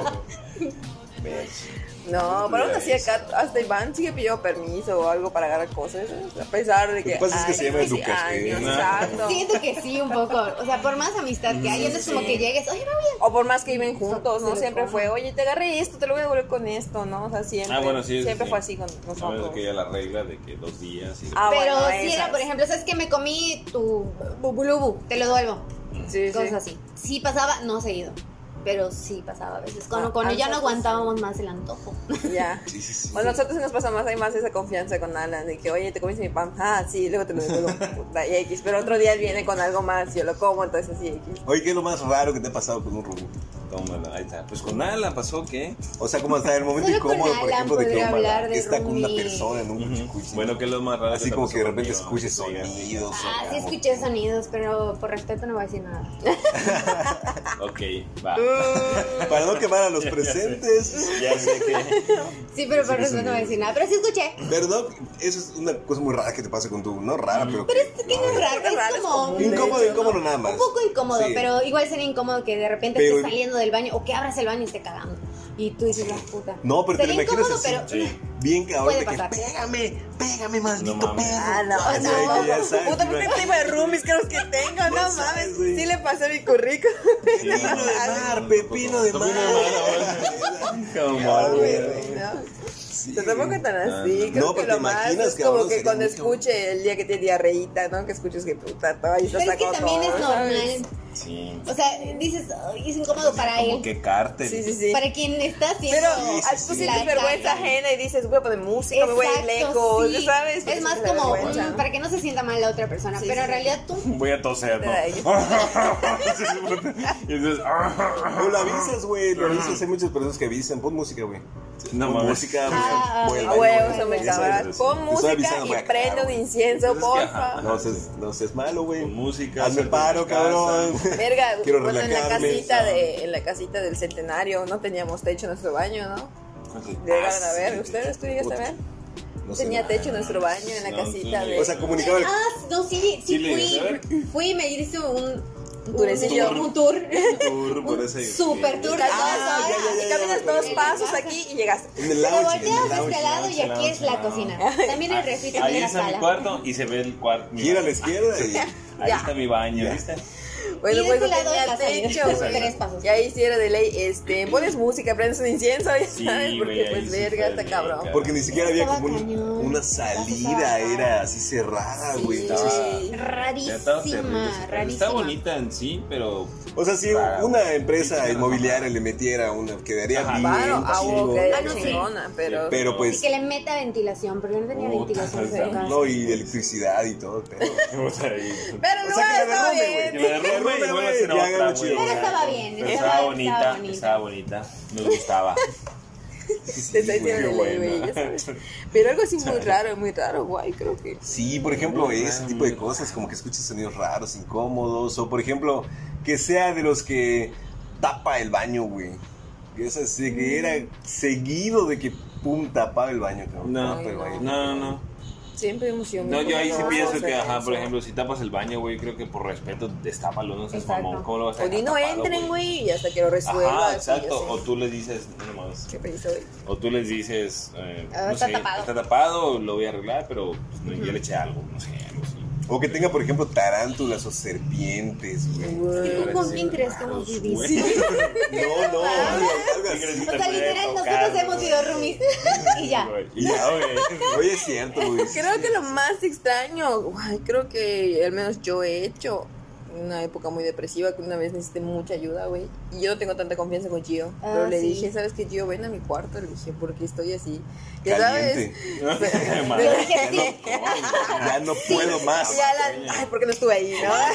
Speaker 2: No, pero aún así acá hasta Iván sí que pidió permiso o algo para agarrar cosas, ¿eh? A pesar de que...
Speaker 1: Lo que pasa es que se llama
Speaker 2: sí,
Speaker 1: educación.
Speaker 2: ay, exacto.
Speaker 4: Siento que sí, un poco. O sea, por más amistad que hay, no es como que llegues, oye, no, bien.
Speaker 2: O por más que viven juntos,
Speaker 4: Se
Speaker 2: ¿no?
Speaker 4: les
Speaker 2: Siempre
Speaker 4: come.
Speaker 2: fue, oye, te agarré esto, te lo voy a devolver con esto, ¿no? O sea, siempre.
Speaker 3: Ah, bueno, sí.
Speaker 2: Siempre
Speaker 3: sí.
Speaker 2: fue así con
Speaker 3: A menos
Speaker 2: nosotros.
Speaker 3: que haya la regla de que 2 días y...
Speaker 2: Ah,
Speaker 4: Pero
Speaker 2: bueno,
Speaker 4: si era,
Speaker 2: esas.
Speaker 4: por ejemplo, ¿sabes que me comí tu bubulubu? Te lo devuelvo.
Speaker 2: Sí, sí.
Speaker 4: Cosas así. Sí pasaba, no seguido. pero sí pasaba a veces. Cuando ya no aguantábamos más el antojo.
Speaker 2: Ya.
Speaker 1: Sí.
Speaker 2: Bueno, nosotros sí nos pasa más, hay más esa confianza con Alan, de que, oye, ¿te comiste mi pan? Ah, sí, luego te lo devuelvo, puta, y X. Pero otro día él viene con algo más, yo lo como, entonces así, X.
Speaker 1: Oye, ¿qué es lo más raro que te ha pasado con un roomie?
Speaker 3: Tómala, ahí está. Pues con Alan pasó que.
Speaker 1: O sea, como hasta el momento
Speaker 4: Solo con
Speaker 1: incómodo, por
Speaker 4: Alan
Speaker 1: ejemplo, de que
Speaker 4: podría hablar de
Speaker 1: está con una
Speaker 4: roomie.
Speaker 1: persona en un cuchicuchi.
Speaker 3: Bueno, que es lo más raro.
Speaker 1: Así
Speaker 3: que te
Speaker 1: como
Speaker 3: pasó
Speaker 1: que de repente
Speaker 3: conmigo,
Speaker 1: escuches
Speaker 3: que te digan,
Speaker 1: sonidos.
Speaker 4: Ah,
Speaker 1: o
Speaker 4: sí
Speaker 1: como-
Speaker 4: escuché sonidos, pero por respeto no voy a decir nada.
Speaker 3: Ok, va.
Speaker 1: Para no quemar a los presentes.
Speaker 3: Ya sé que.
Speaker 4: Sí, pero por
Speaker 1: que
Speaker 4: respeto no voy a decir nada. Pero sí escuché.
Speaker 1: Pero no, eso es una cosa muy rara que te pasa con tu. No rara, pero.
Speaker 4: Pero es que no es raro, es como
Speaker 1: Incómodo nada más.
Speaker 4: un poco incómodo,
Speaker 1: Sí.
Speaker 4: pero igual sería incómodo que de repente
Speaker 1: Pero-
Speaker 4: estés saliendo del baño o que abras el baño y esté cagando. Y tú dices, la puta.
Speaker 1: No, pero te lo
Speaker 4: sería
Speaker 1: imaginas
Speaker 4: incómodo,
Speaker 1: así.
Speaker 4: pero
Speaker 3: Sí.
Speaker 1: Bien cabrón
Speaker 4: Puede
Speaker 1: de que
Speaker 4: pasar.
Speaker 1: pégame, maldito
Speaker 3: No mames.
Speaker 1: perro.
Speaker 2: Ah, no,
Speaker 1: Así de que ya sabes,
Speaker 2: Puta, ¿por qué tipo de roomies creo que tengo? No
Speaker 1: sabes,
Speaker 2: mames,
Speaker 1: güey.
Speaker 2: sí le pasé mi currículum.
Speaker 1: Pepino de mar, pepino de mar.
Speaker 3: Como
Speaker 2: No,
Speaker 3: güey.
Speaker 2: güey, no.
Speaker 1: Sí.
Speaker 2: Pero tampoco tan así, creo
Speaker 1: No,
Speaker 2: que
Speaker 1: pero
Speaker 2: lo
Speaker 1: te
Speaker 2: más
Speaker 1: imaginas
Speaker 2: es
Speaker 1: que
Speaker 2: como
Speaker 1: ahora
Speaker 2: que
Speaker 1: sería
Speaker 2: cuando
Speaker 1: mucho.
Speaker 2: escuche el día que tiene diarreíta, ¿no? Que escuches que puta, todo ahí está
Speaker 4: pero es que
Speaker 2: sacando
Speaker 4: también es
Speaker 2: todo,
Speaker 4: normal.
Speaker 2: ¿sabes?
Speaker 3: Sí.
Speaker 4: O sea, dices, "Ay, es incómodo para
Speaker 3: Como
Speaker 4: él.
Speaker 3: que cártel.
Speaker 2: Sí.
Speaker 4: Para quien está haciendo.
Speaker 2: Pero
Speaker 1: Sí,
Speaker 2: tú
Speaker 1: sí.
Speaker 2: sientes
Speaker 4: la
Speaker 2: vergüenza
Speaker 4: carga.
Speaker 2: ajena y dices, voy a poner música, me voy a ir
Speaker 4: Exacto,
Speaker 2: lejos,
Speaker 4: sí.
Speaker 2: ¿sabes?
Speaker 4: Es más
Speaker 2: La
Speaker 4: como
Speaker 2: vergüenza.
Speaker 4: para que no se sienta mal la otra persona.
Speaker 2: Sí,
Speaker 4: pero en
Speaker 2: sí.
Speaker 4: realidad tú.
Speaker 3: Voy a toser, ¿no?
Speaker 2: Ay.
Speaker 3: Y entonces.
Speaker 1: O lo avisas, güey. Lo avisas. Hay muchas personas que avisan. Pon música, güey.
Speaker 3: No
Speaker 1: Pon
Speaker 3: mames.
Speaker 1: música.
Speaker 4: Ah,
Speaker 1: voy al
Speaker 2: A
Speaker 1: baño,
Speaker 2: huevos,
Speaker 1: güey.
Speaker 2: eso me
Speaker 1: Ya sabes,
Speaker 2: cabrón. Pon
Speaker 1: Estoy
Speaker 2: música
Speaker 1: avisando,
Speaker 2: y
Speaker 1: voy a
Speaker 2: prende
Speaker 1: cagar,
Speaker 2: un
Speaker 1: güey.
Speaker 2: incienso,
Speaker 3: Pues es que,
Speaker 2: porfa.
Speaker 3: ajá.
Speaker 1: No seas malo, güey.
Speaker 3: Con música.
Speaker 1: Hazme
Speaker 3: salte
Speaker 1: paro,
Speaker 3: de casa.
Speaker 1: cabrón.
Speaker 2: Verga,
Speaker 1: Quiero
Speaker 2: bueno,
Speaker 1: relajarme.
Speaker 2: en la casita del centenario no teníamos techo en nuestro baño, ¿no? Llegaron a ver, ¿ustedes tú llegaste a ver?
Speaker 1: No sé.
Speaker 2: Tenía techo en nuestro baño en la
Speaker 3: No,
Speaker 2: casita
Speaker 3: tú
Speaker 2: de...
Speaker 1: O sea, comunicaba el.
Speaker 4: Ah, no, sí
Speaker 3: Sí, le
Speaker 4: fui.
Speaker 3: llegaste a ver.
Speaker 4: Fui y me hice un
Speaker 2: turecillo.
Speaker 4: Un tour.
Speaker 3: Tour por ese.
Speaker 4: Super tour de
Speaker 2: Caminas,
Speaker 1: Ah, ya,
Speaker 2: y caminas
Speaker 1: ya,
Speaker 2: dos
Speaker 1: ya.
Speaker 2: pasos aquí y llegaste.
Speaker 1: En el
Speaker 4: Te
Speaker 1: lounge.
Speaker 4: volteas
Speaker 1: en el
Speaker 4: de este
Speaker 1: lounge.
Speaker 4: lado y aquí es la cocina. También el refri,
Speaker 3: Ahí
Speaker 4: también la
Speaker 3: está mi
Speaker 4: sala.
Speaker 3: cuarto y se ve el cuarto.
Speaker 1: Gira a la izquierda y.
Speaker 3: Ahí
Speaker 2: Ya.
Speaker 3: está mi baño, ¿viste?
Speaker 2: Bueno,
Speaker 4: Y de
Speaker 2: pues
Speaker 4: este
Speaker 2: no
Speaker 4: lado
Speaker 2: tenía
Speaker 4: la salida.
Speaker 2: techo, güey.
Speaker 4: 3 pasos.
Speaker 2: Y ahí sí era de ley, pones música, prendes un incienso, ya
Speaker 3: Sí,
Speaker 2: sabes, porque
Speaker 3: güey, ahí
Speaker 2: pues
Speaker 3: sí
Speaker 2: verga,
Speaker 3: fue
Speaker 2: está
Speaker 3: bien,
Speaker 2: cabrón.
Speaker 3: cabrón.
Speaker 1: Porque ni siquiera había
Speaker 4: Estaba
Speaker 1: como
Speaker 4: cañón.
Speaker 1: una salida, era así cerrada, güey.
Speaker 2: Sí.
Speaker 1: Entonces,
Speaker 4: Rarísima, rarísima.
Speaker 3: Está bonita en sí, pero.
Speaker 1: o sea, si
Speaker 3: Rara,
Speaker 1: una
Speaker 3: güey.
Speaker 1: empresa
Speaker 3: Sí,
Speaker 1: inmobiliaria le metiera una, quedaría
Speaker 3: Ajá.
Speaker 1: bien.
Speaker 2: Claro,
Speaker 1: chido.
Speaker 2: que
Speaker 4: Ah, no, sí.
Speaker 2: chingona, pero...
Speaker 1: Pero
Speaker 4: Y
Speaker 1: pues,
Speaker 4: que le meta ventilación, porque yo no tenía
Speaker 3: Puta,
Speaker 4: ventilación
Speaker 3: está
Speaker 4: cerca.
Speaker 1: no, y electricidad y todo, pero.
Speaker 3: O sea, ahí-
Speaker 2: Pero
Speaker 1: O
Speaker 2: no,
Speaker 1: sea, que me
Speaker 2: estaba
Speaker 1: derrumbe,
Speaker 2: bien.
Speaker 3: Que me derrumbe y vuelva a hacer
Speaker 1: Ya haga
Speaker 3: otra,
Speaker 1: lo chido.
Speaker 3: güey.
Speaker 4: Pero estaba bien,
Speaker 3: Pero
Speaker 4: estaba
Speaker 3: estaba bonita. Me gustaba.
Speaker 2: Te está diciendo
Speaker 3: Qué
Speaker 2: de ley, güey,
Speaker 3: buena.
Speaker 2: ya sabes. Pero algo así muy raro, guay, creo que...
Speaker 1: Sí, por ejemplo, ese tipo de cosas, como que escuchas sonidos raros, incómodos, o por ejemplo, que sea de los que tapa el baño, güey. Que es así, que era seguido de que pum, tapaba el baño, cabrón.
Speaker 3: No,
Speaker 1: Tapa el baño.
Speaker 3: no.
Speaker 2: Siempre emoción.
Speaker 3: No, yo ahí sí
Speaker 2: No,
Speaker 3: pienso
Speaker 2: no,
Speaker 3: que,
Speaker 2: no,
Speaker 3: ajá,
Speaker 2: no,
Speaker 3: por
Speaker 2: no.
Speaker 3: ejemplo, si tapas el baño, güey, creo que por respeto, destápalo, no seas
Speaker 4: Exacto.
Speaker 3: mamón. ¿Cómo lo vas a
Speaker 2: O
Speaker 3: dejar
Speaker 2: di no
Speaker 3: tapado,
Speaker 2: entren, güey, y hasta que lo resuelvas.
Speaker 3: Ajá,
Speaker 2: y
Speaker 3: exacto.
Speaker 2: así.
Speaker 3: O tú les dices, no más.
Speaker 2: ¿Qué pensó, güey?
Speaker 3: O tú les dices, no
Speaker 4: está
Speaker 3: sé,
Speaker 4: tapado.
Speaker 3: está tapado, lo voy a arreglar, pero pues, no, ya le eché algo, no sé, algo así.
Speaker 1: O que tenga, por ejemplo, tarántulas o serpientes, güey.
Speaker 4: ¿Tú con quién crees que hemos vivido?
Speaker 3: Güey.
Speaker 1: No, algo así.
Speaker 4: O sea, literal, nosotros hemos sido roomies. Y ya.
Speaker 3: Y ya, güey.
Speaker 1: Oye, es cierto, güey.
Speaker 2: Creo que lo más extraño, guay, creo que al menos yo he hecho una época muy depresiva, que una vez necesité mucha ayuda, güey. Y yo no tengo tanta confianza con Gio.
Speaker 4: Ah,
Speaker 2: Pero le
Speaker 4: sí.
Speaker 2: dije, ¿sabes qué, Gio? Ven a mi cuarto. Le dije, porque estoy así. Ya sabes.
Speaker 1: Caliente.
Speaker 3: Madre.
Speaker 4: Yo dije, sí.
Speaker 1: Ya no puedo más.
Speaker 2: Y Alan, ay, ¿por qué no estuve ahí,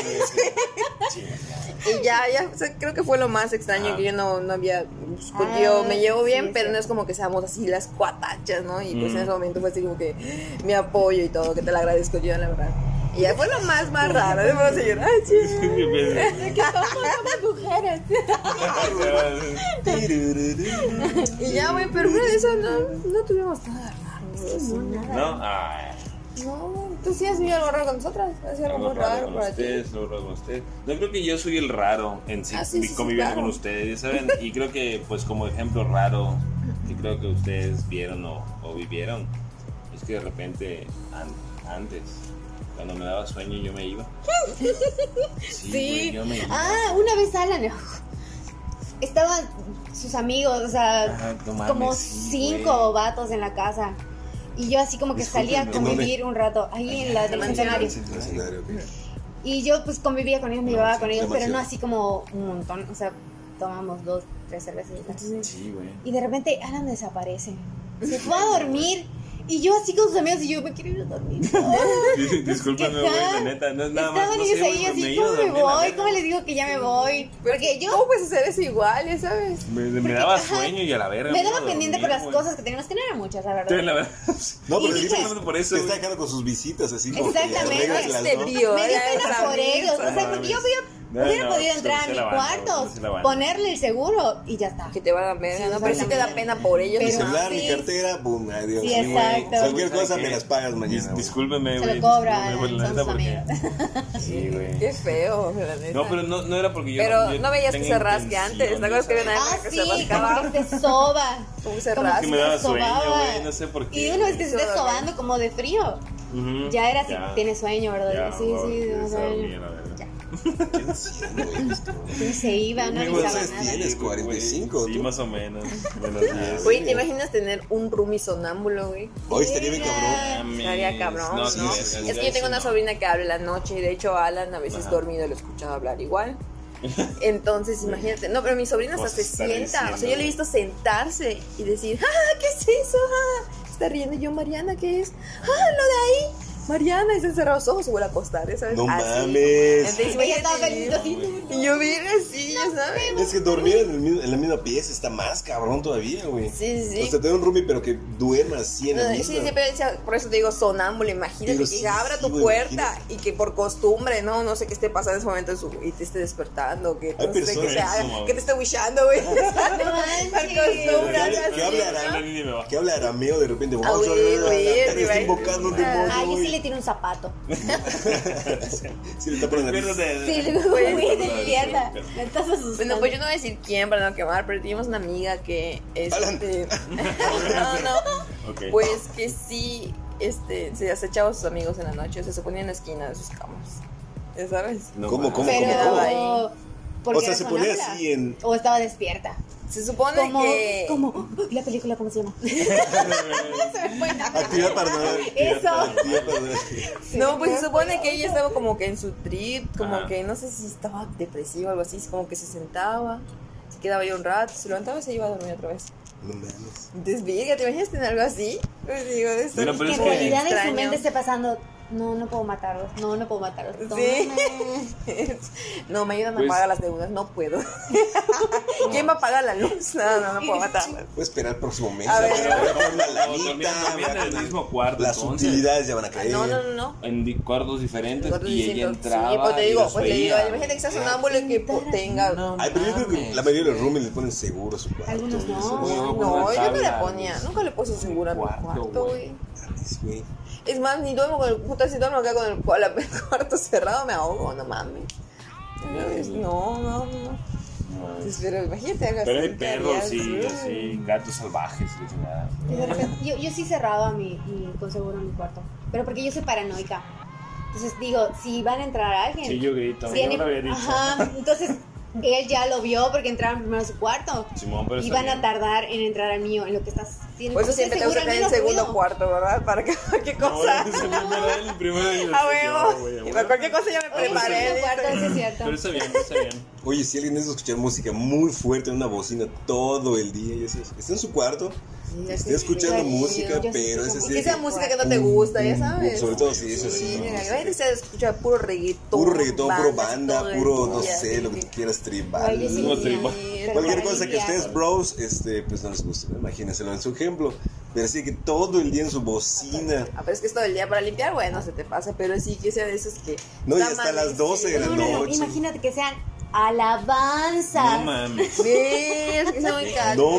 Speaker 2: no? Y ya, o sea, creo que fue lo más extraño que yo no había. Pues, con Gio me llevo bien,
Speaker 4: sí,
Speaker 2: pero
Speaker 4: sí.
Speaker 2: no es como que seamos así las cuatachas, ¿no? Y pues en ese momento fue así como que mi apoyo y todo, que te lo agradezco yo, la verdad. Y ya fue lo más raro. De verdad, señor. Ay, chido.
Speaker 4: Que somos mujeres.
Speaker 2: Y ya, güey, pero fuera de eso no tuvimos nada raro, güey. así.
Speaker 3: ¿No? Ay.
Speaker 2: No, tú sí has vivido algo raro con nosotras. Has sido algo muy raro
Speaker 3: con
Speaker 2: para ti.
Speaker 3: ustedes, algo raro con ustedes. No creo que yo soy el raro en sí,
Speaker 2: Ah, sí,
Speaker 3: conviviendo
Speaker 2: claro.
Speaker 3: con ustedes, ¿saben? Y creo que, pues, como ejemplo raro, que creo que ustedes vieron o vivieron, es que de repente, antes, cuando me daba sueño, yo me iba. Sí, güey, yo me iba.
Speaker 4: Ah, una vez Alan. Estaban sus amigos, o sea,
Speaker 3: Ajá, no mames,
Speaker 4: como
Speaker 3: sí,
Speaker 4: 5
Speaker 3: güey.
Speaker 4: vatos en la casa. Y yo así como que salía a
Speaker 1: Discúlpenme,
Speaker 4: convivir un rato, ahí en la del centenario.
Speaker 1: Escenario, ok.
Speaker 4: Y yo pues convivía con ellos, me llevaba con ellos, pero no
Speaker 1: Demasiado.
Speaker 4: así como un montón, o sea, tomamos 2, 3 cervezas.
Speaker 3: Sí, güey.
Speaker 4: Y de repente Alan desaparece. Se fue a dormir. Y yo así con sus amigos y yo me quiero ir a dormir.
Speaker 3: Discúlpame, güey, la neta. No es nada más.
Speaker 4: Estaban
Speaker 3: No
Speaker 4: ellos
Speaker 3: sé,
Speaker 4: ahí
Speaker 3: güey,
Speaker 4: así,
Speaker 3: he ido
Speaker 4: ¿cómo
Speaker 3: a
Speaker 4: me
Speaker 3: dormir, la
Speaker 4: voy?
Speaker 3: neta.
Speaker 4: ¿Cómo les digo que ya me voy? Porque yo
Speaker 2: ¿Cómo puedes hacer eso igual, ya sabes?
Speaker 3: Me daba sueño y a la verga.
Speaker 4: me
Speaker 3: iba a
Speaker 4: daba pendiente por
Speaker 3: dormir,
Speaker 4: las
Speaker 3: güey.
Speaker 4: cosas que teníamos, que no eran muchas, la verdad.
Speaker 3: Sí, la verdad.
Speaker 1: No, pero
Speaker 4: Y
Speaker 1: el
Speaker 4: dije-
Speaker 1: tipo
Speaker 3: por eso,
Speaker 1: te está
Speaker 3: güey.
Speaker 1: dejando con sus visitas así como que
Speaker 4: Exactamente.
Speaker 1: arréglaselas, ¿no?
Speaker 2: Este tío,
Speaker 4: Me dio
Speaker 2: ya
Speaker 4: pena
Speaker 2: sabes,
Speaker 4: por ellos, o sea,
Speaker 3: no
Speaker 4: porque yo
Speaker 3: mames.
Speaker 4: hubiera
Speaker 3: No,
Speaker 4: podido
Speaker 3: no,
Speaker 4: entrar a
Speaker 3: sí
Speaker 4: mi
Speaker 3: la banda,
Speaker 4: cuarto,
Speaker 3: sí la banda.
Speaker 4: ponerle el seguro y ya está.
Speaker 2: Que te van a ver,
Speaker 4: Sí,
Speaker 2: ¿no? Pero sí te da
Speaker 4: exactamente.
Speaker 2: pena por ellos.
Speaker 1: Mi
Speaker 4: Pero-
Speaker 1: celular, mi
Speaker 4: sí.
Speaker 1: cartera, boom, adiós.
Speaker 4: Sí,
Speaker 1: güey.
Speaker 4: exacto.
Speaker 1: Cualquier
Speaker 3: ¿Sabes
Speaker 1: cosa
Speaker 3: qué?
Speaker 1: me las pagas mañana. güey.
Speaker 3: Discúlpeme,
Speaker 4: Se
Speaker 3: güey.
Speaker 4: lo cobran,
Speaker 3: discúlpeme,
Speaker 4: son
Speaker 3: la neta,
Speaker 4: sus
Speaker 3: porque-
Speaker 4: amigos.
Speaker 3: Sí, güey.
Speaker 2: Qué feo, la neta.
Speaker 3: No, pero no era porque yo.
Speaker 2: Pero
Speaker 3: yo
Speaker 2: no veías que
Speaker 3: tenga
Speaker 2: se rasque antes, ¿te
Speaker 3: intención
Speaker 2: acuerdas
Speaker 3: de
Speaker 2: que había una
Speaker 4: Ah,
Speaker 2: época que
Speaker 4: sí,
Speaker 2: se rascaba?
Speaker 4: como que se soba.
Speaker 2: Como se
Speaker 4: como
Speaker 2: rasca.
Speaker 3: Que me daba
Speaker 4: se
Speaker 3: sueño,
Speaker 4: sobaba.
Speaker 3: güey, no sé por qué.
Speaker 4: Y una vez que se esté
Speaker 2: Eso,
Speaker 4: sobando como de frío,
Speaker 3: Ujú,
Speaker 4: ya era así,
Speaker 3: ya.
Speaker 4: tiene sueño, ¿verdad?
Speaker 3: Ya,
Speaker 4: Sí,
Speaker 3: güey,
Speaker 4: sí,
Speaker 3: ya
Speaker 4: tiene
Speaker 3: estaba bien,
Speaker 4: sueño.
Speaker 3: la verdad.
Speaker 4: Ya.
Speaker 1: ¿Qué decían, güey? Esto?
Speaker 4: Sí, se iba, no
Speaker 1: Amigo,
Speaker 4: avisaba
Speaker 1: ¿sabes?
Speaker 4: nada.
Speaker 1: Tienes 45,
Speaker 3: Sí,
Speaker 1: ¿tú?
Speaker 3: más o menos. Buenos días.
Speaker 2: Güey, ¿te imaginas tener un roomie sonámbulo, güey?
Speaker 1: Hoy estaría bien cabrón.
Speaker 3: Mames.
Speaker 2: Estaría cabrón, ¿no?
Speaker 3: sí, sí, sí,
Speaker 2: Es que yo tengo una
Speaker 3: no.
Speaker 2: sobrina que habla en la noche y de hecho Alan a veces
Speaker 3: Ajá.
Speaker 2: dormido lo escuchaba hablar igual. Entonces, imagínate, no, pero mi sobrina hasta
Speaker 3: Pues
Speaker 2: se
Speaker 3: estará
Speaker 2: sienta, o sea,
Speaker 3: diciendo,
Speaker 2: yo le he visto sentarse y decir, ¡ah, qué es eso! ¡Ah! Está riendo y yo, Mariana, ¿qué es? ¡Ah, lo de ahí! Mariana, y se cerró los ojos, se vuelve a acostar, ¿sabes?
Speaker 1: No
Speaker 2: Así.
Speaker 1: mames.
Speaker 2: Entonces,
Speaker 4: Ella estaba
Speaker 2: imagínate,
Speaker 4: feliz así.
Speaker 2: y yo bien así, ya sabes.
Speaker 1: Es que dormir en la misma pieza está más cabrón todavía, güey.
Speaker 2: Sí, sí.
Speaker 1: O sea, tener un roomie pero que duerma así en la
Speaker 2: Sí,
Speaker 1: misma.
Speaker 2: siempre decía, por eso te digo sonámbulo, imagínate
Speaker 1: Pero
Speaker 2: que
Speaker 1: sí,
Speaker 2: abra
Speaker 1: sí,
Speaker 2: tu
Speaker 1: güey,
Speaker 2: puerta
Speaker 1: imagínate.
Speaker 2: y que por costumbre, no sé qué esté pasando en ese momento y te esté despertando, que
Speaker 1: Hay
Speaker 2: no sé qué
Speaker 1: personas
Speaker 2: se haga,
Speaker 3: eso,
Speaker 2: que te esté wishando, güey.
Speaker 4: No
Speaker 2: Por
Speaker 4: manches.
Speaker 2: costumbre, algo
Speaker 1: ¿Qué
Speaker 2: así,
Speaker 1: hablará?
Speaker 2: ¿no?
Speaker 1: Que habla arameo de repente.
Speaker 2: Ah, güey,
Speaker 1: Está invocando un demonio.
Speaker 4: Ah, yo sí
Speaker 1: güey.
Speaker 4: le tiro un zapato.
Speaker 1: Sí, le tapa la nariz.
Speaker 4: Sí, le digo,
Speaker 2: Güey,
Speaker 4: güey,
Speaker 2: sí,
Speaker 4: despierta. Me estás asustando.
Speaker 2: Bueno, pues yo no voy a decir quién para no quemar, pero teníamos una amiga que
Speaker 1: Alan.
Speaker 2: no,
Speaker 3: Ok.
Speaker 2: pues que sí, se acechaba a sus amigos en la noche, o sea, se ponía en la esquina de sus camas, ¿ya sabes?
Speaker 3: No
Speaker 1: ¿Cómo,
Speaker 3: mames.
Speaker 1: cómo,
Speaker 2: Pero-
Speaker 4: Pero, ¿por
Speaker 1: O
Speaker 4: qué
Speaker 1: sea,
Speaker 4: era
Speaker 1: se ponía
Speaker 4: sonámbula?
Speaker 1: así en.
Speaker 4: ¿O estaba despierta?
Speaker 2: Se supone que...
Speaker 4: Como la película, ¿cómo se llama?
Speaker 1: Actividad paranormal.
Speaker 4: Eso.
Speaker 1: Actividad paranormal.
Speaker 2: No, pues se supone que ella estaba como que en su trip, como
Speaker 3: Ajá.
Speaker 2: que no sé si estaba depresiva o algo así, como que se sentaba, se quedaba ahí un rato, se levantaba y se iba a dormir otra vez.
Speaker 1: No mames.
Speaker 2: Desvirga, ¿te imaginas tener algo así? Pues digo, esto
Speaker 3: Bueno, pero
Speaker 4: Que
Speaker 3: es
Speaker 4: en
Speaker 3: que-
Speaker 4: realidad en su
Speaker 2: extraño.
Speaker 4: mente esté pasando, no puedo matarlos, no puedo matarlos.
Speaker 2: Sí.
Speaker 4: Tómame.
Speaker 2: No, me ayudan a
Speaker 3: Pues-
Speaker 2: pagar las deudas, no puedo. ¿Quién va a pagar la luz? No puedo matarlas.
Speaker 1: Voy a esperar el próximo mes.
Speaker 2: A ver.
Speaker 1: Voy a poner una
Speaker 3: No,
Speaker 1: lanita.
Speaker 3: dormían en el mismo cuarto.
Speaker 1: Las
Speaker 3: entonces,
Speaker 1: utilidades ya van a caer.
Speaker 2: No.
Speaker 3: En cuartos diferentes
Speaker 2: Cuartos
Speaker 3: y ella
Speaker 2: distintos.
Speaker 3: entraba.
Speaker 2: Sí, pues te
Speaker 3: y
Speaker 2: digo,
Speaker 3: los
Speaker 2: pues le digo,
Speaker 3: veía.
Speaker 2: imagínate que seas sonámbulo y que tenga.
Speaker 3: No,
Speaker 1: Ay, pero yo creo que
Speaker 3: mames.
Speaker 1: la mayoría de los roomies les ponen seguro a su cuarto.
Speaker 4: Algunos no.
Speaker 1: Eso,
Speaker 3: Uy,
Speaker 1: güey.
Speaker 3: voy a poner
Speaker 2: No,
Speaker 3: una
Speaker 2: yo no le
Speaker 3: tabla,
Speaker 2: ponía,
Speaker 3: güey.
Speaker 2: nunca le puse seguro a mi
Speaker 3: Cuarto,
Speaker 2: cuarto,
Speaker 3: güey.
Speaker 2: güey.
Speaker 1: Mames, güey.
Speaker 2: Es más, ni duermo con el puta, si duermo acá con el cuarto cerrado me ahogo, no mames. No. Pues, pero imagínate algo
Speaker 3: Pero hay
Speaker 2: así,
Speaker 3: perros,
Speaker 2: harías,
Speaker 3: sí, así, gatos salvajes. y chingada.
Speaker 4: Y de repente, yo sí cerraba con seguro mi cuarto, pero porque yo soy paranoica. Entonces digo, si van a entrar a alguien,
Speaker 3: Sí, yo grito.
Speaker 4: tiene-
Speaker 3: Yo lo había dicho.
Speaker 4: ajá, entonces él ya lo vio porque entraron primero a su cuarto
Speaker 3: Simón, pero
Speaker 4: y
Speaker 3: está
Speaker 4: van a
Speaker 3: bien.
Speaker 4: tardar en entrar al mío, en lo que estás haciendo.
Speaker 2: Por eso siempre te gusta tener el segundo cuarto, ¿verdad? Para que cualquier
Speaker 3: No,
Speaker 2: cosa.
Speaker 3: es el primero él, el primero él.
Speaker 2: A
Speaker 3: Yo,
Speaker 2: huevo.
Speaker 3: güey, a
Speaker 2: Y
Speaker 3: huevo.
Speaker 2: para cualquier cosa ya me preparé.
Speaker 4: El cuarto, eso es cierto.
Speaker 3: Pero está bien.
Speaker 1: Oye, si alguien necesita escuchar música muy fuerte en una bocina todo el día, y eso, está en su cuarto, está escuchando
Speaker 2: sí,
Speaker 1: música,
Speaker 4: yo sí
Speaker 1: pero
Speaker 4: escucho
Speaker 1: es
Speaker 2: Y
Speaker 1: así.
Speaker 2: que sea música que no te gusta, ya sabes.
Speaker 1: Sobre todo si es así. ¿no?
Speaker 2: Imagínate que se escucha puro reggaetón.
Speaker 1: Puro reggaetón, puro
Speaker 2: bandas
Speaker 1: banda,
Speaker 2: todo el
Speaker 1: puro, no
Speaker 2: día,
Speaker 1: sé,
Speaker 2: sí.
Speaker 1: lo que quieras,
Speaker 4: Ay,
Speaker 1: tribal.
Speaker 4: yo sí
Speaker 3: No,
Speaker 4: diría,
Speaker 3: tribal.
Speaker 4: pero
Speaker 1: Cualquier
Speaker 4: para
Speaker 1: cosa que
Speaker 4: limpiar.
Speaker 1: ustedes, bros, pues no les guste, ¿no? Imagínenselo en su ejemplo. Pero así que todo el día en su bocina.
Speaker 2: Ah, pero es que es todo el día para limpiar, bueno, se te pasa, pero sí que sea de esos que...
Speaker 1: No, y hasta las 12 de la
Speaker 4: No,
Speaker 1: noche.
Speaker 4: imagínate que sean alabanzas.
Speaker 3: No mames.
Speaker 2: ¿Ves? Que sea muy
Speaker 1: No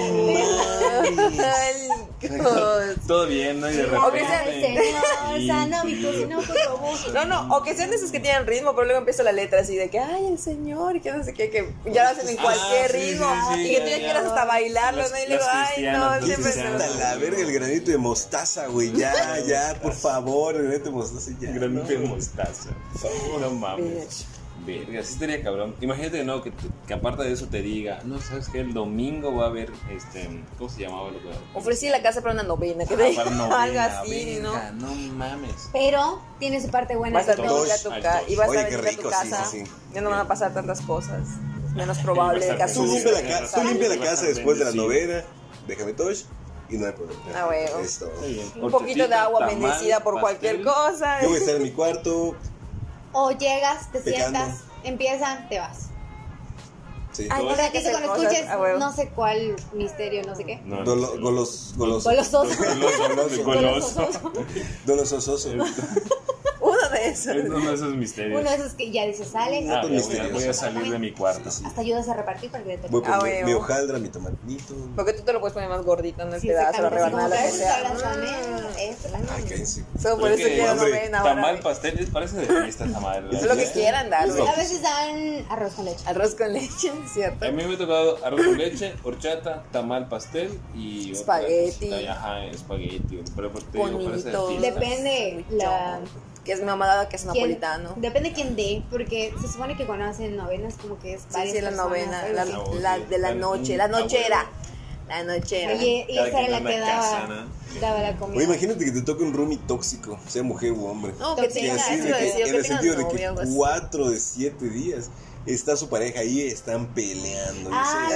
Speaker 2: católicos.
Speaker 3: Todo bien, ¿no? Y de
Speaker 2: O que sea-
Speaker 4: Ay,
Speaker 3: repente.
Speaker 4: Señor, sana mi cocina, por favor.
Speaker 2: No, o que sean de esos que tienen ritmo, pero luego empieza la letra así de que, ay, el señor, y que no sé qué, que ya lo hacen en cualquier
Speaker 3: sí,
Speaker 2: ritmo,
Speaker 3: sí, sí,
Speaker 2: y que tú ya
Speaker 3: ya.
Speaker 2: quieras hasta bailarlo,
Speaker 3: Las-
Speaker 2: ¿no? Y luego,
Speaker 3: las
Speaker 2: ay,
Speaker 3: cristianas,
Speaker 2: no,
Speaker 3: las
Speaker 2: siempre
Speaker 3: cristianas.
Speaker 1: Hasta la verga el granito de mostaza, güey. Ya, por favor, el granito de mostaza, ya.
Speaker 3: Granito de
Speaker 1: no.
Speaker 3: mostaza. No mames. Verga, sí estaría cabrón. Imagínate, no, que aparte de eso te diga, no, ¿sabes qué? El domingo va a haber, ¿cómo se llamaba?
Speaker 2: Ofrecí la casa para una novena, que te
Speaker 3: Para
Speaker 2: diga
Speaker 3: novena,
Speaker 2: algo así, ¿no?
Speaker 3: verga, No mames.
Speaker 4: Pero tiene su parte buena.
Speaker 2: Vas a
Speaker 4: de
Speaker 3: Todos,
Speaker 2: venir a tu
Speaker 3: al
Speaker 2: casa
Speaker 3: todos.
Speaker 2: y vas
Speaker 1: Oye,
Speaker 2: a
Speaker 1: qué
Speaker 2: venir a tu
Speaker 1: rico, sí,
Speaker 2: casa.
Speaker 1: sí, sí.
Speaker 2: Ya no van a pasar tantas cosas. menos probable de que
Speaker 1: Tú
Speaker 2: asuste.
Speaker 1: limpia la casa después de la novena, déjame touch y no hay problema.
Speaker 2: Ah, huevo.
Speaker 1: Es todo.
Speaker 2: Un poquito de agua
Speaker 3: Tamal,
Speaker 2: bendecida por cualquier
Speaker 3: pastel.
Speaker 2: cosa.
Speaker 1: Yo voy a estar en mi cuarto.
Speaker 4: O llegas, te
Speaker 1: Pecando.
Speaker 4: sientas, empiezan, te vas.
Speaker 1: Sí.
Speaker 2: Ay,
Speaker 4: O sea, que
Speaker 2: hacer
Speaker 4: cuando
Speaker 2: cosas,
Speaker 4: escuches
Speaker 2: a huevo.
Speaker 4: no sé cuál misterio, no sé qué.
Speaker 3: No,
Speaker 1: Goloso.
Speaker 4: Golososo.
Speaker 3: Goloso.
Speaker 1: Dolososo.
Speaker 2: Uno de esos.
Speaker 3: Es uno de esos misterios.
Speaker 4: Uno de esos que ya dices, sales,
Speaker 3: Ah,
Speaker 1: misterioso.
Speaker 3: voy a salir de mi cuarto.
Speaker 1: Sí.
Speaker 4: hasta ayudas a repartir para que te
Speaker 1: Voy a
Speaker 2: Ah,
Speaker 1: poner mi
Speaker 2: huevo.
Speaker 1: hojaldra, mi tomatito.
Speaker 2: Porque tú te lo puedes poner más gordito en el
Speaker 4: Sí,
Speaker 2: pedazo, la
Speaker 4: exactamente,
Speaker 2: rebanada, lo que
Speaker 4: como
Speaker 2: sea.
Speaker 4: que eso,
Speaker 1: Ay, cállense.
Speaker 2: Solo por eso
Speaker 3: Porque,
Speaker 2: quiero
Speaker 1: hombre,
Speaker 2: novena ahora.
Speaker 3: Tamal, pastel, parece de fiesta tamal.
Speaker 1: Es
Speaker 2: Es lo que quieran dar.
Speaker 1: Es lo-
Speaker 4: A veces dan arroz con leche.
Speaker 2: Arroz con leche, ¿cierto?
Speaker 3: A mí me ha tocado arroz con leche, horchata, tamal, pastel y otra
Speaker 2: Espagueti.
Speaker 3: cosita. Ajá, espagueti. Pero te digo, parece de
Speaker 2: Bonito.
Speaker 3: fiesta.
Speaker 4: Depende la
Speaker 2: Que es mi mamá dada que es
Speaker 4: quién-
Speaker 2: napolitano.
Speaker 4: Depende quién dé, porque se supone que cuando hacen novenas como que es
Speaker 2: Sí,
Speaker 4: varias
Speaker 2: sí, la
Speaker 4: personas,
Speaker 2: novena,
Speaker 4: algo
Speaker 2: la,
Speaker 4: así.
Speaker 3: No,
Speaker 2: la
Speaker 3: sí.
Speaker 2: de la noche, la nochera. La nochera.
Speaker 4: Y
Speaker 3: Cada
Speaker 4: esa era
Speaker 3: quien
Speaker 4: la
Speaker 3: en
Speaker 4: que
Speaker 3: la
Speaker 4: daba,
Speaker 3: casa, ¿no?
Speaker 4: daba la comida.
Speaker 1: Oye, imagínate que te toque un roomie tóxico, sea mujer u hombre.
Speaker 2: No, que
Speaker 4: Tóxica,
Speaker 1: Que
Speaker 2: tenga,
Speaker 1: así
Speaker 2: eso
Speaker 1: de
Speaker 2: lo
Speaker 1: que,
Speaker 2: decía,
Speaker 1: en
Speaker 2: que
Speaker 1: el
Speaker 2: tenga
Speaker 1: sentido de
Speaker 2: novio,
Speaker 1: que
Speaker 2: algo así.
Speaker 1: 4 de 7 días está su pareja ahí, están peleando.
Speaker 4: Ah,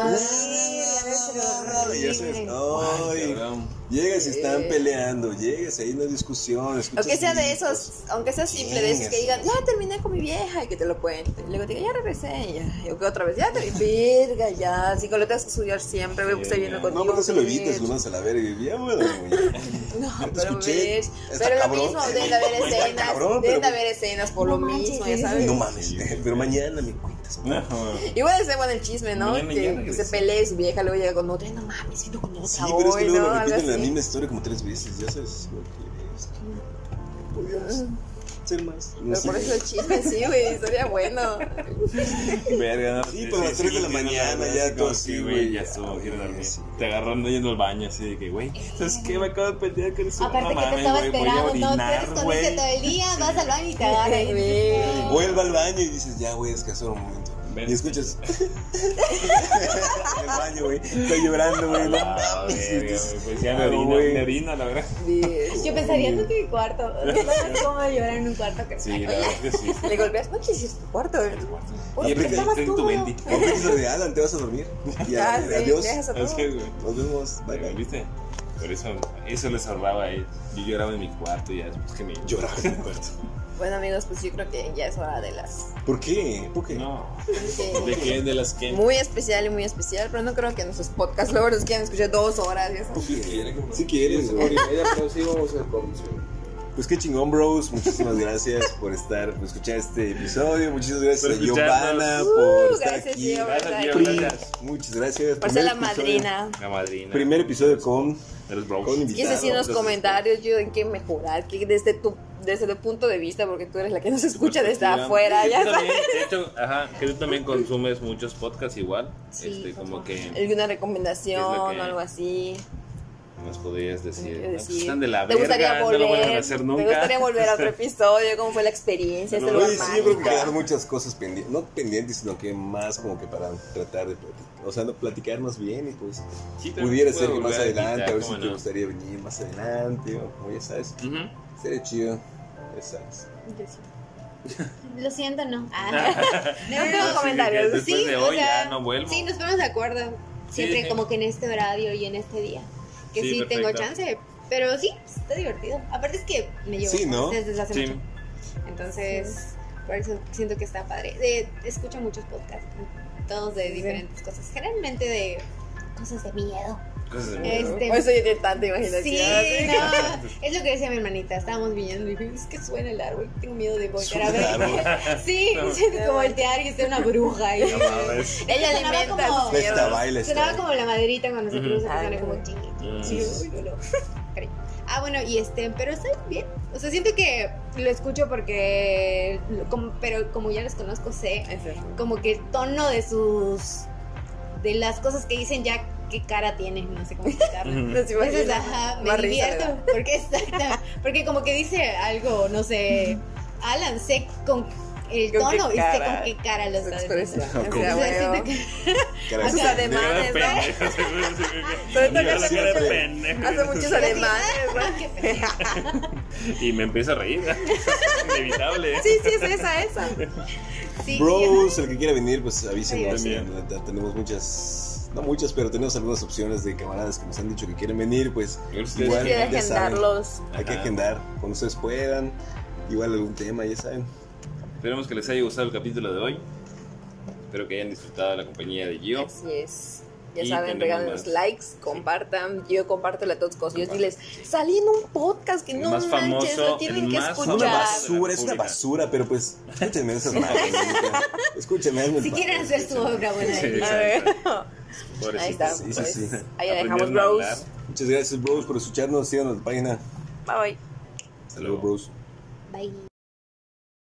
Speaker 1: Y ya sabes, ay,
Speaker 3: Cabrón.
Speaker 1: llegas y están
Speaker 2: Sí.
Speaker 1: peleando, llegas ahí una discusión.
Speaker 2: Aunque sea de
Speaker 1: gritos.
Speaker 2: esos, aunque sea simple, de esos que digan, ya terminé con mi vieja y que te lo cuente. Y luego te diga, ya regresé, y ya. Y otra vez, ya te verga, ya. Así que lo tengas que estudiar siempre, güey, porque estoy viendo
Speaker 3: No,
Speaker 2: contigo.
Speaker 1: No, porque se lo evites,
Speaker 2: bitch.
Speaker 1: lo mandas a la verga y ya, bueno, güey.
Speaker 2: No,
Speaker 1: Ya te
Speaker 2: pero
Speaker 1: escuché,
Speaker 2: ves,
Speaker 1: está
Speaker 2: pero lo
Speaker 1: cabrón.
Speaker 2: mismo, deben de haber
Speaker 1: Está
Speaker 2: escenas,
Speaker 1: cabrón,
Speaker 2: deben de
Speaker 1: pero-
Speaker 2: haber escenas por lo
Speaker 4: No
Speaker 2: mismo,
Speaker 4: manches,
Speaker 2: ya sabes.
Speaker 1: No mames, pero mañana me cuentas.
Speaker 3: No.
Speaker 2: Igual es bueno el chisme, ¿no?
Speaker 3: Mañana ya
Speaker 2: Que
Speaker 3: regreso.
Speaker 2: se pelee su vieja, luego llega con otra, y no mames, siento con otra
Speaker 1: Sí, pero es que
Speaker 2: hoy,
Speaker 1: luego
Speaker 2: ¿no?
Speaker 1: lo
Speaker 2: Algo
Speaker 1: repiten la
Speaker 2: así.
Speaker 1: misma historia como 3 veces, ya sabes lo que es. Podríamos ser más. No
Speaker 2: Pero
Speaker 1: sé.
Speaker 2: por eso el chisme, sí, güey, sería bueno.
Speaker 3: Verga, ¿no?
Speaker 1: Sí, pero a las 3 de la mañana ya todo así, güey.
Speaker 3: Ya estuvo, quiero dormir.
Speaker 1: Sí.
Speaker 3: Te agarrando yendo al baño así de que, güey, ¿sabes qué? Me acabo de pelear con eso.
Speaker 4: Aparte que te estaba esperando, no te escondiste todo el día, vas al baño y te agarran.
Speaker 2: Güey.
Speaker 1: Vuelve al baño y dices, ya, güey, descansar un momento.
Speaker 3: Ven.
Speaker 1: Y escuchas. En el baño, güey. Estoy llorando, güey. No
Speaker 3: Ah,
Speaker 1: mames.
Speaker 3: verga,
Speaker 1: Dices,
Speaker 3: güey, pues ya
Speaker 1: claro, güey.
Speaker 3: me orina, la verdad.
Speaker 4: Yo pensaría, no tiene cuarto. No es como llorar en un cuarto que
Speaker 3: Sí, la verdad que sí.
Speaker 2: Le golpeas, no quisiste tu cuarto, güey.
Speaker 1: Y
Speaker 3: Prende
Speaker 1: aplica
Speaker 3: tu
Speaker 4: cómodo.
Speaker 3: 20.
Speaker 1: o aplicas la de Alan, te vas a dormir. Y
Speaker 2: Ah, sí,
Speaker 1: adiós.
Speaker 2: dejas a
Speaker 3: ¿Sabes
Speaker 2: todo.
Speaker 3: qué, güey?
Speaker 1: Nos vemos. Bye, bye.
Speaker 3: ¿Viste? Por eso les ahorraba a él. Yo lloraba en mi cuarto y ya después que me
Speaker 1: Lloraba en mi cuarto.
Speaker 2: Bueno, amigos, pues yo creo que ya es hora de las...
Speaker 1: ¿Por qué? ¿Por qué?
Speaker 3: No.
Speaker 2: que-
Speaker 3: ¿De qué? ¿De las qué?
Speaker 2: Muy especial y muy especial, pero no creo que nuestros podcast lovers quieran escuchar 2 horas y eso.
Speaker 1: Si quieres, güey.
Speaker 5: Pero sí vamos a hacer condición.
Speaker 1: Pues qué chingón, bros. Muchísimas gracias por escuchar este episodio. Muchísimas gracias
Speaker 3: Por
Speaker 1: a Giovanna
Speaker 3: escucharnos.
Speaker 1: por estar
Speaker 2: Gracias,
Speaker 1: aquí.
Speaker 2: Gio,
Speaker 3: Gracias, Gio,
Speaker 1: Pri,
Speaker 3: gracias.
Speaker 1: muchas gracias.
Speaker 2: Por ser la
Speaker 1: Primer episodio-
Speaker 2: madrina.
Speaker 3: La madrina.
Speaker 1: Primer episodio con
Speaker 3: de los bros.
Speaker 1: invitado.
Speaker 2: Quieres decir en los
Speaker 3: Gracias.
Speaker 2: comentarios, yo, en qué mejorar, que desde tu punto de vista, porque tú eres la que nos escucha desde
Speaker 3: Perspectiva.
Speaker 2: afuera,
Speaker 3: Tú
Speaker 2: ya
Speaker 3: también,
Speaker 2: sabes.
Speaker 3: de hecho, ajá, que tú también consumes muchos podcasts igual.
Speaker 4: Sí,
Speaker 3: Como que
Speaker 2: ¿Alguna
Speaker 3: ¿Qué
Speaker 2: recomendación
Speaker 3: es lo
Speaker 2: o
Speaker 3: que-
Speaker 2: algo así?
Speaker 3: nos podrías decir.
Speaker 2: ¿Qué
Speaker 3: "No, pues
Speaker 2: decir?
Speaker 3: están de la
Speaker 2: ¿Te gustaría
Speaker 3: verga,
Speaker 2: volver?
Speaker 3: no lo van a hacer nunca.
Speaker 2: ¿Te gustaría volver a otro episodio? ¿Cómo fue la experiencia? Este
Speaker 3: No,
Speaker 2: lugar
Speaker 1: Oye, sí, yo creo que
Speaker 2: mágico?
Speaker 1: quedaron muchas cosas pendientes, no pendientes, sino que más como que para tratar de platicar más bien y pues
Speaker 3: Sí, también
Speaker 1: pudiera
Speaker 3: se
Speaker 1: ser
Speaker 3: puede
Speaker 1: que más
Speaker 3: volver a
Speaker 1: adelante,
Speaker 3: quitar,
Speaker 1: a ver si
Speaker 3: ¿cómo
Speaker 1: te
Speaker 3: no?
Speaker 1: gustaría venir más adelante o como ya sabes,
Speaker 3: Ujú.
Speaker 1: sería chido, ya sabes.
Speaker 4: Lo siento, no.
Speaker 2: No tengo comentarios.
Speaker 3: Después
Speaker 4: Sí,
Speaker 3: de
Speaker 4: o
Speaker 3: hoy
Speaker 4: sea,
Speaker 3: ya no vuelvo.
Speaker 4: Sí, nos ponemos de acuerdo. Siempre
Speaker 3: Sí.
Speaker 4: como que en este horario y en este día. Que
Speaker 3: Sí,
Speaker 4: sí, tengo
Speaker 3: perfecto.
Speaker 4: chance. Pero sí, está divertido. Aparte es que me llevo
Speaker 1: Sí, ¿no?
Speaker 4: desde hace
Speaker 3: Sí.
Speaker 4: mucho. Entonces, por eso siento que está padre. Escucho muchos podcasts, todos de diferentes cosas. Generalmente de cosas de miedo.
Speaker 3: Cosas de miedo.
Speaker 2: Por eso yo tengo tanta imaginación.
Speaker 4: Sí,
Speaker 2: así.
Speaker 4: no, es lo que decía mi hermanita. Estábamos viniendo y dije, es que suena el árbol. Tengo miedo de voltear a
Speaker 1: Suena el
Speaker 4: ver. Sí,
Speaker 3: No.
Speaker 4: siento que voltear y que sea una bruja ahí.
Speaker 3: No mames.
Speaker 2: Ella
Speaker 4: Sonaba
Speaker 2: alimenta
Speaker 4: como-
Speaker 2: sus
Speaker 1: Esta
Speaker 2: miedos.
Speaker 1: baila, esta
Speaker 4: Sonaba
Speaker 1: baila.
Speaker 4: como la maderita cuando se
Speaker 3: Ujú.
Speaker 4: cruza, que
Speaker 2: Ay,
Speaker 4: suena como
Speaker 2: no.
Speaker 4: ching.
Speaker 3: Sí.
Speaker 4: Sí, uy, no. Cariño. Ah, bueno, y pero está bien. O sea, siento que lo escucho porque, pero como ya les conozco, sé
Speaker 2: Es eso.
Speaker 4: como que el tono de las cosas que dicen ya qué cara tienen, no sé cómo explicarlo.
Speaker 3: Ujú.
Speaker 2: No se
Speaker 4: Entonces,
Speaker 2: imagina.
Speaker 4: ajá, me
Speaker 2: Más risa le
Speaker 4: divierto. Porque como que dice algo, no sé, Alan, sé con el
Speaker 2: ¿Con qué
Speaker 4: tono y sé
Speaker 2: cara?
Speaker 4: con qué cara lo
Speaker 2: Se
Speaker 4: está
Speaker 2: expresa.
Speaker 4: diciendo.
Speaker 1: ¿Cómo?
Speaker 2: O sea,
Speaker 4: O sea,
Speaker 2: huevo.
Speaker 4: siento que-
Speaker 1: Caray,
Speaker 2: Sus ademanes, ¿no? Sobre todo que hace
Speaker 1: Siempre.
Speaker 2: hace muchos alemanes, ¿no?
Speaker 4: Qué pendeja.
Speaker 3: Y me empiezo a reír. Inevitable.
Speaker 2: Sí, es esa.
Speaker 4: Sí,
Speaker 1: Bros, el que quiera venir, pues avísenos.
Speaker 3: Ay,
Speaker 1: La neta, tenemos no muchas, pero tenemos algunas opciones de camaradas que nos han dicho que quieren venir, pues
Speaker 3: Ustedes
Speaker 1: igual,
Speaker 2: Quiere
Speaker 1: ya saben,
Speaker 2: agendarlos.
Speaker 1: hay que
Speaker 3: Ajá.
Speaker 1: agendar cuando ustedes puedan, igual algún tema, ya saben.
Speaker 3: Esperemos que les haya gustado el capítulo de hoy. Espero que hayan disfrutado de la compañía de Gio.
Speaker 2: Así es. Ya
Speaker 3: Y
Speaker 2: saben,
Speaker 3: tenemos
Speaker 2: regálenos
Speaker 3: más.
Speaker 2: likes, compartan. Yo compártelo a todos cosillos. Diles, salí en un podcast que
Speaker 3: El
Speaker 2: no
Speaker 3: más
Speaker 2: manches,
Speaker 3: famoso,
Speaker 2: lo tienen
Speaker 3: el
Speaker 2: que
Speaker 3: más
Speaker 2: escuchar.
Speaker 1: Una
Speaker 3: famoso.
Speaker 1: basura, es una basura, pero pues escúchenme esas madres, neta. Escúchenme, hazme el
Speaker 4: Si
Speaker 1: paro,
Speaker 4: quieren hacer su obra buena.
Speaker 3: Sí,
Speaker 2: A ver.
Speaker 3: exacto.
Speaker 2: Ahí está.
Speaker 1: Sí, sí,
Speaker 2: Pues,
Speaker 1: sí.
Speaker 2: ahí la dejamos,
Speaker 3: Aprendieron a
Speaker 2: bros.
Speaker 3: hablar.
Speaker 1: Muchas gracias, bros, por escucharnos. Síganos en la página.
Speaker 2: Bye bye.
Speaker 1: Hasta luego, bros.
Speaker 4: Bye.